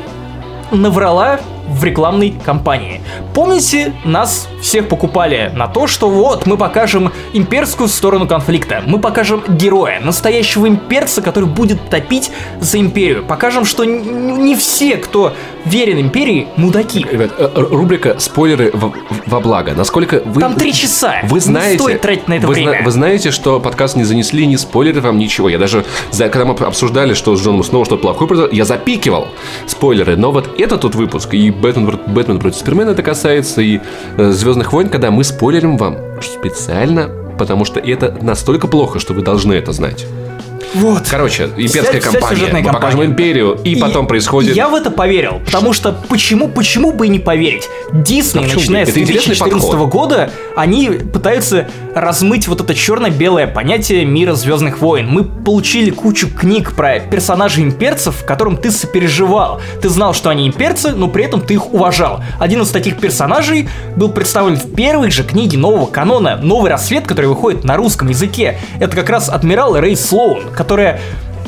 наврала в рекламной кампании. Помните, нас всех покупали на то, что вот, мы покажем имперскую сторону конфликта, мы покажем героя, настоящего имперца, который будет топить за империю, покажем, что не все, кто верен империи, мудаки. Ребят, рубрика «Спойлеры во, во благо». Насколько вы... Там три часа. Вы знаете, не стоит тратить на это вы, время. Вы знаете, что подкаст не занесли ни спойлеры вам, ничего. Я даже, когда мы обсуждали, что с Джоном снова что-то плохое произошло, я запикивал спойлеры. Но вот это тот выпуск, и Бэтмен, Бэтмен против Супермена это касается, и э, Звездных войн, когда мы спойлерим вам специально, потому что это настолько плохо, что вы должны это знать. Вот. Короче, имперская вся, компания. Вся мы покажем империю, и, и потом происходит... Я в это поверил, потому что почему, почему бы и не поверить? Дисней, а начиная с две тысячи четырнадцатого года, они пытаются размыть вот это черно-белое понятие мира Звездных войн. Мы получили кучу книг про персонажей имперцев, в котором ты сопереживал. Ты знал, что они имперцы, но при этом ты их уважал. Один из таких персонажей был представлен в первой же книге нового канона «Новый рассвет», который выходит на русском языке. Это как раз адмирал Рэй Слоун, которая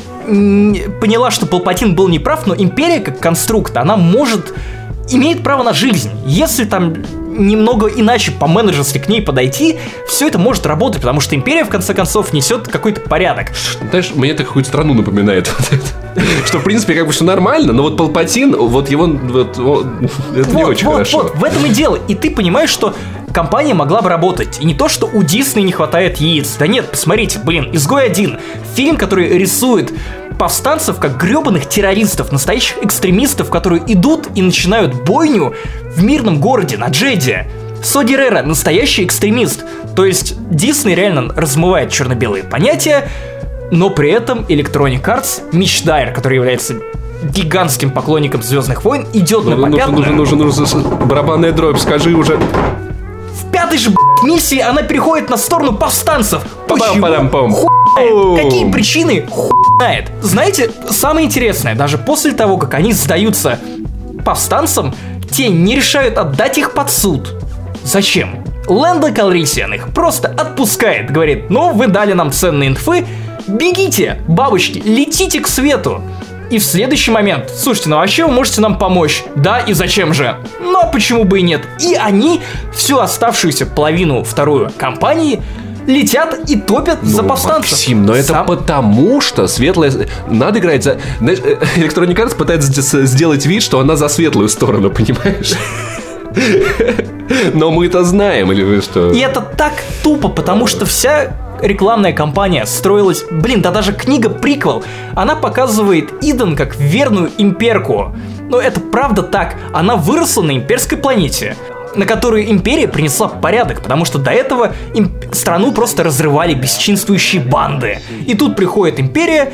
поняла, что Палпатин был неправ, но империя как конструкт, она может, имеет право на жизнь. Если там немного иначе по-менеджерски к ней подойти, все это может работать, потому что империя в конце концов несет какой-то порядок. Знаешь, мне это какую-то страну напоминает. Что, в принципе, как бы все нормально, но вот Палпатин, вот его, вот, вот, это вот, не очень вот, хорошо. Вот, в этом и дело. И ты понимаешь, что компания могла бы работать. И не то, что у Дисней не хватает яиц. Да нет, посмотрите, блин, «Изгой один». Фильм, который рисует повстанцев как гребаных террористов, настоящих экстремистов, которые идут и начинают бойню в мирном городе на Джеде. Соди Рера — настоящий экстремист. То есть Дисней реально размывает черно-белые понятия, но при этом Electronic Arts, Митч Дайер, который является гигантским поклонником Звездных войн, идет на попятную. Нужен, нужен, нужен, нужен, барабанная дробь, скажи уже. В пятой же, блядь, миссии она переходит на сторону повстанцев. Почему? Хуй знает. Какие причины? Хуй знает. Знаете, самое интересное, даже после того, как они сдаются повстанцам, те не решают отдать их под суд. Зачем? Лэндо Калрисиан их просто отпускает, говорит: ну, вы дали нам ценные инфы, бегите, бабочки, летите к свету. И в следующий момент: слушайте, ну вообще вы можете нам помочь. Да, и зачем же? Ну а почему бы и нет? И они всю оставшуюся половину вторую кампании летят и топят ну, за повстанцев. Максим, но Сам... это потому, что светлая... Надо играть за... Electronic Arts пытается сделать вид, что она за светлую сторону, понимаешь? Но мы-то знаем, или вы что? И это так тупо, потому что вся рекламная кампания строилась... Блин, да даже книга приквел, она показывает Иден как верную имперку. Но это правда так. Она выросла на имперской планете, на которую империя принесла порядок, потому что до этого им... страну просто разрывали бесчинствующие банды. И тут приходит империя,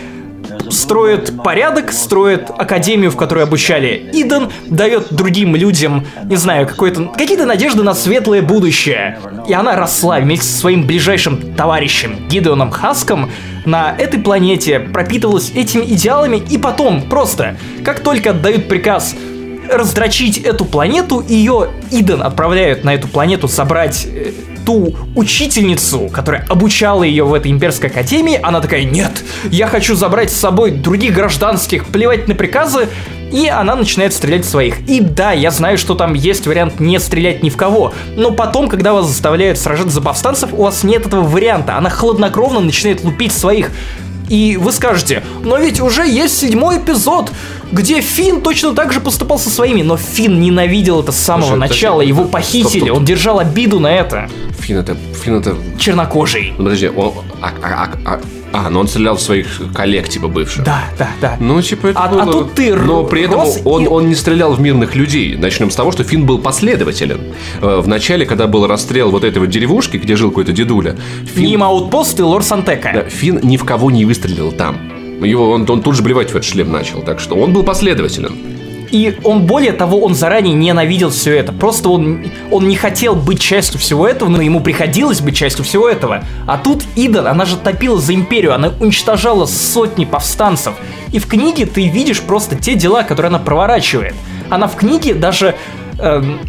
строит порядок, строит академию, в которой обучали Иден, дает другим людям, не знаю, какое-то, какие-то надежды на светлое будущее. И она росла вместе со своим ближайшим товарищем Гидеоном Хаском на этой планете, пропитывалась этими идеалами, и потом просто, как только отдают приказ раздрочить эту планету, ее Иден отправляют на эту планету собрать э, ту учительницу, которая обучала ее в этой имперской академии. Она такая: нет, я хочу забрать с собой других гражданских, плевать на приказы. И она начинает стрелять в своих. И да, я знаю, что там есть вариант не стрелять ни в кого, но потом, когда вас заставляют сражаться за повстанцев, у вас нет этого варианта. Она хладнокровно начинает лупить своих. И вы скажете: но ведь уже есть седьмой эпизод, где Финн точно так же поступал со своими. Но Финн ненавидел это с самого Слушай, начала, его похитили, стоп, стоп. Он держал обиду на это. Финн это... Финн это... чернокожий. Ну, подожди, он... А, а, а, а, ну он стрелял в своих коллег, типа, бывших. Да, да, да. Ну, типа, это а, было... а тут ты Но при этом он, и... он не стрелял в мирных людей. Начнем с того, что Финн был последователен. В начале, когда был расстрел вот этой вот деревушки, где жил какой-то дедуля... Финн... Мимо аутпост и лор Сантека. Да, Финн ни в кого не выстрелил там. Его, он, он тут же блевать в этот шлем начал. Так что он был последователен. И он, более того, он заранее ненавидел все это. Просто он, он не хотел быть частью всего этого, но ему приходилось быть частью всего этого. А тут Иден, она же топила за империю, она уничтожала сотни повстанцев. И в книге ты видишь просто те дела, которые она проворачивает. Она в книге даже эм,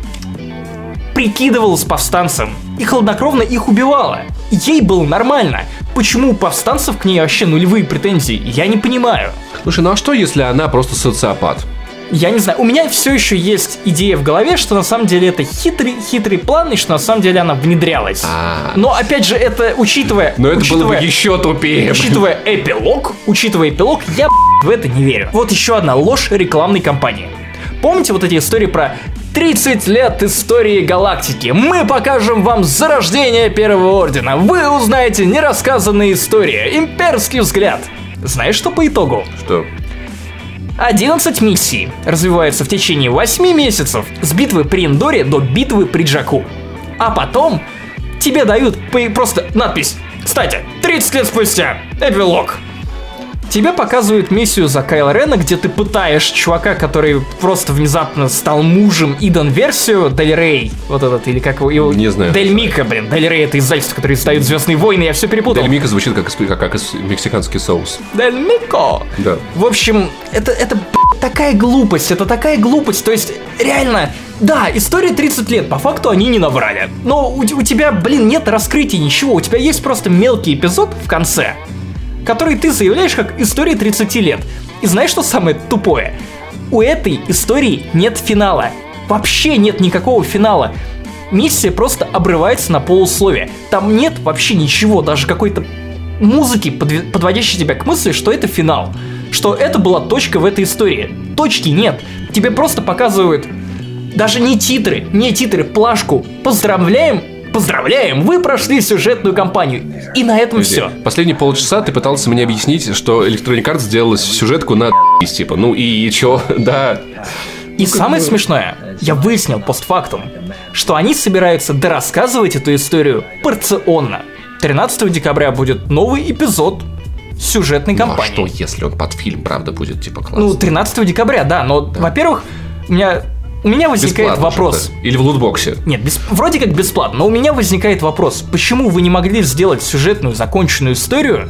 прикидывалась повстанцем и хладнокровно их убивала. Ей было нормально. Почему у повстанцев к ней вообще нулевые претензии, я не понимаю. Слушай, ну а что, если она просто социопат? Я не знаю, у меня все еще есть идея в голове, что на самом деле это хитрый, хитрый план, и что на самом деле она внедрялась. А-а-а. Но опять же, это учитывая... Но это учитывая, было бы еще тупее. Учитывая эпилог, учитывая эпилог, я в это не верю. Вот еще одна ложь рекламной кампании. Помните вот эти истории про тридцать лет истории галактики? Мы покажем вам зарождение Первого Ордена. Вы узнаете нерассказанные истории, имперский взгляд. Знаешь, что по итогу? Что? одиннадцать миссий развиваются в течение восьми месяцев с битвы при Эндоре до битвы при Джаку. А потом тебе дают просто надпись: кстати, тридцать лет спустя, эпилог. Тебе показывают миссию за Кайло Рена, где ты пытаешь чувака, который просто внезапно стал мужем, Иден-версию, Дель Рей, вот этот, или как его... Не знаю. Дель Мика, блин, Дель Рей — это издательство, которое издает «Звездные войны», я все перепутал. Дель Мика звучит как, как, как мексиканский соус. Дель Мико! Да. В общем, это, это такая глупость, это такая глупость, то есть, реально... Да, история тридцать лет, по факту они не наврали. Но у, у тебя, блин, нет раскрытия ничего, у тебя есть просто мелкий эпизод в конце, который ты заявляешь как история тридцати лет. И знаешь, что самое тупое? У этой истории нет финала. Вообще нет никакого финала. Миссия просто обрывается на полусловие. Там нет вообще ничего, даже какой-то музыки, подв... подводящей тебя к мысли, что это финал. Что это была точка в этой истории. Точки нет. Тебе просто показывают даже не титры, не титры, плашку. Поздравляем, Поздравляем, вы прошли сюжетную кампанию. И на этом Подожди, все. Последние полчаса ты пытался мне объяснить, что Electronic Arts сделала сюжетку на типа, ну и чё, да. И самое смешное, я выяснил постфактум, что они собираются дорассказывать эту историю порционно. тринадцатого декабря будет новый эпизод сюжетной Ну, а кампании. что, если он под фильм, правда, будет типа классно? Ну, тринадцатого декабря, да, но, во-первых, у меня, у меня возникает Бесплатно вопрос. же, да? Или в лутбоксе? Нет, бес- вроде как бесплатно, но у меня возникает вопрос, почему вы не могли сделать сюжетную законченную историю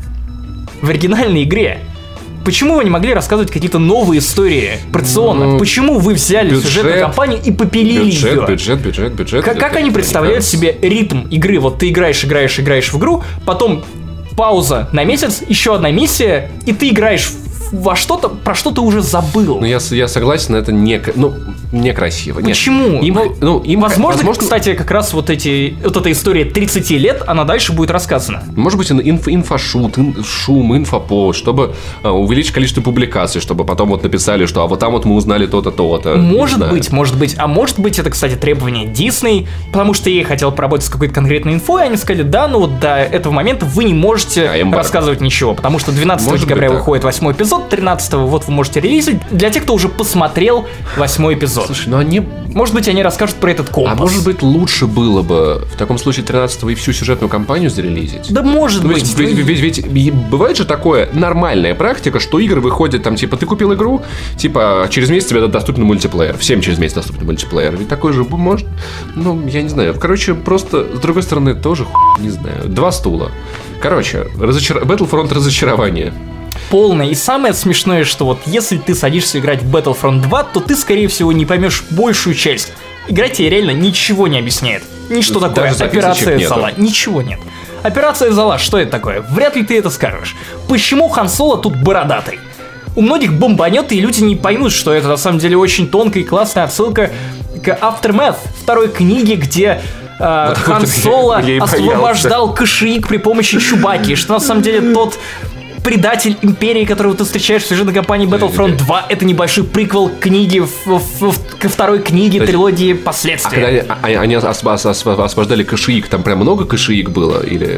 в оригинальной игре? Почему вы не могли рассказывать какие-то новые истории порционно? Ну, Почему вы взяли бюджет, сюжетную кампанию и попилили Бюджет, ее? бюджет, бюджет, бюджет. Как, как они представляют себе ритм игры? Вот ты играешь, играешь, играешь в игру, потом пауза на месяц, еще одна миссия, и ты играешь в- во что-то, про что ты уже забыл. Ну, я, с- я согласен, это не, ну, некрасиво. Нет. Почему? Им, Ну, ну, им, Возможно, возможно, кстати, как раз вот эти, вот эта история тридцати лет, она дальше будет рассказана. Может быть, инф, инфошут, ин- шум, инфоповод, чтобы а, увеличить количество публикаций, чтобы потом вот написали, что а вот там вот мы узнали то-то, то-то. Не Может знаю. быть, может быть. А может быть, это, кстати, требование Disney, потому что ей хотел поработать с какой-то конкретной инфой, и они сказали, да, ну вот до этого момента вы не можете А, эмбарго. рассказывать ничего, потому что двенадцатого Может декабря быть, так. выходит восьмой эпизод, тринадцатого вот вы можете релизить. Для тех, кто уже посмотрел восьмой эпизод. Слушай, ну они... Может быть, они расскажут про этот компас. А может быть, лучше было бы в таком случае тринадцатого и всю сюжетную кампанию зарелизить? Да может Ну, быть. ведь, ведь- ведь- ведь и бывает же такое нормальная практика, что игры выходят там, типа, ты купил игру, типа, через месяц тебе доступен мультиплеер. Всем через месяц доступен мультиплеер. Ведь такой же может... Ну, я не знаю. Короче, просто, с другой стороны, тоже хуй, не знаю. Два стула. Короче, разочар... Battlefront разочарование. Полное. И самое смешное, что вот если ты садишься играть в Battlefront два, то ты, скорее всего, не поймешь большую часть. Игра тебе реально ничего не объясняет. Ничто Даже такое. записочек Операция нету. Зола. Ничего нет. Операция Зола, что это такое? Вряд ли ты это скажешь. Почему Хан Соло тут бородатый? У многих бомбанет, и люди не поймут, что это на самом деле очень тонкая и классная отсылка к Aftermath, второй книге, где э, Вот Хан это Соло я и боялся. освобождал Кашиик при помощи Чубаки, что на самом деле тот предатель Империи, которого ты встречаешь в сюжетной кампании Battlefront два, это небольшой приквел к книге, в- в- в- ко второй книге Подожди. трилогии А когда «Последствия». они, а- они ос- ос- ос- освобождали кашиик, там прям много кашиик было? Или...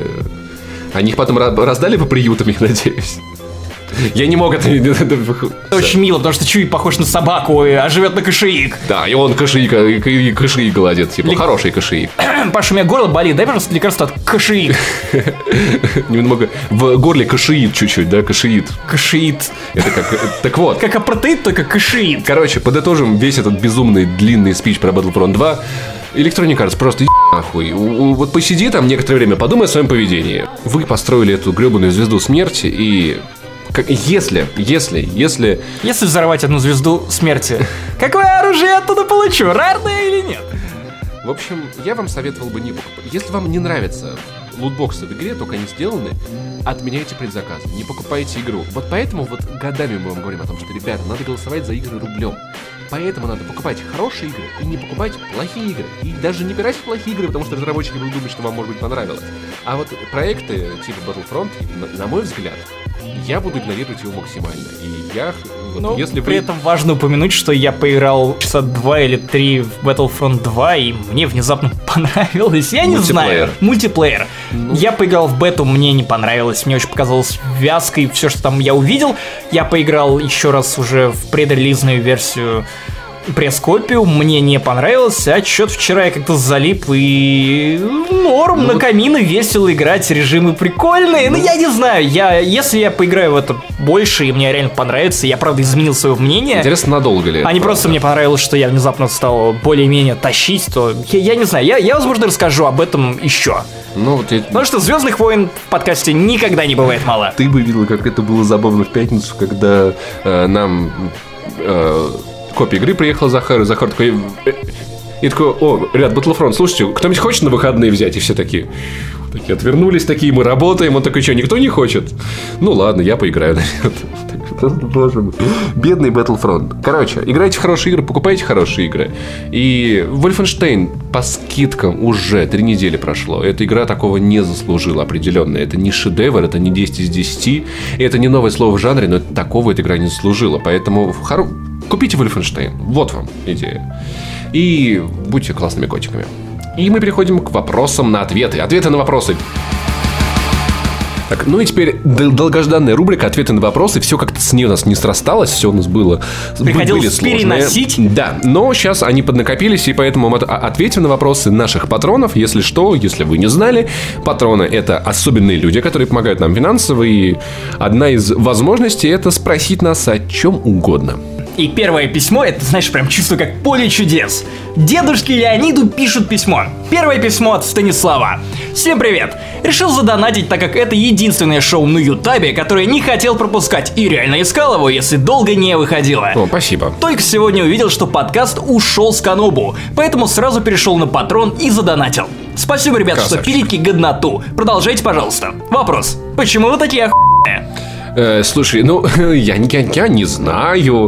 Они их потом ra- раздали по приютам, я надеюсь? Я не мог это... Это очень мило, потому что Чуи похож на собаку, а живет на Кашиик. Да, и он кашиик, и кашиик гладит, типа, Ли- хороший кашиик. Паша, у меня горло болит, дай, пожалуйста, лекарство от Кашиик. Немного в горле кашиит чуть-чуть, да, кашиит. Кашиит. Это как... Так вот. Как апартеид, только Кашиит. Короче, подытожим весь этот безумный длинный спич про Battlefront два. Electronic Arts просто нахуй. У- у- Вот посиди там некоторое время, подумай о своем поведении. Вы построили эту гребаную звезду смерти и... Как, если, если, если... Если взорвать одну звезду смерти, какое оружие я оттуда получу, рарное или нет? В общем, я вам советовал бы не покупать. Если вам не нравятся лутбоксы в игре, только они сделаны, отменяйте предзаказы, не покупайте игру. Вот поэтому вот годами мы вам говорим о том, что, ребята, надо голосовать за игры рублем. Поэтому надо покупать хорошие игры и не покупать плохие игры. И даже не пирать плохие игры, потому что разработчики будут думать, что вам, может быть, понравилось. А вот проекты типа Battlefront, на, на мой взгляд, я буду игнорировать его максимально. И я, вот, Ну, если при вы... этом важно упомянуть, что я поиграл часа два или три в Battlefront два, и мне внезапно понравилось. Я не Мультиплеер. знаю. Мультиплеер. Я поиграл в бету, мне не понравилось. Мне очень показалось вязкой все, что там я увидел. Я поиграл еще раз уже в предрелизную версию пресс-копию, мне не понравилось, а чё-то вчера я как-то залип и норм, Ну, на камины весело играть, режимы прикольные, ну я не знаю, я, если я поиграю в это больше и мне реально понравится, я правда изменил свое мнение, Интересно, надолго ли? а не просто мне понравилось, что я внезапно стал более-менее тащить, то я, я не знаю, я, я, возможно, расскажу об этом еще. Ну, вот я... Потому что «Звездных войн» в подкасте никогда не бывает мало. Ты бы видел, как это было забавно в пятницу, когда э, нам э, копия игры приехала Захар, и Захар такой... э, И такой, о, ребят, Battlefront, слушайте, кто-нибудь хочет на выходные взять? И все такие, такие отвернулись, такие, мы работаем. Он такой, что, никто не хочет? Ну ладно, я поиграю, наверное. Боже мой. Бедный Battlefront. Короче, играйте в хорошие игры, покупайте хорошие игры. И Wolfenstein по скидкам уже три недели прошло. Эта игра такого не заслужила определенно. Это не шедевр, это не десять из десяти. И это не новое слово в жанре, но такого эта игра не заслужила. Поэтому хоро... купите Wolfenstein. Вот вам идея. И будьте классными котиками. И мы переходим к вопросам на ответы. Ответы на вопросы. Так, ну и теперь долгожданная рубрика «Ответы на вопросы». Все как-то с ней у нас не срасталось, все у нас было... Приходилось переносить. Да, но сейчас они поднакопились, и поэтому мы ответим на вопросы наших патронов. Если что, если вы не знали, патроны — это особенные люди, которые помогают нам финансово, и одна из возможностей — это спросить нас о чем угодно. И первое письмо, это, знаешь, прям чувствую как поле чудес. Дедушке Леониду пишут письмо. Первое письмо от Станислава. Всем привет. Решил задонатить, так как это единственное шоу на Ютабе, которое не хотел пропускать. И реально искал его, если долго не выходило. О, спасибо. Только сегодня увидел, что подкаст ушел с Канобу, поэтому сразу перешел на Патрон и задонатил. Спасибо, ребят, Красавчик. что пилите годноту. Продолжайте, пожалуйста. Вопрос. Почему вы такие охуенные? Э, слушай, ну, я, я, я не знаю.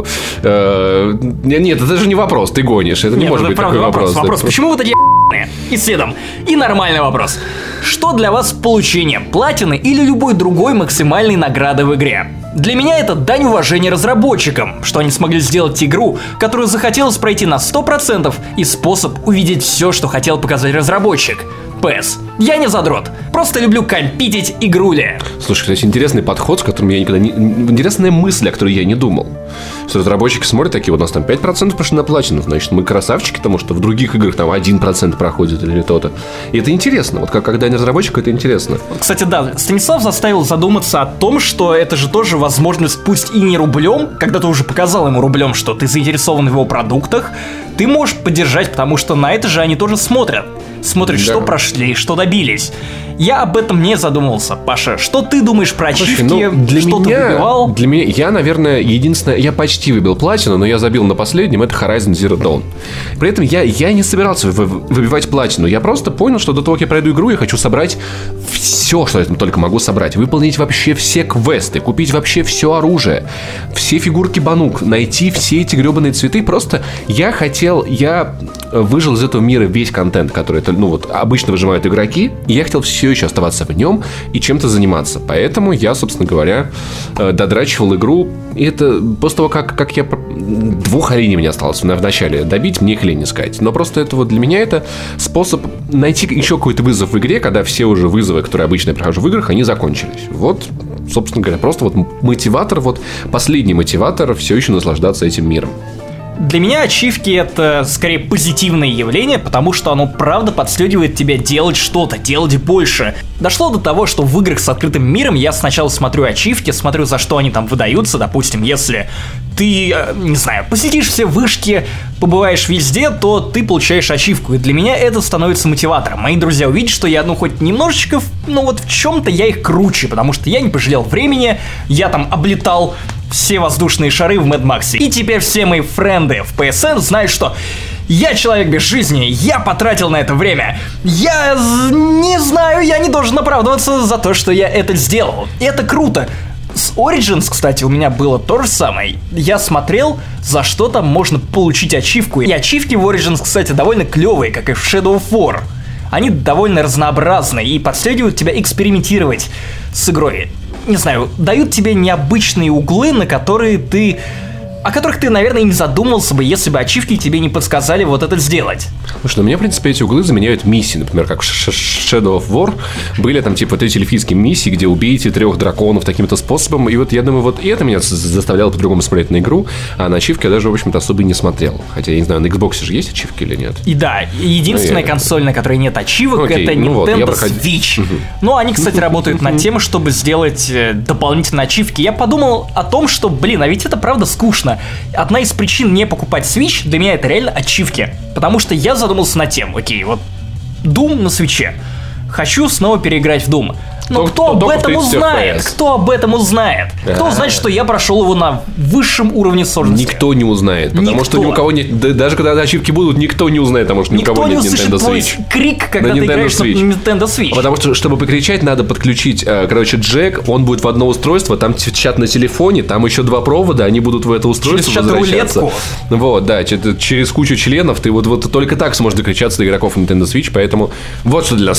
Э, нет, это даже не вопрос, ты гонишь. Это не Нет, может это быть правда такой вопрос. вопрос. Вопрос, Да. почему вы такие охуенные? И следом. И нормальный вопрос. Что для вас получение платины или любой другой максимальной награды в игре? Для меня это дань уважения разработчикам, что они смогли сделать игру, которую захотелось пройти на сто процентов, и способ увидеть все, что хотел показать разработчик. ПС. Я не задрот. Просто люблю компитить игрули. Слушай, кстати, интересный подход, с которым я никогда не... Интересная мысль, о которой я не думал. Что разработчики смотрят такие, вот у нас там пять процентов пошли на платину, значит, мы красавчики, потому что в других играх там один процент проходит или то-то. И это интересно. Вот как, когда не разработчик, это интересно. Кстати, да, Станислав заставил задуматься о том, что это же тоже возможность, пусть и не рублем, когда ты уже показал ему рублем, что ты заинтересован в его продуктах, ты можешь поддержать, потому что на это же они тоже смотрят. Смотрят, Да. что прошли, что добились. Я об этом не задумывался. Паша, что ты думаешь про ачивки? Слушай, ну, для что меня, ты выбивал? Для меня, я, наверное, единственное, я почти выбил платину, но я забил на последнем, это Horizon Zero Dawn. При этом я, я не собирался вы- выбивать платину, я просто понял, что до того, как я пройду игру, я хочу собрать все, что я только могу собрать. Выполнить вообще все квесты, купить вообще все оружие, все фигурки Банук, найти все эти гребаные цветы. Просто я хотел, я выжил из этого мира весь контент, который, ну вот, обычно выжимают игроки, и я хотел все еще оставаться в нем и чем-то заниматься. Поэтому я, собственно говоря, додрачивал игру. И это после того, как, как я... Двух оленей мне осталось в начале добить, мне их лень искать. Но просто это вот для меня это способ найти еще какой-то вызов в игре, когда все уже вызовы, которые обычно я прохожу в играх, они закончились. Вот, собственно говоря, просто вот мотиватор, вот последний мотиватор все еще наслаждаться этим миром. Для меня ачивки это скорее позитивное явление, потому что оно правда подстегивает тебя делать что-то, делать больше. Дошло до того, что в играх с открытым миром я сначала смотрю ачивки, смотрю, за что они там выдаются. Допустим, если ты, не знаю, посетишь все вышки, побываешь везде, то ты получаешь ачивку. И для меня это становится мотиватором. Мои друзья увидят, что я, ну, хоть немножечко, ну, вот в чем-то я их круче, потому что я не пожалел времени, я там облетал все воздушные шары в Мэд Максе. И теперь все мои френды в пи эс эн знают, что я человек без жизни, я потратил на это время. Я не знаю, я не должен оправдываться за то, что я это сделал. И это круто. С Origins, кстати, у меня было то же самое. Я смотрел, за что там можно получить ачивку. И ачивки в Origins, кстати, довольно клевые, как и в Shadow of War. Они довольно разнообразны и подстегивают тебя экспериментировать с игрой. Не знаю, дают тебе необычные углы, на которые ты... о которых ты, наверное, и не задумался бы, если бы ачивки тебе не подсказали вот это сделать. Слушай, ну мне, в принципе, эти углы заменяют миссии. Например, как в Shadow of War были там, типа, вот эти эльфийские миссии, где убейте трех драконов таким-то способом. И вот я думаю, вот и это меня заставляло по-другому смотреть на игру. А на ачивки я даже, в общем-то, особо и не смотрел. Хотя, я не знаю, на Xbox же есть ачивки или нет? И да, единственная ну, я... консоль, на которой нет ачивок, Окей, это ну Nintendo вот, проход... Switch. Ну, они, кстати, работают над тем, чтобы сделать дополнительные ачивки. Я подумал о том, что, блин, а ведь это правда скучно. Одна из причин не покупать Switch для меня это реально ачивки. Потому что я задумался над тем, окей, вот Doom на Switch'е. Хочу снова переиграть в Doom. Но Только- кто об только этом тридцать узнает? эф пи эс. Кто об этом узнает? Кто А. узнает, что я прошел его на высшем уровне сложности? Никто не узнает, потому Никто. что ни у кого нет, да, даже когда ачивки будут, никто не узнает, потому что ни у Никто кого не нет услышит Nintendo твой Switch. крик, когда На ты Nintendo играешь Switch. на Nintendo Switch. Потому что, чтобы покричать, надо подключить, э, короче, джек, он будет в одно устройство, там т- чат на телефоне, там еще два провода, они будут в это устройство Через возвращаться. чат-рулетку. Вот, да, ч- через кучу членов, ты вот, вот только так сможешь докричаться до игроков Nintendo Switch, поэтому вот что для нас ачивки.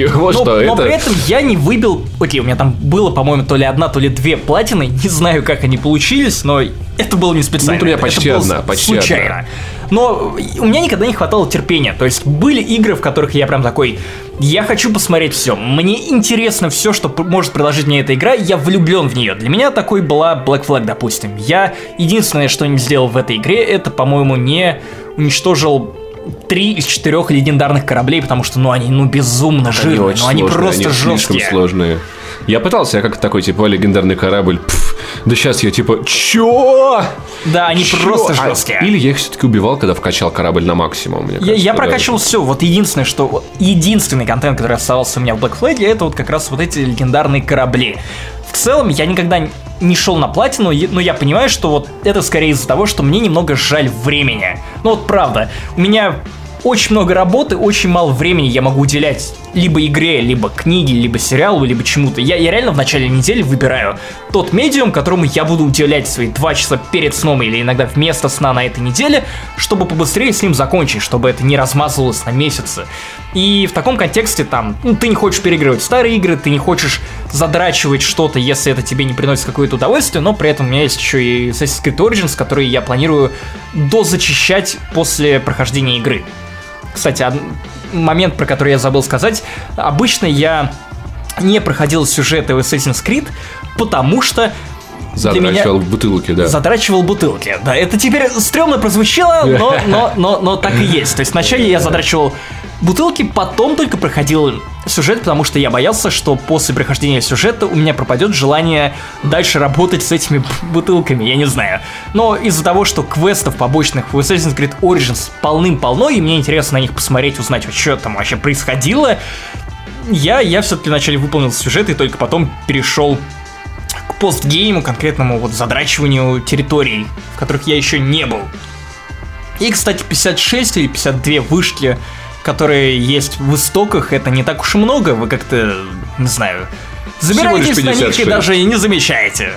Вот но, что но это. при этом я не выбил... Окей, у меня там было, по-моему, то ли одна, то ли две платины. Не знаю, как они получились, но это было не специально. Ну, у меня это, почти это было одна, почти случайно. одна. Но у меня никогда не хватало терпения. То есть были игры, в которых я прям такой... Я хочу посмотреть все. Мне интересно все, что может предложить мне эта игра. Я влюблен в нее. Для меня такой была Black Flag, допустим. Я единственное, что не сделал в этой игре, это, по-моему, не уничтожил три из четырех легендарных кораблей, потому что, ну, они, ну, безумно жирные, очень ну, они сложные, просто они жесткие. слишком сложные. Я пытался, я как такой, типа, легендарный корабль. Пф, да сейчас я, типа, чё? Да, они Чё? просто А, жесткие. или я их все-таки убивал, когда вкачал корабль на максимум. Мне Я, кажется, я да. прокачивал все. Вот единственное, что единственный контент, который оставался у меня в Black Flag, это вот как раз вот эти легендарные корабли. В целом, я никогда не шел на платину, но я понимаю, что вот это скорее из-за того, что мне немного жаль времени. Ну вот правда, у меня очень много работы, очень мало времени я могу уделять либо игре, либо книге, либо сериалу, либо чему-то. Я, я реально в начале недели выбираю тот медиум, которому я буду уделять свои два часа перед сном или иногда вместо сна на этой неделе, чтобы побыстрее с ним закончить, чтобы это не размазывалось на месяцы. И в таком контексте там, ну, ты не хочешь переигрывать старые игры, ты не хочешь задрачивать что-то, если это тебе не приносит какое-то удовольствие, но при этом у меня есть еще и Assassin's Creed Origins, который я планирую дозачищать после прохождения игры. Кстати, момент, про который я забыл сказать. Обычно я не проходил сюжеты в Assassin's Creed, потому что Задрачивал меня... бутылки, да. Задрачивал бутылки, да. Это теперь стрёмно прозвучало, но, но, но, но так и есть. То есть вначале я задрачивал бутылки, потом только проходил сюжет, потому что я боялся, что после прохождения сюжета у меня пропадет желание дальше работать с этими бутылками, я не знаю. Но из-за того, что квестов побочных в Assassin's Creed Origins полным-полно, и мне интересно на них посмотреть, узнать, что там вообще происходило, я, я все-таки вначале выполнил сюжет и только потом перешел к постгейму, конкретному вот задрачиванию территорий, в которых я еще не был. И, кстати, пятьдесят шесть или пятьдесят две вышки, которые есть в истоках, это не так уж и много, вы как-то, не знаю, забираетесь на них и даже не замечаете.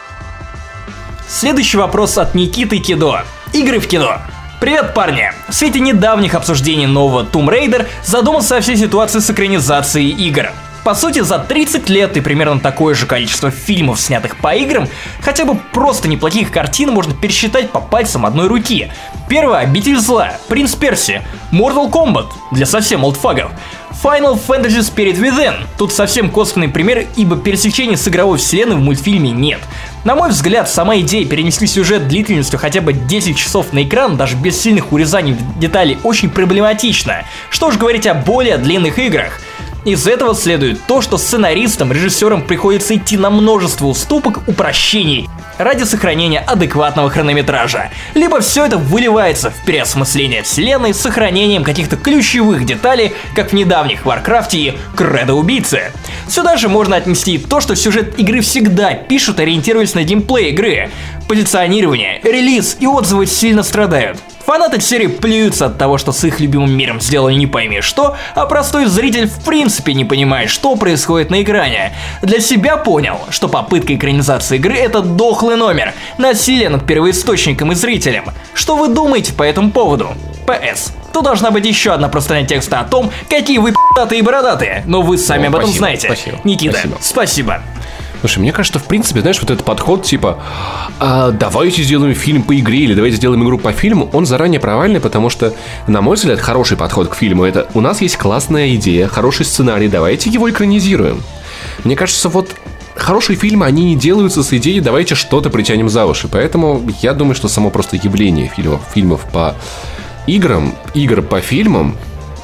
Следующий вопрос от Никиты Кидо. Игры в кино. Привет, парни! В свете недавних обсуждений нового Tomb Raider задумался о всей ситуации с экранизацией игр. По сути, за тридцать лет и примерно такое же количество фильмов, снятых по играм, хотя бы просто неплохих картин можно пересчитать по пальцам одной руки. Первая — «Обитель зла», «Принц Перси», Mortal Kombat для совсем олдфагов, Final Fantasy Spirit Within. Тут совсем косвенный пример, ибо пересечений с игровой вселенной в мультфильме нет. На мой взгляд, сама идея перенести сюжет длительностью хотя бы десять часов на экран, даже без сильных урезаний в детали, очень проблематична. Что ж говорить о более длинных играх. Из этого следует то, что сценаристам, режиссерам приходится идти на множество уступок, упрощений ради сохранения адекватного хронометража. Либо все это выливается в переосмысление вселенной с сохранением каких-то ключевых деталей, как в недавних Warcraft и Кредо Убийцы. Сюда же можно отнести то, что сюжет игры всегда пишут, ориентируясь на геймплей игры. Позиционирование, релиз и отзывы сильно страдают. Фанаты серии плюются от того, что с их любимым миром сделали не пойми что, а простой зритель в принципе не понимает, что происходит на экране. Для себя понял, что попытка экранизации игры — это дохлый номер, насилие над первоисточником и зрителем. Что вы думаете по этому поводу? П.С. Тут должна быть еще одна простыня текста о том, какие вы пи***тые и бородатые, но вы сами О, об этом спасибо, знаете. спасибо, Никита, спасибо. спасибо. Слушай, мне кажется, в принципе, знаешь, вот этот подход, типа, а, давайте сделаем фильм по игре или давайте сделаем игру по фильму, он заранее провальный, потому что, на мой взгляд, хороший подход к фильму — это у нас есть классная идея, хороший сценарий, давайте его экранизируем. Мне кажется, вот хорошие фильмы, они не делаются с идеей «давайте что-то притянем за уши», поэтому я думаю, что само просто явление фильмов, фильмов по играм, игр по фильмам,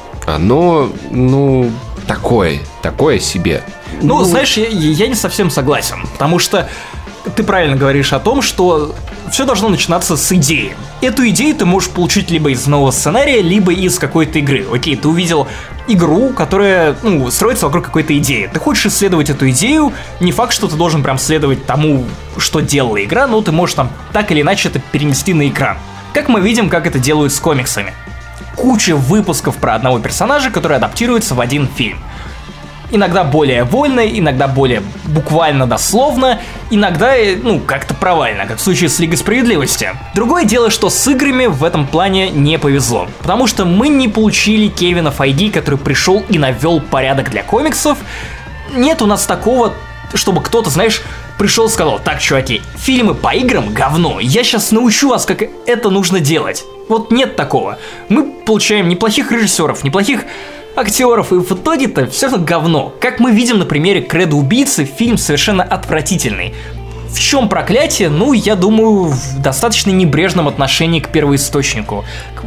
оно, ну, такое, такое себе. Ну, Ну, знаешь, я, я не совсем согласен, потому что ты правильно говоришь о том, что все должно начинаться с идеи. Эту идею ты можешь получить либо из нового сценария, либо из какой-то игры. Окей, ты увидел игру, которая, ну, строится вокруг какой-то идеи. Ты хочешь исследовать эту идею, не факт, что ты должен прям следовать тому, что делала игра, но ты можешь там так или иначе это перенести на экран. Как мы видим, как это делают с комиксами. Куча выпусков про одного персонажа, который адаптируется в один фильм. Иногда более вольно, иногда более буквально дословно, иногда, ну, как-то провально, как в случае с Лигой Справедливости. Другое дело, что с играми в этом плане не повезло, потому что мы не получили Кевина Файги, который пришел и навел порядок для комиксов. Нет у нас такого, чтобы кто-то, знаешь, пришел и сказал: так, чуваки, фильмы по играм говно, я сейчас научу вас, как это нужно делать. Вот нет такого. Мы получаем неплохих режиссеров, неплохих актеров, и в итоге-то все это говно. Как мы видим на примере Кредо Убийцы, фильм совершенно отвратительный. В чем проклятие? Ну, я думаю, в достаточно небрежном отношении к первоисточнику.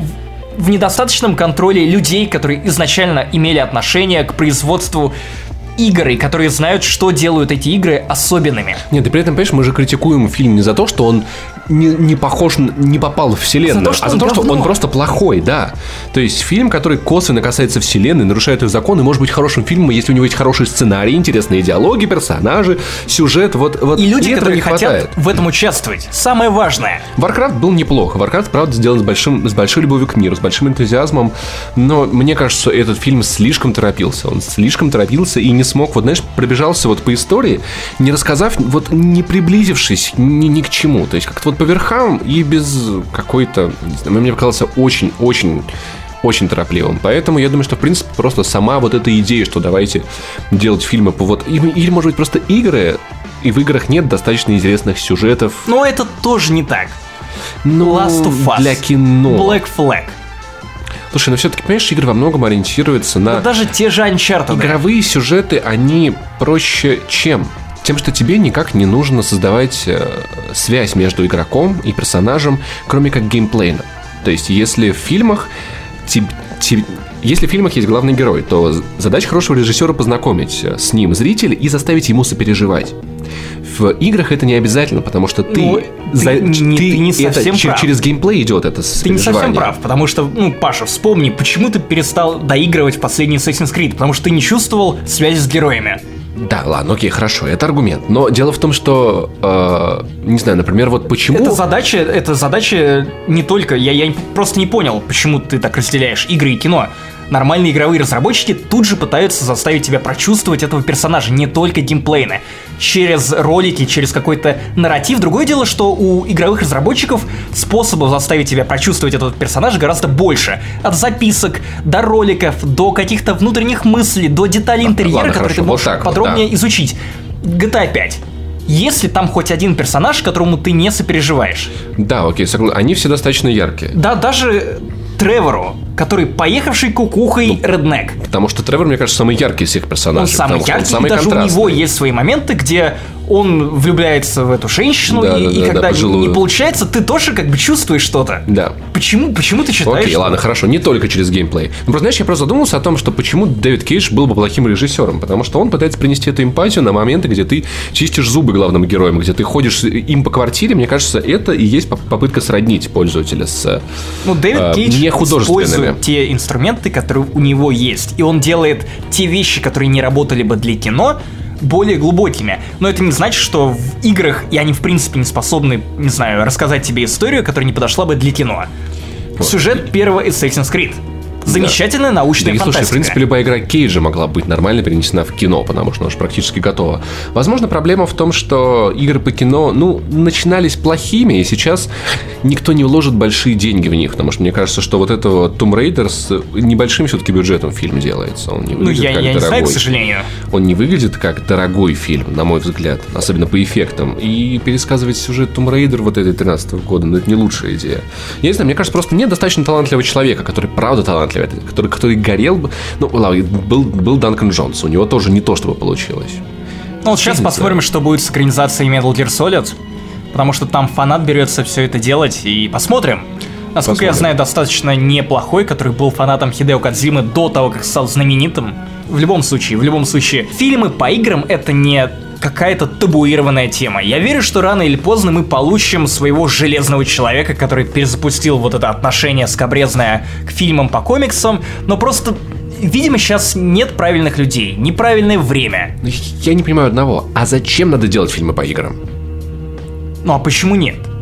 В недостаточном контроле людей, которые изначально имели отношение к производству игры, которые знают, что делают эти игры особенными. Нет, и при этом, понимаешь, мы же критикуем фильм не за то, что он не, не похож, не попал в вселенную, за то, что а за то, говно. Что он просто плохой, да. То есть фильм, который косвенно касается вселенной, нарушает их законы, может быть хорошим фильмом, если у него есть хороший сценарий, интересные диалоги, персонажи, сюжет, вот, вот и люди, и которые не хотят хватает. В этом участвовать. Самое важное. Warcraft был неплохо. Warcraft, правда, сделан с, большим, с большой любовью к миру, с большим энтузиазмом, но мне кажется, этот фильм слишком торопился. Он слишком торопился и не смог, вот знаешь, пробежался вот по истории, не рассказав, вот не приблизившись ни, ни к чему. То есть как-то вот по верхам и без какой-то, не знаю, мне показался очень-очень очень торопливым. Поэтому я думаю, что в принципе просто сама вот эта идея, что давайте делать фильмы по вот... Или может быть просто игры, и в играх нет достаточно интересных сюжетов. Но это тоже не так. Ну, Last of Us, для кино. Black Flag. Слушай, ну все-таки, понимаешь, игры во многом ориентируются на... Но даже те же Uncharted. Игровые сюжеты, они проще чем? Тем, что тебе никак не нужно создавать э, связь между игроком и персонажем, кроме как геймплейно. То есть, если в фильмах... Te, te, если в фильмах есть главный герой, то задача хорошего режиссера познакомить с ним зрителя и заставить ему сопереживать. В играх это не обязательно, потому что ты, ну, за, ты, не, ты, ты не это, совсем через, прав. через геймплей идет это сопереживание. Ты не совсем прав, потому что, ну, Паша, вспомни, почему ты перестал доигрывать в последний Assassin's Creed, потому что ты не чувствовал связи с героями. Да, ладно, окей, хорошо, это аргумент. Но дело в том, что, э, не знаю, например, вот почему... Это задача, это задача не только... Я, я просто не понял, почему ты так разделяешь игры и кино. Нормальные игровые разработчики тут же пытаются заставить тебя прочувствовать этого персонажа, не только геймплейно. Через ролики, через какой-то нарратив. Другое дело, что у игровых разработчиков способов заставить тебя прочувствовать этого персонажа гораздо больше. От записок до роликов, до каких-то внутренних мыслей, до деталей интерьера, Ладно, которые хорошо, ты можешь вот так подробнее вот, да. изучить. джи ти эй пять. Если там хоть один персонаж, которому ты не сопереживаешь. Да, окей, согласен. Они все достаточно яркие. Да, даже Тревору, который поехавший кукухой ну, реднек. Потому что Тревор, мне кажется, самый яркий из всех персонажей. Он самый яркий, он самый и даже контрастный. У него есть свои моменты, где он влюбляется в эту женщину, да, и, да, и да, когда да, не, не получается, ты тоже как бы чувствуешь что-то. Да. Почему, почему ты считаешь? Окей, что... ладно, хорошо, не только через геймплей. Ну, просто, знаешь, я просто задумался о том, что почему Дэвид Кейдж был бы плохим режиссером. Потому что он пытается принести эту эмпатию на моменты, где ты чистишь зубы главным героем, где ты ходишь им по квартире. Мне кажется, это и есть попытка сроднить пользователя с ну, Дэвид э, Кейдж нехудожественными. Использует те инструменты, которые у него есть. И он делает те вещи, которые не работали бы для кино, более глубокими. Но это не значит, что в играх и они в принципе не способны, не знаю, рассказать тебе историю, которая не подошла бы для кино. Вот. Сюжет первого Assassin's Creed. Замечательная да. научная да, и, фантастика. Слушай, в принципе, любая игра Кейджа могла быть нормально перенесена в кино, потому что она уже практически готова. Возможно, проблема в том, что игры по кино, ну, начинались плохими, и сейчас никто не вложит большие деньги в них, потому что мне кажется, что вот этого Tomb Raider с небольшим все-таки бюджетом фильм делается. Он не выглядит ну, я, как я дорогой. Не знаю, к сожалению. Он не выглядит как дорогой фильм, на мой взгляд, особенно по эффектам. И пересказывать сюжет Tomb Raider вот этой тринадцатого года, ну, это не лучшая идея. Я не знаю, мне кажется, просто нет достаточно талантливого человека, который правда талантливый, который, который горел бы. Ну, ладно, был, был Данкан Джонс, у него тоже не то, чтобы получилось. Ну, вот сейчас посмотрим, что будет с экранизацией Metal Gear Solid, потому что там фанат берется все это делать, и посмотрим. Насколько посмотрим. Я знаю, достаточно неплохой, который был фанатом Хидео Кодзимы до того, как стал знаменитым. В любом случае, в любом случае, фильмы по играм — это не какая-то табуированная тема. Я верю, что рано или поздно мы получим своего железного человека, который перезапустил вот это отношение скабрезное к фильмам по комиксам, но просто, видимо, сейчас нет правильных людей, неправильное время. Я не понимаю одного, а зачем надо делать фильмы по играм? Ну а почему нет?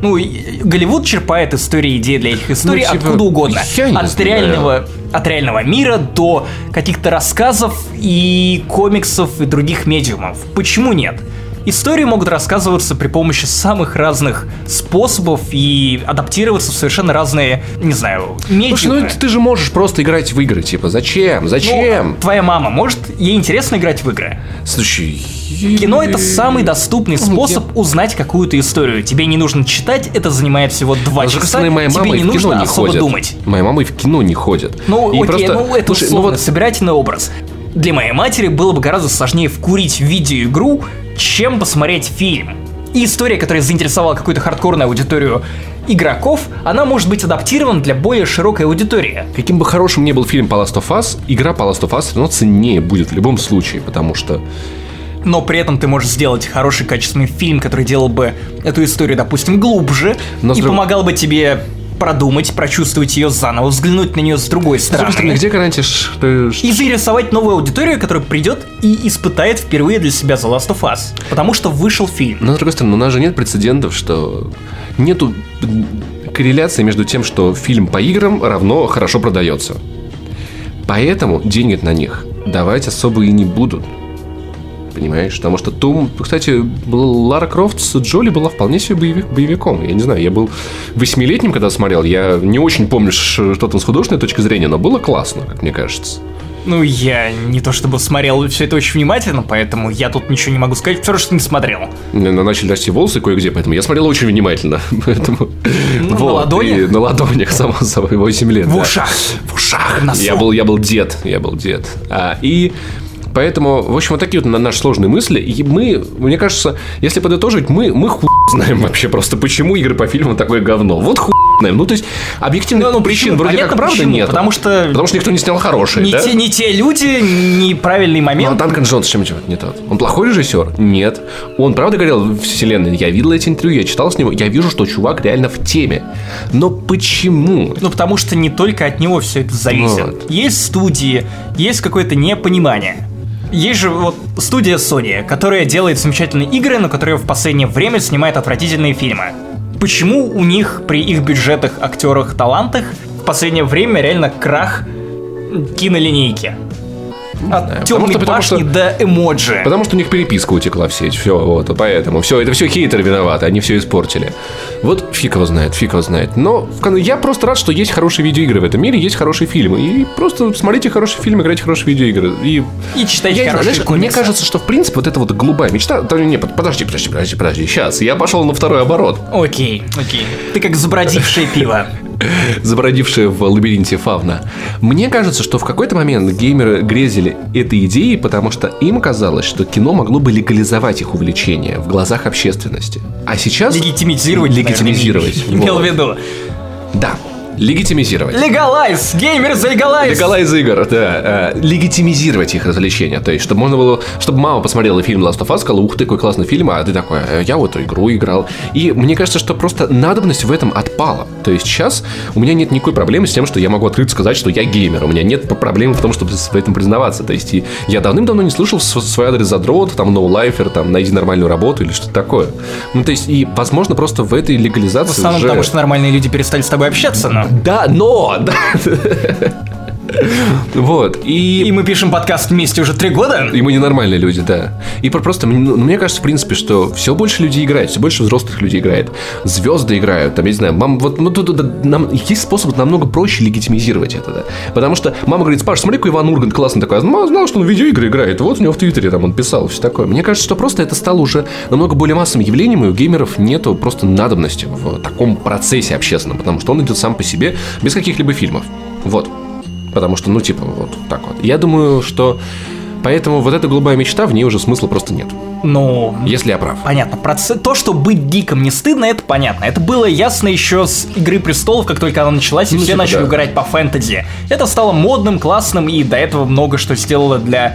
Ну, Голливуд черпает истории, идеи для этих историй ну, типа, откуда угодно. От реального, от реального мира до каких-то рассказов и комиксов и других медиумов. Почему нет? Истории могут рассказываться при помощи самых разных способов и адаптироваться в совершенно разные, не знаю, медиумы. Слушай, ну ты же можешь просто играть в игры, типа, зачем? Зачем? Ну, твоя мама, может, ей интересно играть в игры? Слушай... Кино — это самый доступный способ я... узнать какую-то историю. Тебе не нужно читать, это занимает всего два часа, моя тебе мама не нужно не особо ходит. думать. Моя мама и в кино не ходит. Ну, и окей, просто... ну это Слушай, условно, ну, вот... собирательный образ. Для моей матери было бы гораздо сложнее вкурить видеоигру, чем посмотреть фильм. И история, которая заинтересовала какую-то хардкорную аудиторию игроков, она может быть адаптирована для более широкой аудитории. Каким бы хорошим ни был фильм по Last of Us, игра по Last of Us все равно ценнее будет в любом случае, потому что... Но при этом ты можешь сделать хороший качественный фильм, который делал бы эту историю, допустим, глубже, Но и друг... помогал бы тебе продумать, прочувствовать ее заново, взглянуть на нее с другой стороны. Слушай, где гарантия, что... И заинтересовать новую аудиторию, которая придет и испытает впервые для себя The Last of Us. Потому что вышел фильм. Но, с другой стороны, у нас же нет прецедентов, что нету корреляции между тем, что фильм по играм равно хорошо продается. Поэтому деньги на них давать особо и не будут. Понимаешь? Потому что Том... Кстати, Лара Крофт с Джоли была вполне себе боевик, боевиком. Я не знаю, я был восьмилетним, когда смотрел. Я не очень помню, что там с художественной точки зрения, но было классно, как мне кажется. Ну, я не то чтобы смотрел все это очень внимательно, поэтому я тут ничего не могу сказать, все, что не смотрел. Начали расти волосы кое-где, поэтому я смотрел очень внимательно. Поэтому... Ну, вот. На ладонях? И на ладонях, само собой, восемь лет. В да. ушах. В ушах. В Я был, я был дед, я был дед. А, и... Поэтому, в общем, вот такие вот наши сложные мысли. И мы, мне кажется, если подытожить, мы, мы хуй знаем вообще просто, почему игры по фильмам такое говно. Вот хуй знаем. Ну, то есть, объективных ну, ну, причин вроде понятно, как правда почему? нет. Потому что... Потому что никто не снял хороший, не да? Те, не те люди, неправильный момент. Ну, а Данкан Джонс чем-нибудь не тот. Он плохой режиссер? Нет. Он правда говорил в вселенной. Я видел эти интервью, я читал с него. Я вижу, что чувак реально в теме. Но почему? Ну, потому что не только от него все это зависит. Вот. Есть студии, есть какое-то непонимание. Есть же вот студия Sony, которая делает замечательные игры, но которая в последнее время снимает отвратительные фильмы. Почему у них при их бюджетах, актерах, талантах в последнее время реально крах кинолинейки? От да, темной потому башни что, до эмоджи. Потому что у них переписка утекла в сеть. Все, вот, поэтому. Все, это все хейтеры виноваты, они все испортили. Вот фиг его знает, фиг его знает. Но я просто рад, что есть хорошие видеоигры в этом мире, есть хорошие фильмы. И просто смотрите хороший фильм, играйте в хорошие видеоигры. И, и читайте я, хорошие знаешь, комиксы. Мне кажется, что в принципе вот эта вот голубая мечта... Не, подожди, подожди, подожди, подожди. Сейчас, я пошел на второй оборот. Окей, окей. Ты как забродившее пиво. Забродившие в лабиринте фавна. Мне кажется, что в какой-то момент геймеры грезили этой идеей, потому что им казалось, что кино могло бы легализовать их увлечение в глазах общественности. А сейчас... Легитимизировать. Легитимизировать. Имел в виду. Да. Легитимизировать. Легалайз! Геймер за легалайз! Легалайз игр, да. Э, легитимизировать их развлечения. То есть, чтобы можно было... Чтобы мама посмотрела фильм Last of Us, сказала, ух ты, какой классный фильм, а ты такой, я в эту игру играл. И мне кажется, что просто надобность в этом отпала. То есть, сейчас у меня нет никакой проблемы с тем, что я могу открыто сказать, что я геймер. У меня нет проблемы в том, чтобы в этом признаваться. То есть, я давным-давно не слышал в свой адрес задрот, там, ноулайфер, там, найди нормальную работу или что-то такое. Ну, то есть, и, возможно, просто в этой легализации в основном уже... потому, что нормальные люди перестали с тобой общаться, но... Да, но... Вот, и... И мы пишем подкаст вместе уже три года. И мы ненормальные люди, да. И просто, ну, мне кажется, в принципе, что все больше людей играет, все больше взрослых людей играет. Звезды играют, там, я не знаю, мам, вот, ну, тут, тут, нам, есть способ намного проще легитимизировать это, да. Потому что мама говорит, Паш, смотри, какой Иван Ургант классный такой. Я знал, что он в видеоигры играет, вот у него в Твиттере там он писал, все такое. Мне кажется, что просто это стало уже намного более массовым явлением, и у геймеров нету просто надобности в таком процессе общественном, потому что он идет сам по себе, без каких-либо фильмов. Вот. Потому что, ну, типа, вот так вот. Я думаю, что поэтому вот эта голубая мечта, в ней уже смысла просто нет. Ну... Если я прав. Понятно. Проц... То, что быть гиком не стыдно, это понятно. Это было ясно еще с «Игры престолов», как только она началась, и ну, все типа, начали да. угорать по фэнтези. Это стало модным, классным, и до этого много что сделало для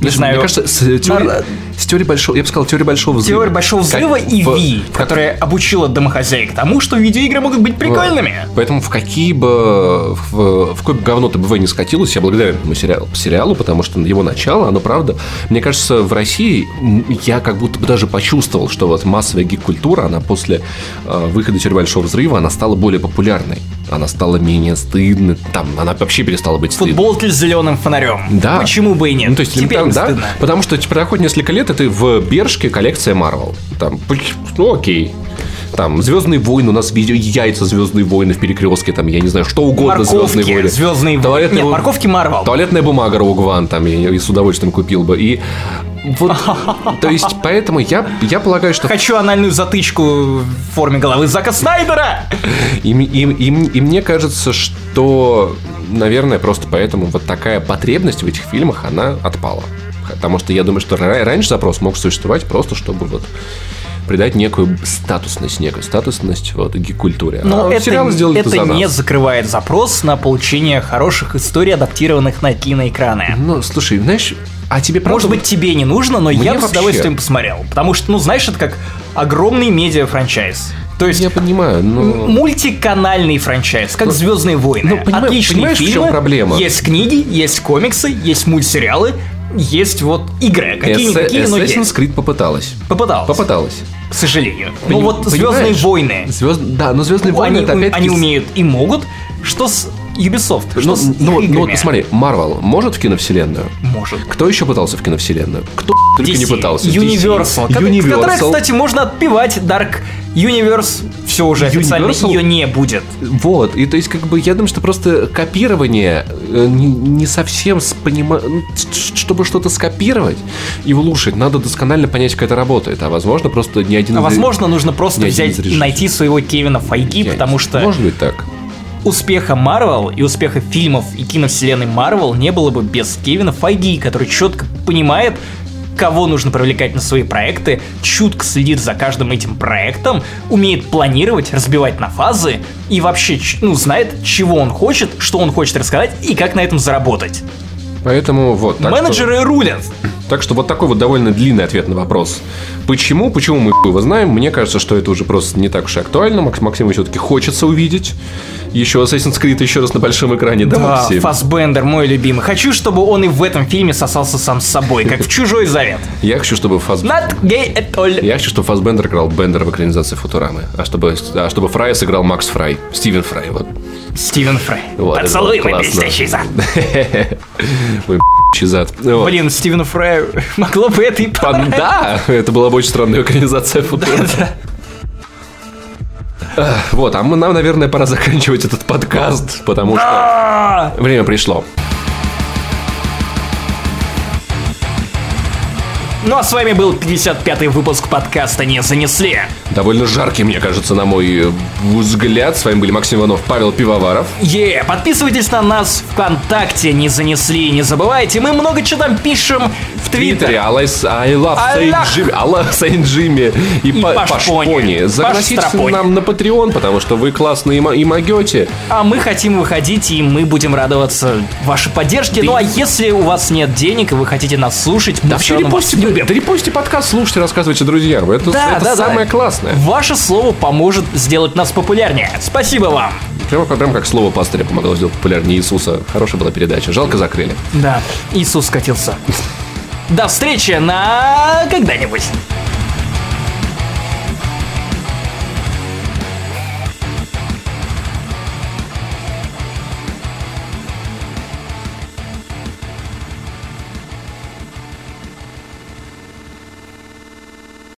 Не знаю. Мне кажется, с теорией, Нар- с теорией большого, я бы сказал, теория большого взрыва. Теория большого взрыва Как- и в- Ви, в- которая обучила домохозяек тому, что видеоигры могут быть прикольными. Поэтому в какие бы в, в какое бы говно ты бы не скатилась, я благодарен этому сериалу, сериалу, потому что его начало, оно правда. Мне кажется, в России м, я как будто бы даже почувствовал, что вот массовая гик-культура, она после э, выхода теории большого взрыва, она стала более популярной. Она стала менее стыдной. Там она вообще перестала быть стыдной. Футболки с зеленым фонарем. Да. Почему бы и нет? Ну, то есть, Теперь элементарно, не да? стыдно. Потому что типа, проходит несколько лет, и ты в Бершке коллекция Marvel. Там, ну окей. Там Звездные войны, у нас видео, яйца Звездные войны в перекрестке, там, я не знаю, что угодно Звездные Морковки, войны. Звездные войны. Туалетная- Нет, морковки Марвел. Туалетная бумага Rogue One, там, я, я с удовольствием купил бы. И вот, то есть, поэтому я, я полагаю, что... Хочу анальную затычку в форме головы Зака Снайдера. И, и, и, и мне кажется, что, наверное, просто поэтому вот такая потребность в этих фильмах, она отпала. Потому что я думаю, что ра- раньше запрос мог существовать просто, чтобы вот придать некую статусность, некую статусность вот гик-культуре. Но А это, сериалы сделали это за нас. не закрывает запрос на получение хороших историй, адаптированных на киноэкраны. Ну, слушай, знаешь, а тебе правда... Может быть, тебе не нужно, но Мне я бы с вообще- удовольствием посмотрел. Потому что, ну, знаешь, это как огромный медиа-франчайз. То есть Я понимаю, но... м- мультиканальный франчайз, как Звездные войны. ну, понимаю- Отличные понимаешь, в чем фильмы, проблема? есть книги, есть комиксы, есть мультсериалы, есть вот игры. Какие-никакие, но Assassin's есть. Creed попыталась. Попыталась. Попыталась. К сожалению. Ну Поним- вот Звездные понимаешь? войны. Звезд... Да, но Звездные войны Они, это опять-таки... они умеют и могут. Что с Ubisoft? Что Ну, с их ну, вот- ну вот играми? посмотри, Marvel может в киновселенную? Может. Кто еще пытался в киновселенную? Кто только ди си, не пытался? Universal, ко- Universal. которая, кстати, можно отпевать. Dark Universe все уже официально, Universal? ее не будет. Вот, и то есть, как бы, я думаю, что просто копирование э, не, не совсем с понима... ну, ш- чтобы что-то скопировать и улучшить, надо досконально понять, как это работает. А возможно, просто ни один А из- возможно, нужно просто ни один взять из и режиссеров. найти своего Кевина Файги, Я- потому что Может быть так. успеха Marvel и успеха фильмов и киновселенной Marvel не было бы без Кевина Файги, который четко понимает, кого нужно привлекать на свои проекты, чутко следит за каждым этим проектом, умеет планировать, разбивать на фазы и вообще, ч- ну, знает, чего он хочет, что он хочет рассказать и как на этом заработать. Поэтому вот. так что- Менеджеры рулят. Так что вот такой вот довольно длинный ответ на вопрос. Почему? Почему мы его знаем? Мне кажется, что это уже просто не так уж и актуально. Макс- Максиму все-таки хочется увидеть еще Assassin's Creed еще раз на большом экране. Да, Да, Максим? Фассбендер, мой любимый. Хочу, чтобы он и в этом фильме сосался сам с собой, как в «Чужой завет». Я хочу, чтобы Фас... Not gay at all. Я хочу, чтобы Фассбендер играл Бендера в экранизации Футурамы. А чтобы, а чтобы Фрай сыграл Макс Фрай. Стивен Фрай, вот. Стивен Фрай. Вот, это Поцелуй было мой классно. блестящий зад. Ой, б***ь зад. Вот. Блин, Стивену Фраю могло бы это и Пан- понравиться. Да, это была бы очень странная экранизация Футурамы. Эх, Вот, а мы, нам, наверное, пора заканчивать этот подкаст, потому что А! время пришло. Ну а с вами был пятьдесят пятый выпуск подкаста «Не занесли». Довольно жаркий, мне кажется, на мой э, взгляд. С вами были Максим Иванов, Павел Пивоваров. Е, подписывайтесь на нас ВКонтакте, не занесли, не забывайте, мы много чего там пишем в В Твиттере Твиттере. I love I love Saint Аллах. Jimmy, I love Saint Jimmy и, И Па- Пашпони. Пашпони. Загласитесь Паштропони. нам на Patreon, потому что вы классные и мо- и могете. А мы хотим выходить, и мы будем радоваться вашей поддержке. Ну а если у вас нет денег, и вы хотите нас слушать, мы Да все вообще равно вас репостите, любим. да репостите подкаст, слушайте, рассказывайте друзьям. Это, Да, это да, да. самое классное. Ваше слово поможет сделать нас популярнее. Спасибо вам. Прямо, прямо как слово пастыря помогло сделать популярнее Иисуса. Хорошая была передача. Жалко, закрыли. Да, Иисус скатился. До встречи на когда-нибудь.